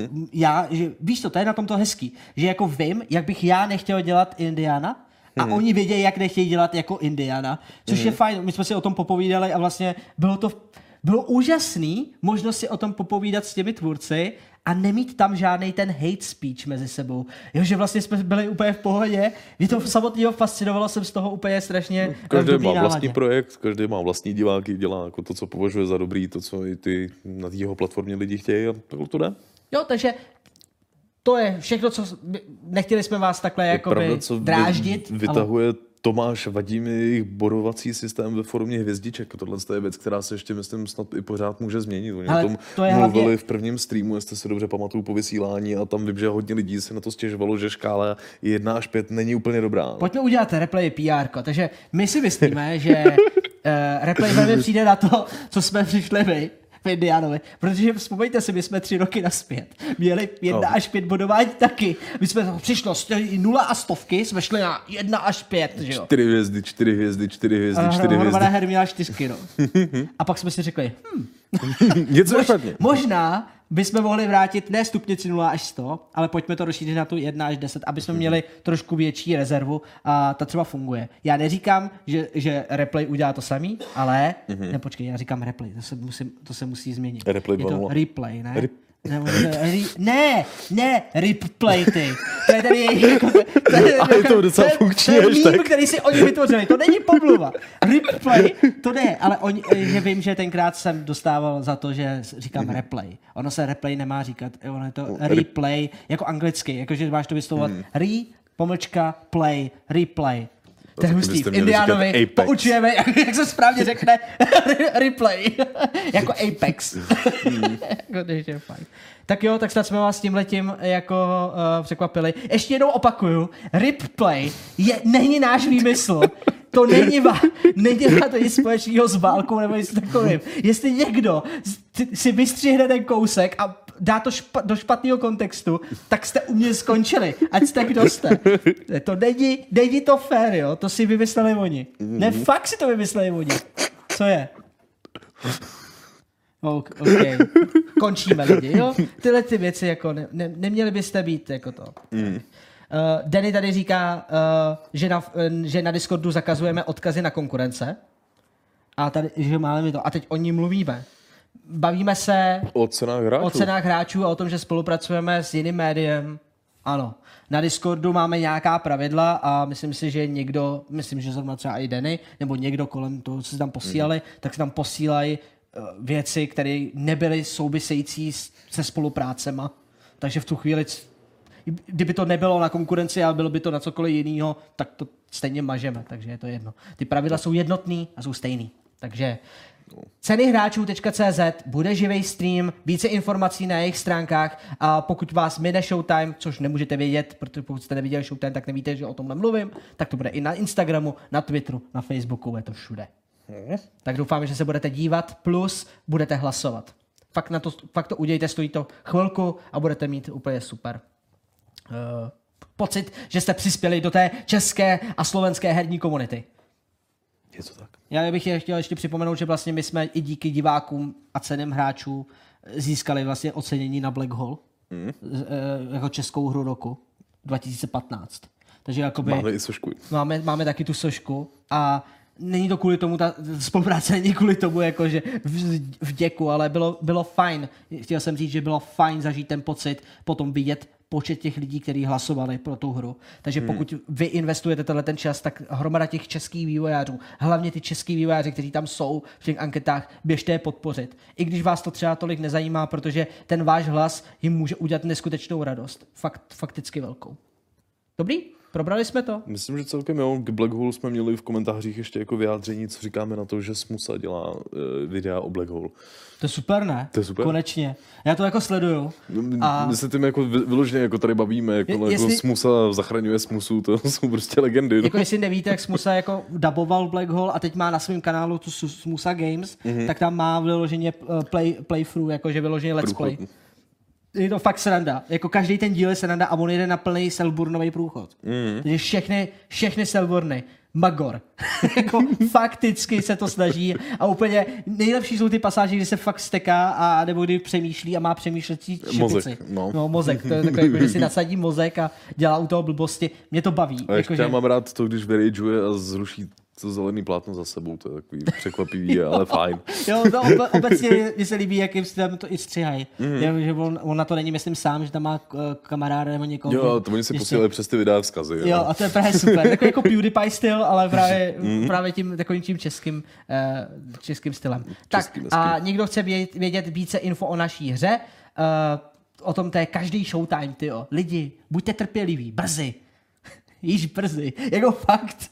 Víš to je na tom to hezký, že jako vím, jak bych já nechtěl dělat Indiana a oni vědějí, jak nechtějí dělat jako Indiana, což je fajn, my jsme si o tom popovídali a vlastně bylo úžasný možnost si o tom popovídat s těmi tvůrci a nemít tam žádný ten hate speech mezi sebou. Jo, že vlastně jsme byli úplně v pohodě. Mě to samotného fascinovalo, jsem z toho úplně strašně každý má vlastní projekt, každý má vlastní diváky, dělá jako to, co považuje za dobrý, to, co i ty na jeho platformě lidi chtějí a takhle to jde. Jo, takže to je všechno, co nechtěli jsme vás takhle jakoby dráždit. Vytahuje Tomáš Vadim jejich bodovací systém ve formě hvězdiček. Tohle je věc, která se ještě, myslím, snad i pořád může změnit. Oni o tom mluvili v prvním streamu, jestli se dobře pamatuju, po vysílání, a tam vím, že hodně lidí se na to stěžovalo, že škála 1 až 5 není úplně dobrá. Pojďme udělat Replay PR, takže my si myslíme, že Replay velmi přijde na to, co jsme přišli my v Indianovi, protože vzpomeňte si, my jsme 3 roky naspět měli 1 až 5 bodování taky. My jsme přišlo 0 a 100, jsme šli na 1 až 5, že jo. 4 hvězdy, 4 hvězdy, 4 hvězdy, 4 hvězdy. Hromada her měla 4, no. A pak jsme si řekli, něco špatně. Možná bychom mohli vrátit ne stupnici 0 až 100, ale pojďme to rozšířit na tu 1 až 10, aby jsme měli trošku větší rezervu a ta třeba funguje. Já neříkám, že Replay udělá to samý, ale počkej, já říkám Replay, to se musí změnit. Replay je to Replay, ne? Ne, replay ty. To je tady jako... A je to docela funkční to je meme, hashtag. který si oni vytvořili. To není pomluva. Replay, to ne, ale že vím, že tenkrát jsem dostával za to, že říkám replay. Ono se replay nemá říkat, ono je to replay, jako anglicky, jakože máš to vyslovovat play, replay. To je hustý. V Indiánovi poučujeme, jak se správně řekne, replay. Jako Apex. Jako, fajn. Tak jo, tak snad jsme vás tímhletím jako překvapili. Ještě jednou opakuju, replay není náš výmysl. To není to nic společného s válkou nebo nic takovým. Jestli někdo si vystřihne ten kousek a dá to do špatného kontextu, tak jste u mě skončili. Ať jste kdo jste. To není to fér, jo? To si vymysleli oni. Ne, fakt si to vymysleli oni. Co je? OK. Končíme lidi, jo? Tyhle ty věci jako neměly byste být jako to. Danny tady říká, že na Discordu zakazujeme odkazy na konkurence. A tady, že máme to. A teď o ní mluvíme. Bavíme se o cenách hráčů a o tom, že spolupracujeme s jiným médiem. Ano. Na Discordu máme nějaká pravidla a myslím si, že myslím, že zrovna třeba i Danny, nebo někdo kolem toho, co se tam posílali, tak se tam posílají věci, které nebyly související se spoluprácema. Takže v tu chvíli, kdyby to nebylo na konkurenci, ale bylo by to na cokoliv jiného, tak to stejně mažeme, takže je to jedno. Ty pravidla jsou jednotný a jsou stejný. Takže cenyhráčů.cz bude živý stream, více informací na jejich stránkách a pokud vás mine Showtime, což nemůžete vědět, protože pokud jste neviděli Showtime, tak nevíte, že o tomhle mluvím, tak to bude i na Instagramu, na Twitteru, na Facebooku, je to všude. Tak doufám, že se budete dívat, plus budete hlasovat. Fakt to udějte, stojí to chvilku a budete mít úplně super pocit, že jste přispěli do té české a slovenské herní komunity. Je to tak. Já bych chtěl ještě připomenout, že vlastně my jsme i díky divákům a ceným hráčů získali vlastně ocenění na Black Hole jako českou hru roku 2015. Takže jakoby máme i sošku. Máme taky tu sošku a není to kvůli tomu, ta spolupráce není kvůli tomu, jakože vděku, ale bylo fajn. Chtěl jsem říct, že bylo fajn zažít ten pocit, potom vidět počet těch lidí, kteří hlasovali pro tu hru. Takže pokud vy investujete ten čas, tak hromada těch českých vývojářů, hlavně ty český vývojáři, kteří tam jsou v těch anketách, běžte je podpořit. I když vás to třeba tolik nezajímá, protože ten váš hlas jim může udělat neskutečnou radost. Fakticky velkou. Dobrý? Probrali jsme to? Myslím, že celkem jo. K Black Hole jsme měli v komentářích ještě jako vyjádření, co říkáme na to, že Smusa dělá videa o Black Hole. To je super, ne? To je super. Konečně. Já to jako sleduju. My se tím jako vyloženě jako tady bavíme, jako Smusa zachraňuje Smusu, to jsou prostě legendy. No. Jako jestli nevíte, jak Smusa jako duboval Black Hole a teď má na svém kanálu tu Smusa Games, tak tam má vyloženě playthrough, jakože vyloženě let's play. Je to fakt sranda. Jako každý ten díl je sranda a on jde na plný Selburnový průchod. Takže všechny Selburny. Magor. Jako fakticky se to snaží a úplně nejlepší jsou ty pasáže, kdy se fakt steká a nebo kdy přemýšlí a má přemýšlecí šepici. Mozek. To je takové, jako, že si nasadí mozek a dělá u toho blbosti. Mě to baví. A ještě já mám rád to, když vyrageuje a zruší to zelený plátno za sebou, to je takový překvapivý, ale fajn. Jo, to obecně mi se líbí, jakým stylem to i stříhají. Že on na to není, myslím, sám, že tam má kamaráda nebo někoho. Jo, to oni si posílají přes ty videa vzkazy. Jo, a to je právě super. Takový jako PewDiePie styl, ale právě takovým tím českým stylem. Tak a někdo chce vědět více info o naší hře, o tom to je každý Showtime, tyjo. Lidi, buďte trpěliví, brzy. Již brzy. Jako fakt.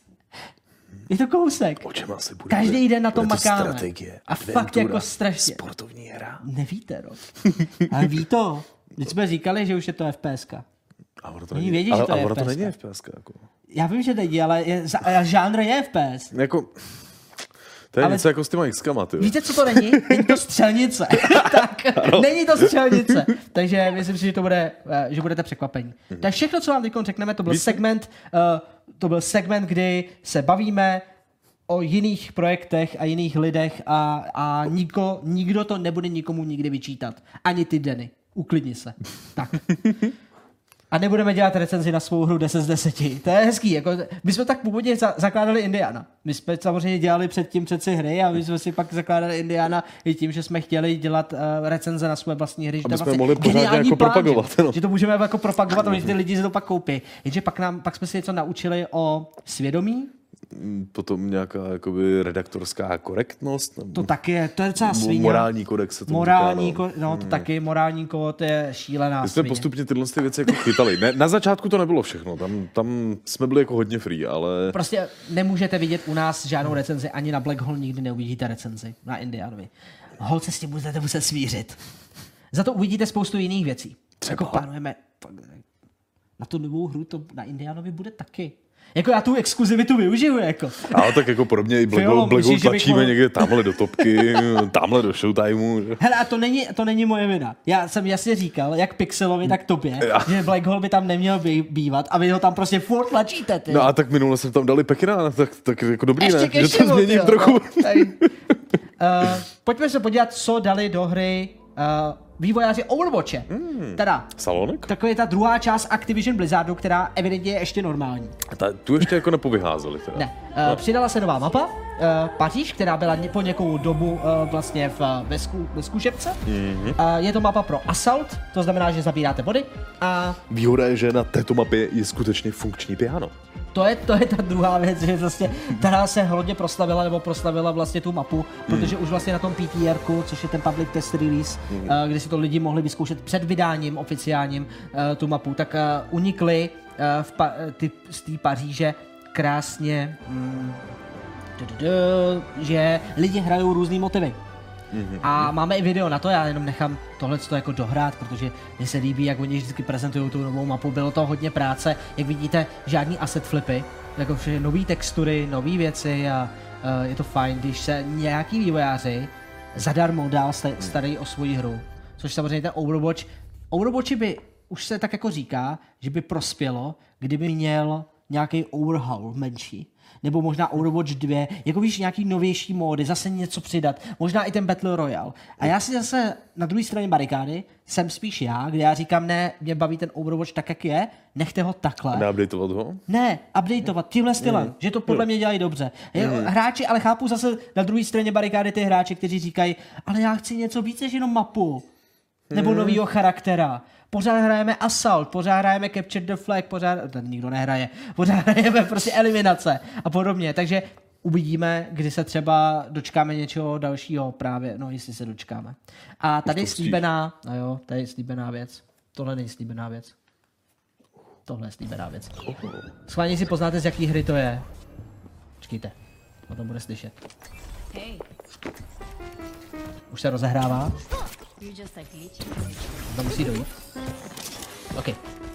Je to kousek. Každý den na tom makáme. Strategie, a fakt jako strašně. Sportovní hra. Nevíte, no. Ale ví to. Teď jsme říkali, že už je to FPSka. Ale to není FPSka. Jako. Já vím, že není, ale žánr je FPS. Jako, to je něco jako s těma X-kama, ty. Víte, co to není? Není to střelnice. Tak, není to střelnice. Takže myslím si, že budete překvapení. Tak všechno, co vám teď řekneme, to byl segment, kdy se bavíme o jiných projektech a jiných lidech a nikdo to nebude nikomu nikdy vyčítat. Ani ty Danny. Uklidni se. Tak. A nebudeme dělat recenzi na svou hru 10 z 10. To je hezký. Jako, my jsme tak původně zakládali Indiana. My jsme samozřejmě dělali předtím přeci hry a my jsme si pak zakládali Indiana i tím, že jsme chtěli dělat recenze na své vlastní hry. Aby jsme mohli pořádně jako propagovat. Že to můžeme jako propagovat, že ty lidi si to pak koupí. Jenže pak jsme si něco naučili o svědomí. Potom nějaká jakoby redaktorská korektnost? Nebo to taky je, to je docela svině. Morální kodex se to morální no to taky, morální kód je šílená my jsme svině. postupně tyhle věci jako chytali. Ne, na začátku to nebylo všechno, tam jsme byli jako hodně free, ale... Prostě nemůžete vidět u nás žádnou recenzi, ani na Black Hole nikdy neuvidíte recenzi na Indianovi. Holce s tím budete muset smířit. Za to uvidíte spoustu jiných věcí. Jako plánujeme, na tu novou hru to na Indianovi bude taky. Jako já tu exkluzivitu využiju, jako. Ale tak jako podobně i Black Hole tlačíme někde tamhle do topky, tamhle do Showtimeu. Že? Hele, a to není moje vina. Já jsem jasně říkal, jak Pixelovi, tak tobě, že Black Hole by tam neměl bývat a vy ho tam prostě furt tlačíte, ty. No a tak minule jsem tam dali Pekina, tak jako dobrý, ne? Že to změním trochu. Pojďme se podívat, co dali do hry vývojáři Overwatche. Teda, Salonek? taková je ta druhá část Activision Blizzardu, která evidentně je ještě normální. A tu ještě jako nepovyházeli teda. Ne. Přidala se nová mapa, Paříž, která byla po nějakou dobu vlastně ve zkušebce. Je to mapa pro Assault, to znamená, že zabíráte body. A výhoda je, že na této mapě je skutečně funkční piano. To je ta druhá věc, že vlastně ta se hodně proslavila vlastně tu mapu, protože už vlastně na tom PTR-ku, což je ten Public Test Release, kde si to lidi mohli vyzkoušet před vydáním oficiálním tu mapu, tak unikli z té Paříže krásně, že lidi hrajou různý motivy. A máme i video na to, já jenom nechám tohleto jako dohrát, protože mně se líbí, jak oni vždycky prezentují tu novou mapu, bylo to hodně práce, jak vidíte, žádný asset flipy, jako všechny nový textury, nový věci a je to fajn, když se nějaký vývojáři zadarmo dál starají o svoji hru, což samozřejmě ten Overwatch by, už se tak jako říká, že by prospělo, kdyby měl nějaký overhaul menší. Nebo možná Overwatch 2, jako víš, nějaký novější módy, zase něco přidat, možná i ten Battle Royale. A já si zase na druhé straně barikády jsem spíš já, kde já říkám, ne, mě baví ten Overwatch tak, jak je, nechte ho takhle. Neupdateovat ho? Ne, updateovat tímhle stylem, že to podle mě dělají dobře. Hráči, ale chápu zase na druhé straně barikády ty hráči, kteří říkají, ale já chci něco víc než jenom mapu. Nebo novýho charaktera. Pořád hrajeme Assault, pořád hrajeme Capture the Flag, ten nikdo nehraje, pořád hrajeme prostě eliminace a podobně, takže uvidíme, kdy se třeba dočkáme něčeho dalšího právě, no jestli se dočkáme. A tady je slíbená věc, tohle není slíbená věc. Tohle je slíbená věc. Schválně si poznáte, z jaký hry to je. Počkejte, o tom bude slyšet. Už se rozehrává. To musí dojít. OK.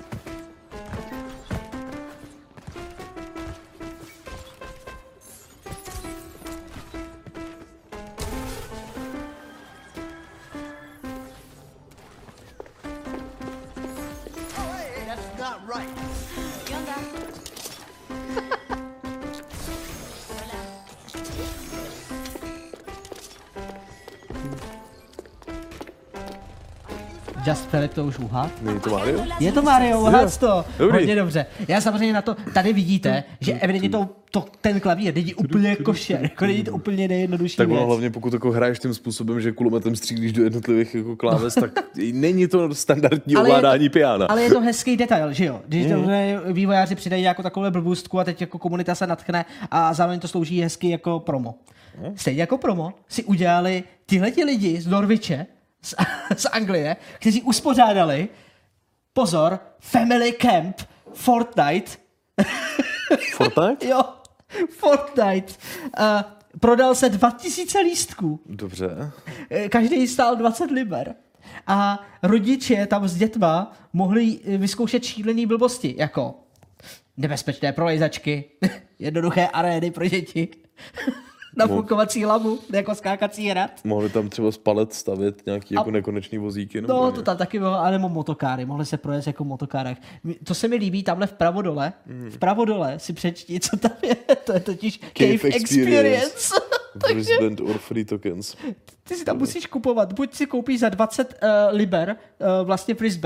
Just Philip to už uhad. Není to Mario? Je to Mario, uhad to. Dobrý. Hodně dobře. Já samozřejmě na to, tady vidíte, že evidentně ten klavír není úplně košer, jako není to úplně nejjednodušší tak věc. hlavně pokud jako hraješ tím způsobem, že kulometem střílíš do jednotlivých jako kláves, tak není to standardní ovládání piana. Ale je to hezký detail, že jo? Když vývojáři přidají jako takovou blbůstku a teď jako komunita se natchne a zároveň to slouží hezky jako promo. Stejně jako promo si udělali tihleti lidi z Norwiche, z Anglie, kteří uspořádali, pozor, Family Camp Fortnite. Fortnite? Jo, Fortnite. Prodal se 2000 lístků. Dobře. Každý stál 20 liber. A rodiče tam s dětma mohli vyzkoušet šílený blbosti, jako nebezpečné prolejzačky, jednoduché arény pro děti, nafukovací lamu, jako skákací hrad. Mohli tam třeba z palet stavět nějaký jako nekonečný vozíky? Nebo No, to tam taky bylo, ale motokáry, mohli se projet jako motokárech. To se mi líbí, tamhle vpravo dole si přečti, co tam je, to je totiž Cave Experience. Wristband or free tokens. Ty si tam musíš kupovat, buď si koupíš za 20 liber vlastně wristband,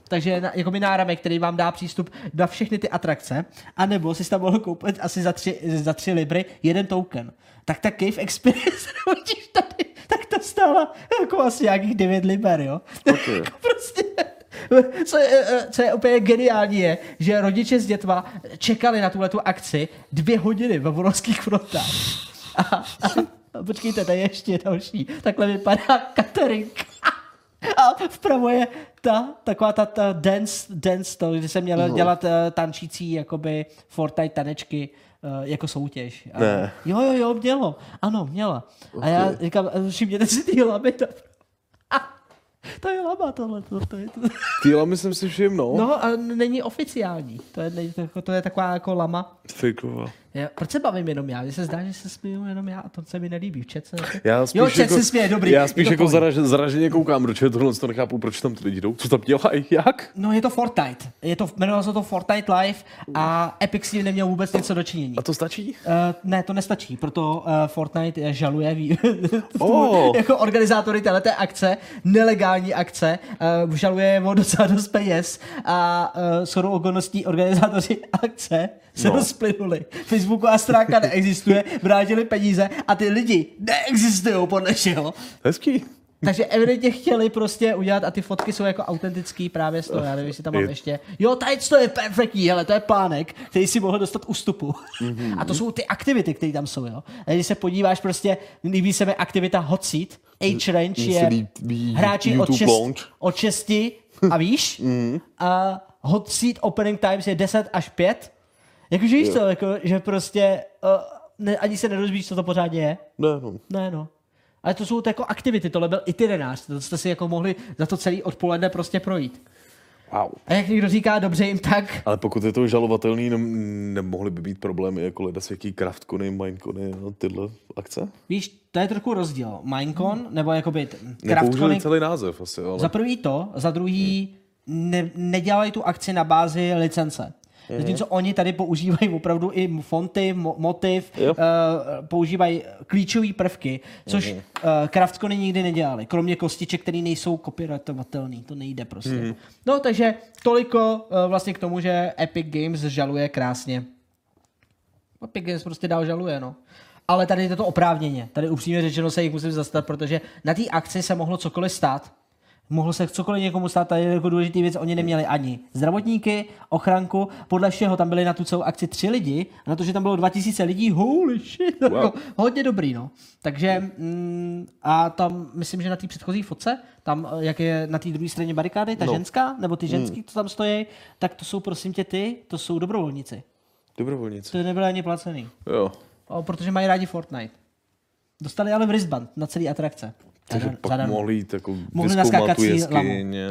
Takže jakoby náramek, který vám dá přístup na všechny ty atrakce, anebo si tam mohl koupit asi za 3 libry jeden token. Tak ta Cave Experience, tady, tak to stála jako asi nějakých 9 liber, jo? Okay. Jako prostě... Co je úplně geniální je, že rodiče s dětma čekali na tuhletu akci 2 hodiny ve obrovských vrotách. A počkejte, tady je ještě další. Takhle vypadá catering. A vpravo je taková ta dance to, kde se měla dělat tančící jakoby Fortnite tanečky jako soutěž. A ne. Jo, mělo. Ano, měla. Okay. A já říkám, všimněte si ty lamy. To je lama tohle. Ty lamy jsem si všimnul. No a není oficiální. To je taková jako lama. Fakeová. Proč se bavím jenom já? Mně se zdá, že se směju jenom já a to se mi nelíbí. V chat se... Chat jako, se směje, dobrý. Já spíš jako zaraženě koukám, protože tohle to nechápu, proč tam ty lidi jdou. Co tam dělají? Jak? No je to Fortnite. Jmenovalo se to Fortnite Live a Epic s tím neměl vůbec něco dočinění. A to stačí? Ne, to nestačí, proto Fortnite žaluje jako organizátory téhleté akce, nelegální akce, žaluje o docela dost peněz a shodou okolností organizátoři akce se rozplynuli. Facebooková stránka neexistuje, vrátili peníze a ty lidi neexistují podle čeho. Hezký. Takže evidentně chtěli prostě udělat a ty fotky jsou jako autentický právě z toho, já nevím, jestli tam mám ještě. Jo, tady to je perfektní, hele, to je plánek, který si mohl dostat ústupu. Mm-hmm. A to jsou ty aktivity, které tam jsou, jo. A když se podíváš prostě, líbí se mi aktivita Hot Seat, Age range je hráči od 6 a výš a Hot Seat opening times je 10 až 5. Jakože víš co, jako, že prostě ani se nerozvíš, co to pořádně je. Ne, no. Ale to jsou jako aktivity, tohle byl itinerář, to jste si jako mohli za to celý odpoledne prostě projít. Wow. A jak někdo říká, dobře jim tak. Ale pokud je to žalovatelný, nemohly by být problémy jako ledasvěký Craftcony, Minecony a tyhle akce? Víš, to je trochu rozdíl. Minecon, nebo jakoby Craftcony. Nepoužili celý název asi, ale... Za prvý to, za druhý nedělají tu akci na bázi licence. Zatímco oni tady používají opravdu i fonty, motiv, používají klíčové prvky, což Craftcony nikdy nedělali, kromě kostiček, které nejsou copyrightovatelný, to nejde prostě. No, takže toliko vlastně k tomu, že Epic Games žaluje krásně. Epic Games prostě dál žaluje, no. Ale tady je to oprávněně, tady upřímně řečeno se jich musím zastat, protože na té akci se mohlo cokoliv stát. Mohlo se cokoliv někomu stát, tady jako důležitý věc, oni neměli ani zdravotníky, ochranku, podle všeho tam byli na tu celou akci 3 lidi, a na to, že tam bylo 2000 lidí, holy shit, wow. Jako, hodně dobrý, no. Takže, a tam, myslím, že na té předchozí fotce, tam, jak je na té druhé straně barikády, ta ženská, nebo ty ženský, co tam stojí, tak to jsou, prosím tě, to jsou dobrovolníci. Dobrovolníci. To nebyly ani placený. Jo. Protože mají rádi Fortnite. Dostali ale wristband na celý atrakce. Takže pak mohli jít jako vyzkoumat tu jeskyně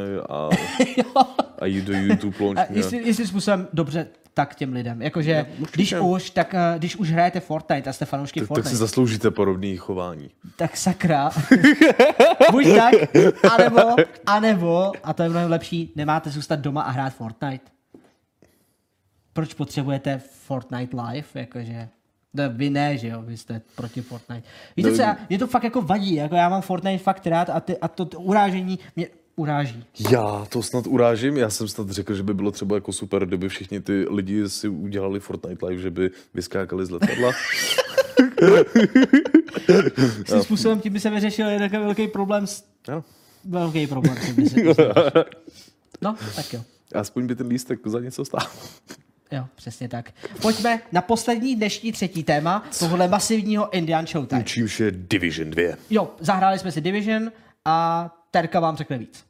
a jít do YouTube launch. Jestli způsobem dobře tak těm lidem. Jakože když už hrajete Fortnite a jste fanoušky Fortnite. Tak si zasloužíte podobné chování. Tak sakra. Buď tak, anebo, a to je mnohem lepší, nemáte zůstat doma a hrát Fortnite. Proč potřebujete Fortnite Live? Jakože... Vy ne, že jo, vy jste proti Fortnite. Víte co, mě to fakt jako vadí, jako já mám Fortnite fakt rád a to urážení mě uráží. Já to snad urážím, já jsem snad řekl, že by bylo třeba jako super, kdyby všichni ty lidi si udělali Fortnite Live, že by vyskákali z letadla. Svým způsobem tím by se vyřešil jeden velký problém. Velký problém. No, tak jo. Aspoň by ten lístek za něco stál. Jo, přesně tak. Pojďme na poslední dnešní třetí téma tohohle masivního Indian Showtime. Čímž je Division 2. Jo, zahráli jsme si Division a Terka vám řekne víc.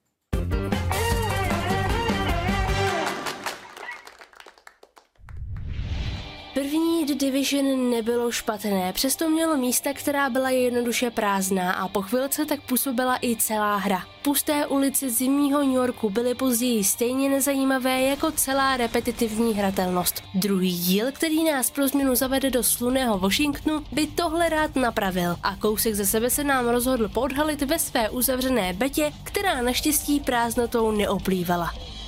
První The Division nebylo špatné, přesto mělo místa, která byla jednoduše prázdná a po chvilce tak působila i celá hra. Pusté ulice zimního New Yorku byly později stejně nezajímavé jako celá repetitivní hratelnost. Druhý díl, který nás pro změnu zavede do slunného Washingtonu, by tohle rád napravil a kousek ze sebe se nám rozhodl podhalit ve své uzavřené betě, která naštěstí prázdnotou neoplývala.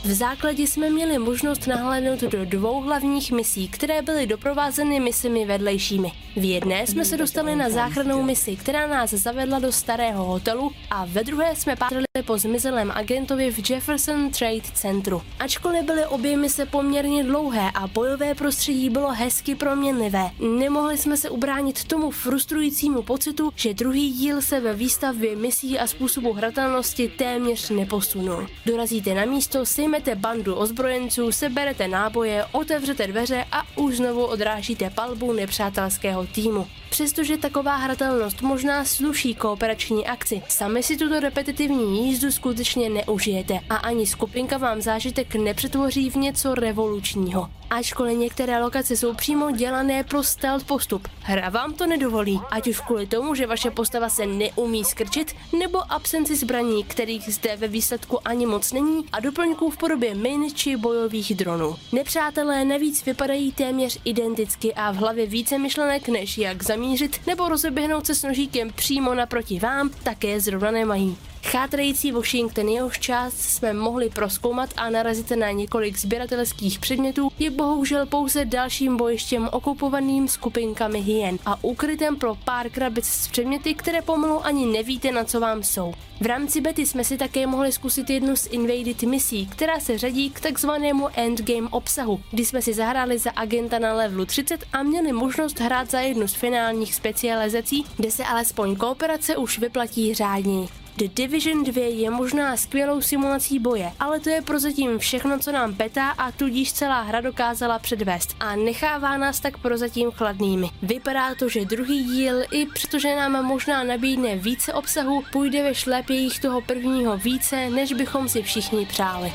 V základě jsme měli možnost nahlédnout do 2 hlavních misí, které byly doprovázeny misemi vedlejšími. V jedné jsme se dostali na záchrannou misi, která nás zavedla do starého hotelu, a ve druhé jsme pátrali po zmizelém agentovi v Jefferson Trade Centru. Ačkoliv byly obě mise poměrně dlouhé a bojové prostředí bylo hezky proměnlivé, nemohli jsme se ubránit tomu frustrujícímu pocitu, že druhý díl se ve výstavbě misí a způsobu hratelnosti téměř neposunul. Dorazíte na místo, sejmete bandu ozbrojenců, seberete náboje, otevřete dveře a už znovu odrážíte palbu nepřátelského týmu. Přestože taková hratelnost možná sluší kooperační akci, sami si tuto repetitivní jízdu skutečně neužijete a ani skupinka vám zážitek nepřetvoří v něco revolučního. Ačkoliv některé lokace jsou přímo dělané pro stealth postup, hra vám to nedovolí, ať už kvůli tomu, že vaše postava se neumí skrčit, nebo absenci zbraní, kterých zde ve výsledku ani moc není, a doplňků v podobě min či bojových dronů. Nepřátelé navíc vypadají téměř identicky a v hlavě více myšlenek, než jak zamířit nebo rozeběhnout se s nožíkem přímo naproti vám, také zrovna nemají. Chátrající Washington, jehož část jsme mohli prozkoumat a narazit na několik sběratelských předmětů, je bohužel pouze dalším bojištěm okupovaným skupinkami hyen a ukrytem pro pár krabic s předměty, které pomalu ani nevíte, na co vám jsou. V rámci bety jsme si také mohli zkusit jednu z Invaded misí, která se řadí k takzvanému endgame obsahu, kdy jsme si zahráli za agenta na levelu 30 a měli možnost hrát za jednu z finálních specializací, kde se alespoň kooperace už vyplatí řádněji. The Division 2 je možná skvělou simulací boje, ale to je prozatím všechno, co nám beta a tudíž celá hra dokázala předvést a nechává nás tak prozatím chladnými. Vypadá to, že druhý díl, i přestože nám možná nabídne více obsahu, půjde ve šlépějích toho prvního více, než bychom si všichni přáli.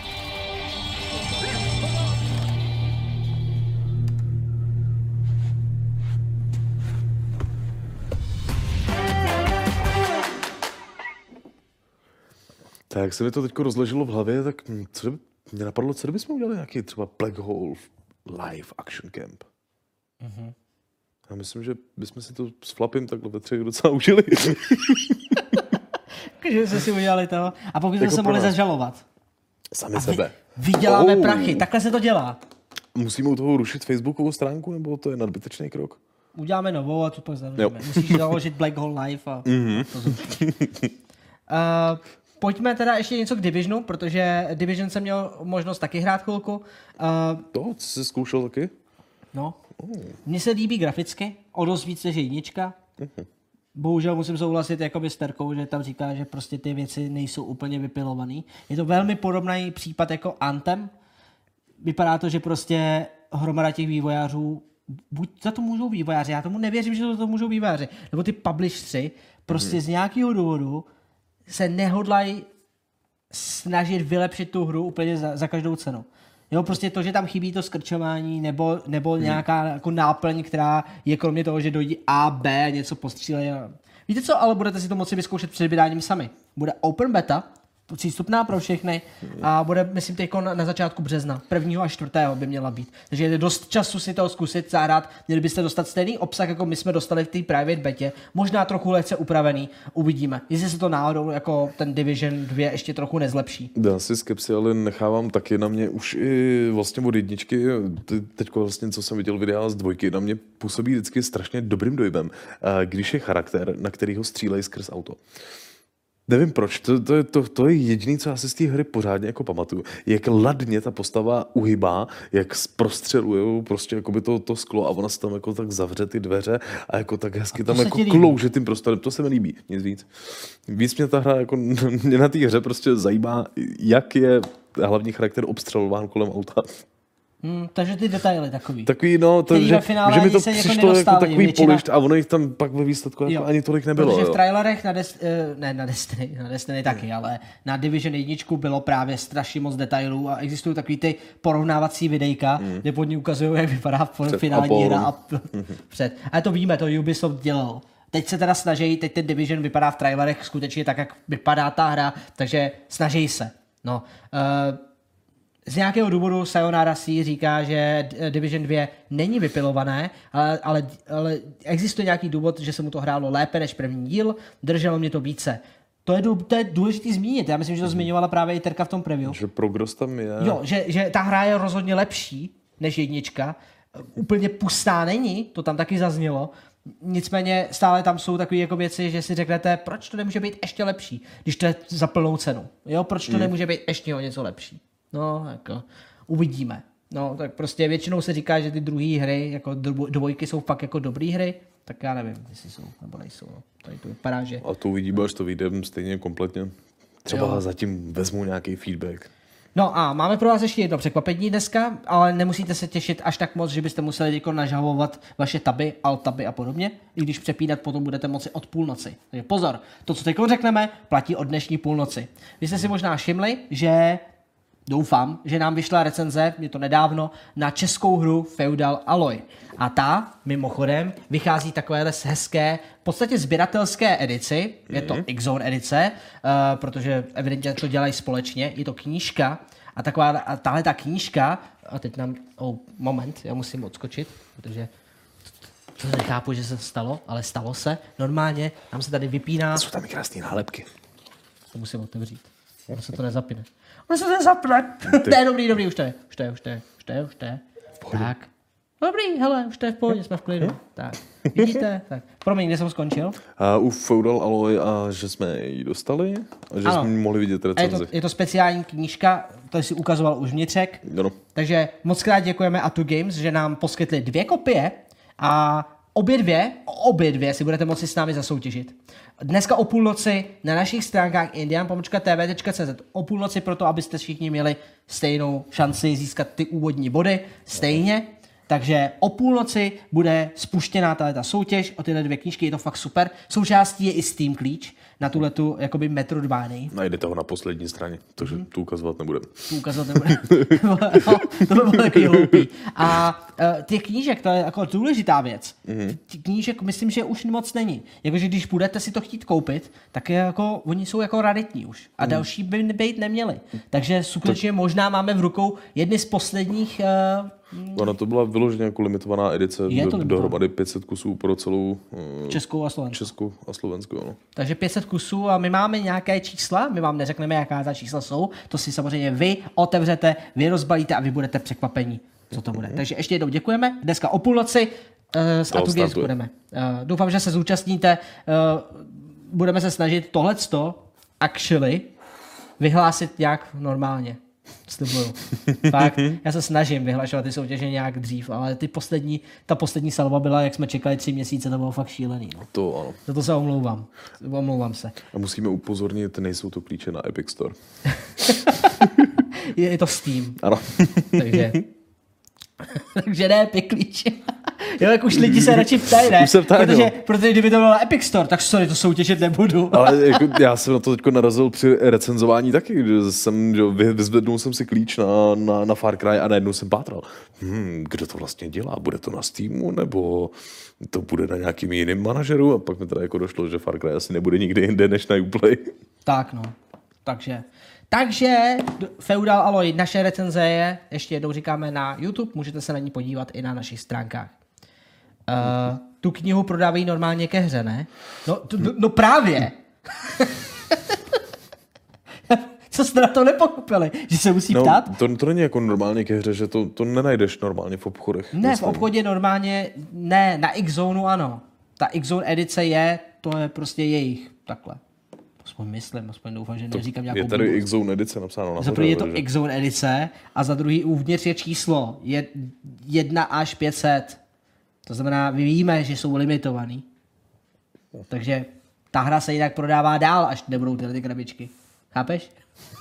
Tak jak se mi to teď rozleželo v hlavě, tak co mě napadlo, co kdybychom udělali nějaký třeba Black Hole live action camp. Mm-hmm. Já myslím, že bychom si to s Flapim takhle ve 3 docela užili. Že jsme si udělali to. A pokud jsme se mohli zažalovat. Sami sebe. Vyděláme prachy, takhle se to dělá. Musíme u toho rušit Facebookovou stránku, nebo to je nadbytečný krok? Uděláme novou a tu pak založíme. Musíš založit Black Hole Live a to pojďme teda ještě něco k Divisionu, protože Division jsem měl možnost taky hrát chvilku. To jsi zkoušel taky? No. Mně se líbí graficky, o dost víc než jednička. Bohužel musím souhlasit jakoby s Terkou, že tam říká, že prostě ty věci nejsou úplně vypilovaný. Je to velmi podobný případ jako Anthem. Vypadá to, že prostě hromada těch vývojářů, buď za to můžou vývojáři, já tomu nevěřím, že za to můžou vývojáři, nebo ty publishři prostě z nějakého důvodu se nehodlají snažit vylepšit tu hru úplně za každou cenu. Jo, prostě to, že tam chybí to skrčování nebo nějaká jako náplň, která je kromě toho, že dojde A, B, něco postřílejí. Víte co, ale budete si to moci vyzkoušet před vydáním sami. Bude open beta, přístupná pro všechny a bude, myslím, teď na začátku března. 1. a 4. by měla být. Takže je dost času si to zkusit zahrát. Měli byste dostat stejný obsah, jako my jsme dostali v té private betě. Možná trochu lehce upravený. Uvidíme. Jestli se to náhodou jako ten Division 2 ještě trochu nezlepší. Já si skepsi, ale nechávám taky na mě už i vlastně od jedničky. Teď vlastně, co jsem viděl videa z 2, na mě působí vždycky strašně dobrým dojmem, když je charakter, na kterýho střílejí skrz auto. Nevím proč, to je jediné, co já si z té hry pořádně jako pamatuju. Jak ladně ta postava uhybá, jak zprostřelujou prostě jakoby to sklo a ona se tam jako tak zavře ty dveře a jako tak hezky tam jako klouže tím prostorem. To se mi líbí, nic víc. Víc mě ta hra jako mě na té hře prostě zajímá, jak je hlavní charakter obstřelován kolem auta. Takže ty detaily takový. Takový, no, to, že mi to přišlo jako takový polišť a ono jich tam pak ve výsledku jako ani tolik nebylo. Protože v trailerech na Destiny taky, ale na Division 1 bylo právě strašně moc detailů a existují takový ty porovnávací videjka, kde pod ní ukazují, jak vypadá finální hra a před. Ale to víme, to Ubisoft dělal. Teď se teda snaží, teď ten Division vypadá v trailerech skutečně tak, jak vypadá ta hra, takže snaží se. No, z nějakého důvodu Sayonara C říká, že Division 2 není vypilované, ale existuje nějaký důvod, že se mu to hrálo lépe než první díl, drželo mě to více. To je důležitý zmínit. Já myslím, že to zmiňovala právě i Terka v tom preview. Že progres tam je. Jo, že ta hra je rozhodně lepší než jednička. Úplně pustá není, to tam taky zaznělo. Nicméně stále tam jsou takové jako věci, že si řeknete, proč to nemůže být ještě lepší, když to je za plnou cenu. Jo, proč to nemůže být ještě o něco lepší. No, jako uvidíme. No, tak prostě většinou se říká, že ty druhé hry, jako dvojky jsou fakt jako dobré hry, tak já nevím, jestli jsou nebo nejsou. No. Tady to vypadá, že... A to uvidíme, až to vyjde stejně kompletně. Třeba zatím vezmu nějaký feedback. No a máme pro vás ještě jedno překvapení dneska, ale nemusíte se těšit až tak moc, že byste museli jako nažavovat vaše taby, alt-taby a podobně, i když přepínat potom budete moci od půlnoci. Takže pozor, to, co teď řekneme, platí od dnešní půlnoci. Vy jste si možná všimli, že doufám, že nám vyšla recenze, je to nedávno, na českou hru Feudal Alloy. A ta, mimochodem, vychází takové hezké, v podstatě sběratelské edici, je to X-Zone edice, protože evidentně to dělají společně, je to knížka a tahle ta knížka, a teď nám, moment, já musím odskočit, protože to nechápu, že se stalo, ale stalo se, normálně, nám se tady vypíná. Jsou tam i krásné nálepky. To musím otevřít, ono se to nezapne. Ono se to nezapne. To je dobrý, už to je. Tak. Dobrý, hele, už to je v pohodě, jsme v klidu. Tak, vidíte? Tak. Promiň, kde jsem skončil? U Feudal Alloy a že jsme ji dostali a že jsme mohli vidět recenzi. Je to speciální knížka, to si ukazoval už vnitřek. No. Takže moc krát děkujeme Atu Games, že nám poskytli 2 kopie a obě dvě si budete moci s námi zasoutěžit. Dneska o půlnoci na našich stránkách indian.tv.cz o půlnoci proto, abyste všichni měli stejnou šanci získat ty úvodní body stejně. Takže o půlnoci bude spuštěná ta soutěž o tyhle 2 knížky, je to fakt super. Součástí je i Steam klíč na tuhletu jakoby Metroidvanii. Najdete ho na poslední straně, takže tu ukazovat nebude. To by bylo takový hloupý. A těch knížek, to je jako důležitá věc. Těch knížek myslím, že už moc není. Jakože když budete si to chtít koupit, tak je jako, oni jsou jako raritní už. A další by být neměli. Takže skutečně možná máme v rukou jedny z posledních... Ona to byla vyloženě jako limitovaná edice, dohromady 500 kusů pro celou Českou a Slovenskou. No. Takže 500 kusů a my máme nějaké čísla, my vám neřekneme, jaká ta čísla jsou, to si samozřejmě vy otevřete, vy rozbalíte a vy budete překvapení, co to bude. Takže ještě jednou děkujeme, dneska o půlnoci s Atu Games budeme. Doufám, že se zúčastníte, budeme se snažit tohleto actually vyhlásit nějak normálně. Slibuju. Fakt, já se snažím vyhlašovat ty soutěže nějak dřív, ale ta poslední salva byla, jak jsme čekali 3 měsíce, to bylo fakt šílený. No. To ano. Za to se omlouvám se. A musíme upozornit, nejsou to klíče na Epic Store. je to Steam. Ano. Takže ne Epic klíč. Jo, jak už lidi se radši ptají, ne? Protože kdyby to bylo na Epic Store, tak sorry, to soutěžit nebudu. Ale jako, já jsem na to teď narazil při recenzování taky, kdy vyzvednul jsem si klíč na Far Cry a najednou jsem pátral. Kdo to vlastně dělá? Bude to na Steamu, nebo to bude na nějakým jiným manažeru? A pak mi teda jako došlo, že Far Cry asi nebude nikde jinde než na Uplay. Tak no, takže Feudal Alloy, naše recenze je, ještě jednou říkáme, na YouTube, můžete se na ní podívat i na našich stránkách. Tu knihu prodávají normálně ke hře, ne? No právě. Co jste na to nepochopili? Že se musí ptát? To není jako normálně ke hře, že to nenajdeš normálně v obchodech. Ne, v obchodě normálně ne, na X-Zone ano. Ta X-Zone edice to je prostě jejich, takhle. Aspoň doufám, že neříkám nějakou... Je tady X-Zone edice napsáno na za první je to X-Zone edice a za druhý uvnitř je číslo 1 až 500. To znamená, my víme, že jsou limitovaný. Takže ta hra se jinak prodává dál, až nebudou ty krabičky. Chápeš?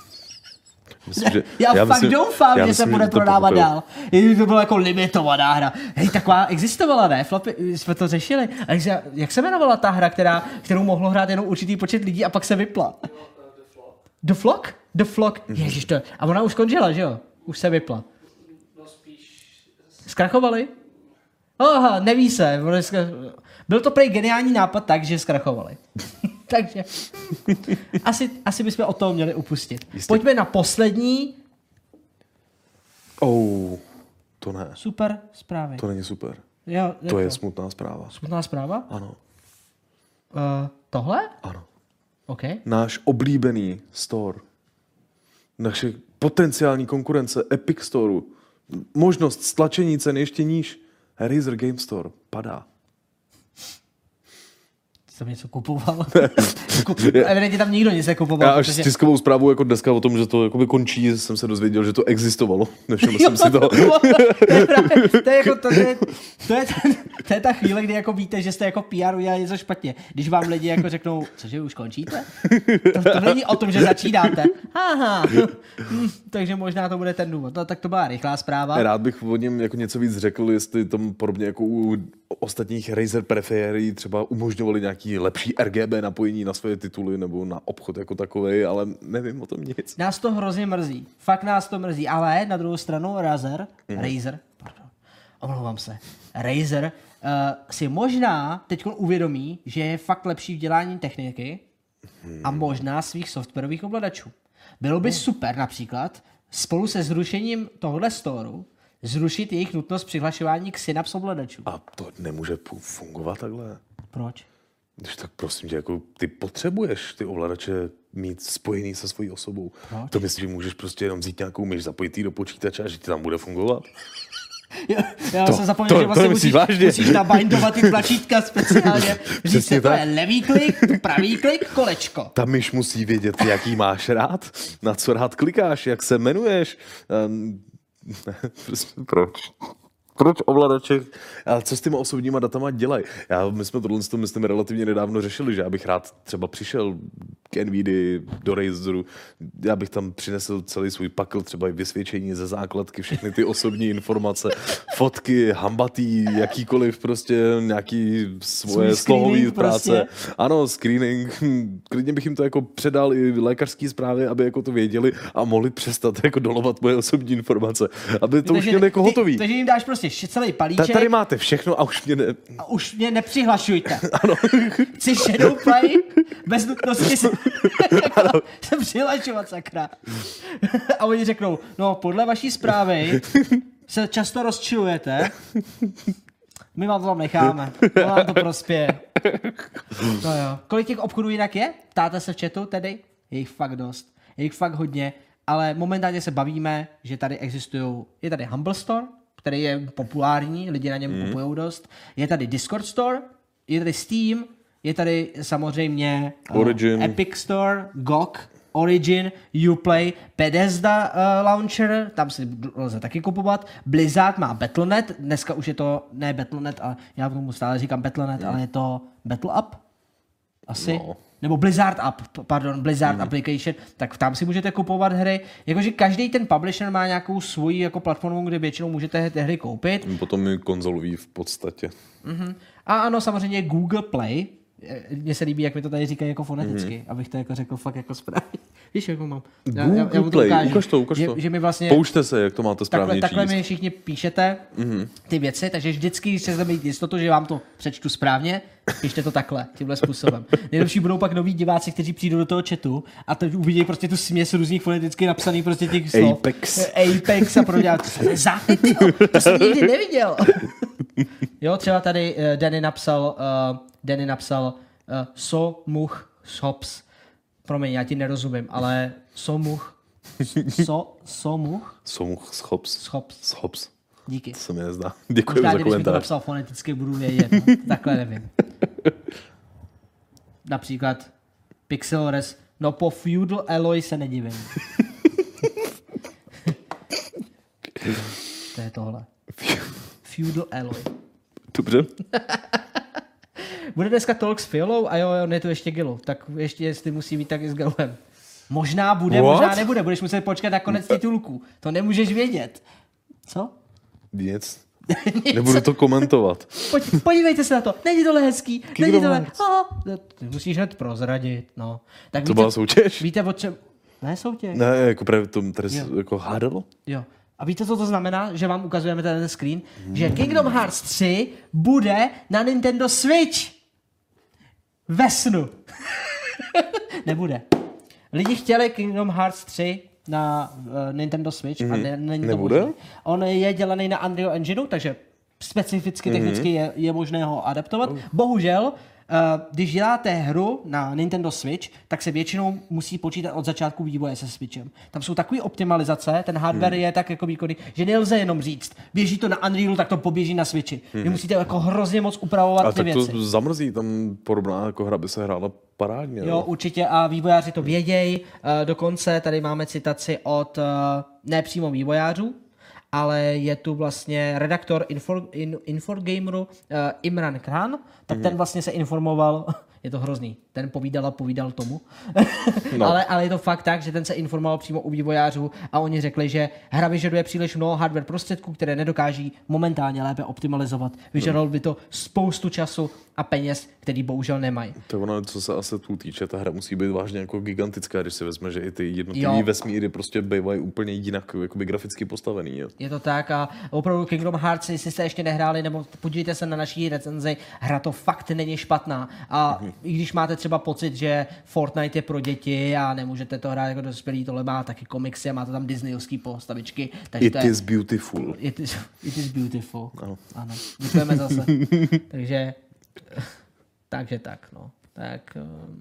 Já fakt doufám, že se bude prodávat dál. Kdyby to byla jako limitovaná hra. Hej, taková existovala, ne? Flapy, jsme to řešili. A jak se jmenovala ta hra, kterou mohlo hrát jenom určitý počet lidí a pak se vypla? The Flock? Ježiš to. A ona už skončila, že jo? Už se vypla. Zkrachovali? Aha, neví se. Byl to prej geniální nápad tak, že zkrachovali. Takže asi bychom od toho měli upustit. Jistě. Pojďme na poslední. To ne. Super zprávy. To není super. Jo, to je smutná zpráva. Smutná zpráva? Ano. Tohle? Ano. Okay. Náš oblíbený store. Naše potenciální konkurence Epic Storeu. Možnost stlačení ceny ještě níž. Razer Game Store padá. Jsem něco kupoval. Evidentně tam nikdo nic nekupoval. Já až s tiskovou zprávou jako dneska o tom, že to jakoby končí, jsem se dozvěděl, že to existovalo. Nevšiml jsem si toho. To je ta chvíle, kdy jako víte, že jste jako PR udělali něco špatně. Když vám lidi jako řeknou, cože už končíte? To není o tom, že začínáte. Aha. Takže možná to bude ten důvod. No, tak to byla rychlá zpráva. Rád bych o něm jako něco víc řekl, jestli tam podobně jako u ostatních Razer periférií třeba umožňovali nějaký lepší RGB napojení na svoje tituly nebo na obchod jako takovej, ale nevím o tom nic. Nás to hrozně mrzí. Fakt nás to mrzí. Ale na druhou stranu Razer si možná teď uvědomí, že je fakt lepší v dělání techniky a možná svých softwarových ovladačů. Bylo by super například spolu se zrušením tohohle storu zrušit jejich nutnost přihlašování k Synapse ovladačů. A to nemůže fungovat takhle? Proč? Když tak prosím tě, jako ty potřebuješ ty ovladače mít spojený se svojí osobou. Proč? To myslíš, že můžeš prostě jenom vzít nějakou myš, zapojit ji do počítače a že ti tam bude fungovat? Já jsem zapomněl, že vlastně musíš nabindovat ty tlačítka speciálně. Říct se, to je levý klik, pravý klik, kolečko. Ta myš musí vědět, jaký máš rád, na co rád klikáš, jak se jmenuješ. Proč? Proč ovladače? A co s těma osobníma datama dělají? My jsme tohle myslím relativně nedávno řešili, že já bych rád třeba přišel k NVIDii, do Razeru, já bych tam přinesl celý svůj pakl, třeba i vysvědčení ze základky, všechny ty osobní informace, fotky, hambatý, jakýkoliv prostě nějaký svoje slohový práce. Prostě. Ano, screening. Klidně bych jim to jako předal i lékařský zprávy, aby jako to věděli a mohli přestat jako dolovat moje osobní informace. Aby to už měli jako hotový. Takže jim dáš prostě celý palíček. Tady máte všechno a už mě nepřihlašujte. Ano. Chci Shadowplay bez nutnosti se přihlašovat, sakra. A oni řeknou, no podle vaší zprávy se často rozčilujete, my vám to tam necháme, to vám to prospěje. No jo. Kolik těch obchodů jinak je? Ptáte se v chatu tedy? Je jich fakt dost. Je jich fakt hodně, ale momentálně se bavíme, že tady je tady Humble Store, který je populární, lidi na něm kupují dost. Je tady Discord Store, je tady Steam, je tady samozřejmě Epic Store, GOG, Origin, Uplay, Bethesda Launcher, tam si lze taky kupovat. Blizzard má Battle.net, dneska už je to, ne Battle.net, ale já tomu stále říkám Battle.net, ale je to BattleUp? Asi? No. Nebo Blizzard Application, tak tam si můžete kupovat hry. Jakože každý ten publisher má nějakou svoji jako platformu, kde většinou můžete hry koupit. Potom je konzolový v podstatě. A ano, samozřejmě Google Play. Mně se líbí, jak mi to tady říkají jako foneticky, abych to jako řekl fakt jako správně. Víš, jak ho mám? Já mu to ukážu. Ukaž to. Že mi vlastně, poučte se, jak to máte správně takhle mi všichni píšete ty věci, takže vždycky, když chcete mít jistotu, že vám to přečtu správně, píšte to takhle, tímhle způsobem. Nejlepší budou pak noví diváci, kteří přijdou do toho chatu a teď uvidí prostě tu směs různých foneticky napsaných prostě těch slov. Apex a podobně. To jsem nikdy neviděl. Jo, třeba tady Danny napsal Somuch Shops. Promiň, já ti nerozumím, ale Somuch Shops. Díky. To se mi nezdá. Děkuji za komentář. Když mi to napsal foneticky, budu vědět. No. Takhle nevím. Například Pixelres. No po Feudal Alloy se nedivím. To je tohle. Feudal Alloy. Dobře. Bude dneska talk s Fiolou a jo, ne to ještě Gilu. Tak ještě jestli musí být tak i s Gilem. Možná bude, možná nebude. Budeš muset počkat na konec titulku. To nemůžeš vědět. Co? Nic. Nebudu to komentovat. Podívejte se na to. Není tohle hezký. Není tohle. Musíš hned prozradit. No. Tak to byla soutěž? Víte o čem? Ne soutěž. Ne, jako právě to tady jako hádalo? Jo. A víte, co to znamená? Že vám ukazujeme ten screen? Že Kingdom Hearts 3 bude na Nintendo Switch. Ve snu. Nebude. Lidi chtěli Kingdom Hearts 3 na Nintendo Switch a není to možné. On je dělaný na Unreal Engineu, takže specificky technicky je možné ho adaptovat. Bohužel když děláte hru na Nintendo Switch, tak se většinou musí počítat od začátku vývoje se Switchem. Tam jsou takové optimalizace, ten hardware je tak jako výkonný, že nelze jenom říct, běží to na Unrealu, tak to poběží na Switchi. Vy musíte jako hrozně moc upravovat ty věci. A tak to zamrzí, tam podobná jako hra by se hrála parádně. Jo, určitě a vývojáři to vědějí. Dokonce tady máme citaci od ne přímo vývojářů, ale je tu vlastně redaktor Inforgameru Imran Khan, tak ten vlastně se informoval, je to hrozný, ten povídal tomu, ale je to fakt tak, že ten se informoval přímo u vývojářů a oni řekli, že hra vyžaduje příliš mnoho hardware prostředků, které nedokáží momentálně lépe optimalizovat. Vyžadovalo by to spoustu času a peněz, který bohužel nemají. To ono, co se asetů týče, ta hra musí být vážně jako gigantická, když si vezme, že i ty jednotlivé vesmíry prostě bývají úplně jinak jakoby graficky postavený. Jo. Je to tak a opravdu Kingdom Hearts, jestli jste ještě nehráli, nebo podívejte se na naší recenzi, hra to fakt není špatná. A i když máte třeba pocit, že Fortnite je pro děti a nemůžete to hrát jako dospělí, tohle má taky komiksy a má to tam disneyovský postavičky. It is beautiful. It is beautiful. Ano. Děkujeme zase. Takže tak, no. Tak...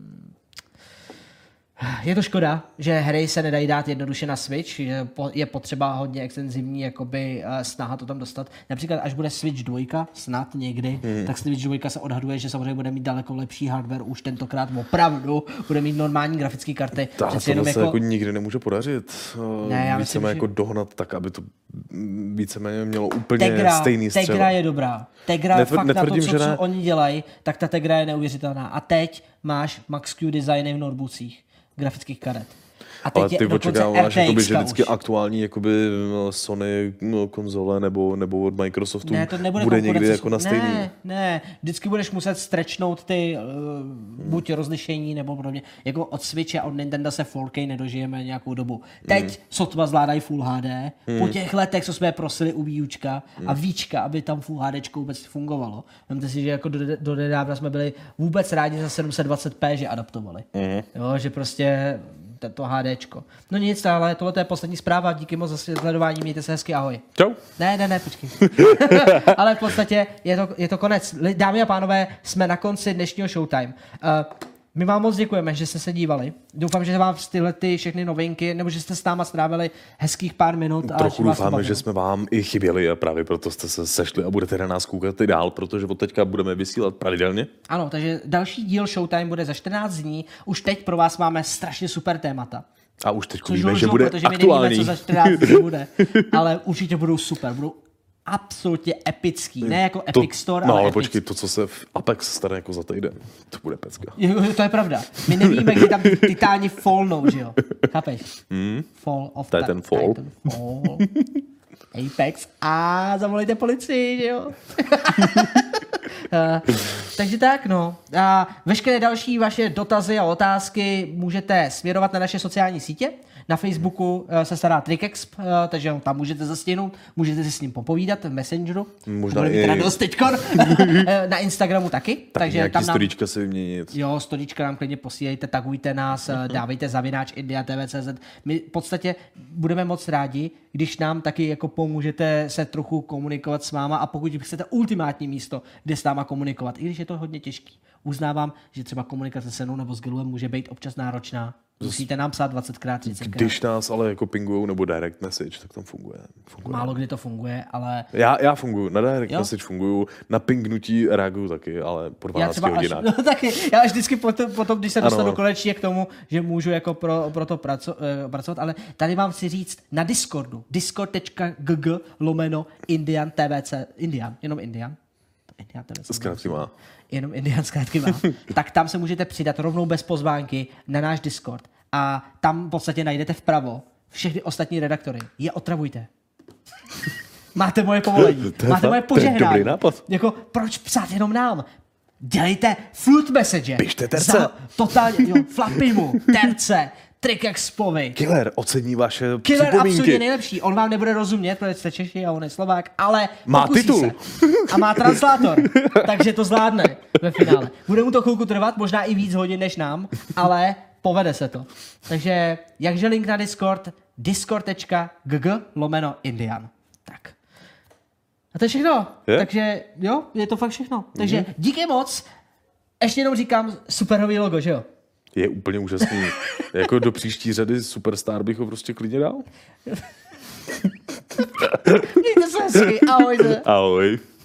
Je to škoda, že hry se nedají dát jednoduše na Switch, že je potřeba hodně extenzivní jakoby, snaha to tam dostat. Například až bude Switch 2, snad někdy, tak Switch 2 se odhaduje, že samozřejmě bude mít daleko lepší hardware, už tentokrát opravdu bude mít normální grafické karty. To se jako nikdy nemůže podařit. Víceméně jako dohnat tak, aby to víceméně mělo úplně stejný střel. Tegra je dobrá. Tegra fakt na to, co oni dělají, tak ta Tegra je neuvěřitelná. A teď máš Max-Q designy v notebookích grafických karet. A teď ale ty očekáváš, že vždycky aktuální jakoby Sony konzole nebo od Microsoftu bude někdy jako na stejný. Ne, vždycky budeš muset stretchnout ty buď rozlišení nebo podobně. Jako od Switche a od Nintendo se 4K nedožijeme nějakou dobu. Teď sotva zvládají Full HD. Po těch letech, co jsme prosili u Víčka a Víčka, aby tam Full HDčko vůbec fungovalo. Vemte si, že jako do nedávna jsme byli vůbec rádi za 720p, že adaptovali. Jo, že prostě to HDčko. No nic, ale tohle je poslední zpráva. Díky moc za sledování, mějte se hezky, ahoj. Čau. Ne, počkej. Ale v podstatě je to konec. Dámy a pánové, jsme na konci dnešního Showtime. My vám moc děkujeme, že jste se dívali. Doufám, že vám tyhle všechny novinky, nebo že jste s náma strávili hezkých pár minut. Trochu doufáme, že jsme vám i chyběli a právě proto jste se sešli a budete na nás koukat i dál, protože od teďka budeme vysílat pravidelně. Ano, takže další díl Showtime bude za 14 dní. Už teď pro vás máme strašně super témata. A už teď víme, že bude protože aktuální. My nevíme, co za 14 dní bude, ale určitě budou super. Budou absolutně epický. Ne jako Epic Store, ale ale počkej, to, co se v Apex stane jako za týden, to bude pecka. To je pravda. My nevíme, kdy tam titáni fallnou, že jo? Chápeš? Fall of ten fall. Apex a zavolejte policii, že jo? Takže tak, no. A veškeré další vaše dotazy a otázky můžete směrovat na naše sociální sítě. Na Facebooku se stará Trickexp, takže tam můžete zastihnout, můžete si s ním popovídat v Messengeru. Možná i na Instagramu taky. Takže nějaký tam storíčka se vyměnit. Jo, storíčka nám klidně posílejte, tagujte nás, dávejte @indiatv.cz. My v podstatě budeme moc rádi, když nám taky jako pomůžete se trochu komunikovat s váma a pokud chcete ultimátní místo, kde s náma komunikovat, i když je to hodně těžký. Uznávám, že třeba komunikace se mnou nebo s Gilem může být občas náročná. Musíte nám psát 20krát, 30krát. Když nás ale jako pingujou nebo direct message, tak tam funguje. Málo kdy to funguje, ale... Já funguju, na direct message funguju, na pingnutí reaguju taky, ale po 12 hodinách. Já až vždycky potom, když se dostanu konečně k tomu, že můžu jako pro to pracovat, ale tady vám chci říct na Discordu, discord.gg/IndianTVC, jenom Indian. Zkrátky má. Jenom Indian zkrátky má. Tak tam se můžete přidat rovnou bez pozvánky na náš Discord a tam v podstatě najdete vpravo všechny ostatní redaktory. Je otravujte. Máte moje povolení. Máte moje požehnání. To je dobrý nápad. Jako, proč psát jenom nám? Dělejte flood message. Pište terce. Totálně, Flapimu, terce, Trickexpovi. Killer ocení vaše Killer připomínky. absolutně nejlepší. On vám nebude rozumět, protože jste Češi a on je Slovák, ale má titul. Se. A má translátor, takže to zvládne ve finále. Bude mu to chvilku trvat, možná i víc hodin než nám, ale povede se to. Takže jakže link na Discord, discord.gg/Indian. Tak. A to je všechno. Takže jo, je to fakt všechno. Takže díky moc. Ještě jenom říkám superhový logo, že jo? Je úplně úžasný. Jako do příští řady Superstar bych ho prostě klidně dal. Mějte se hezky, ahoj. Ahoj.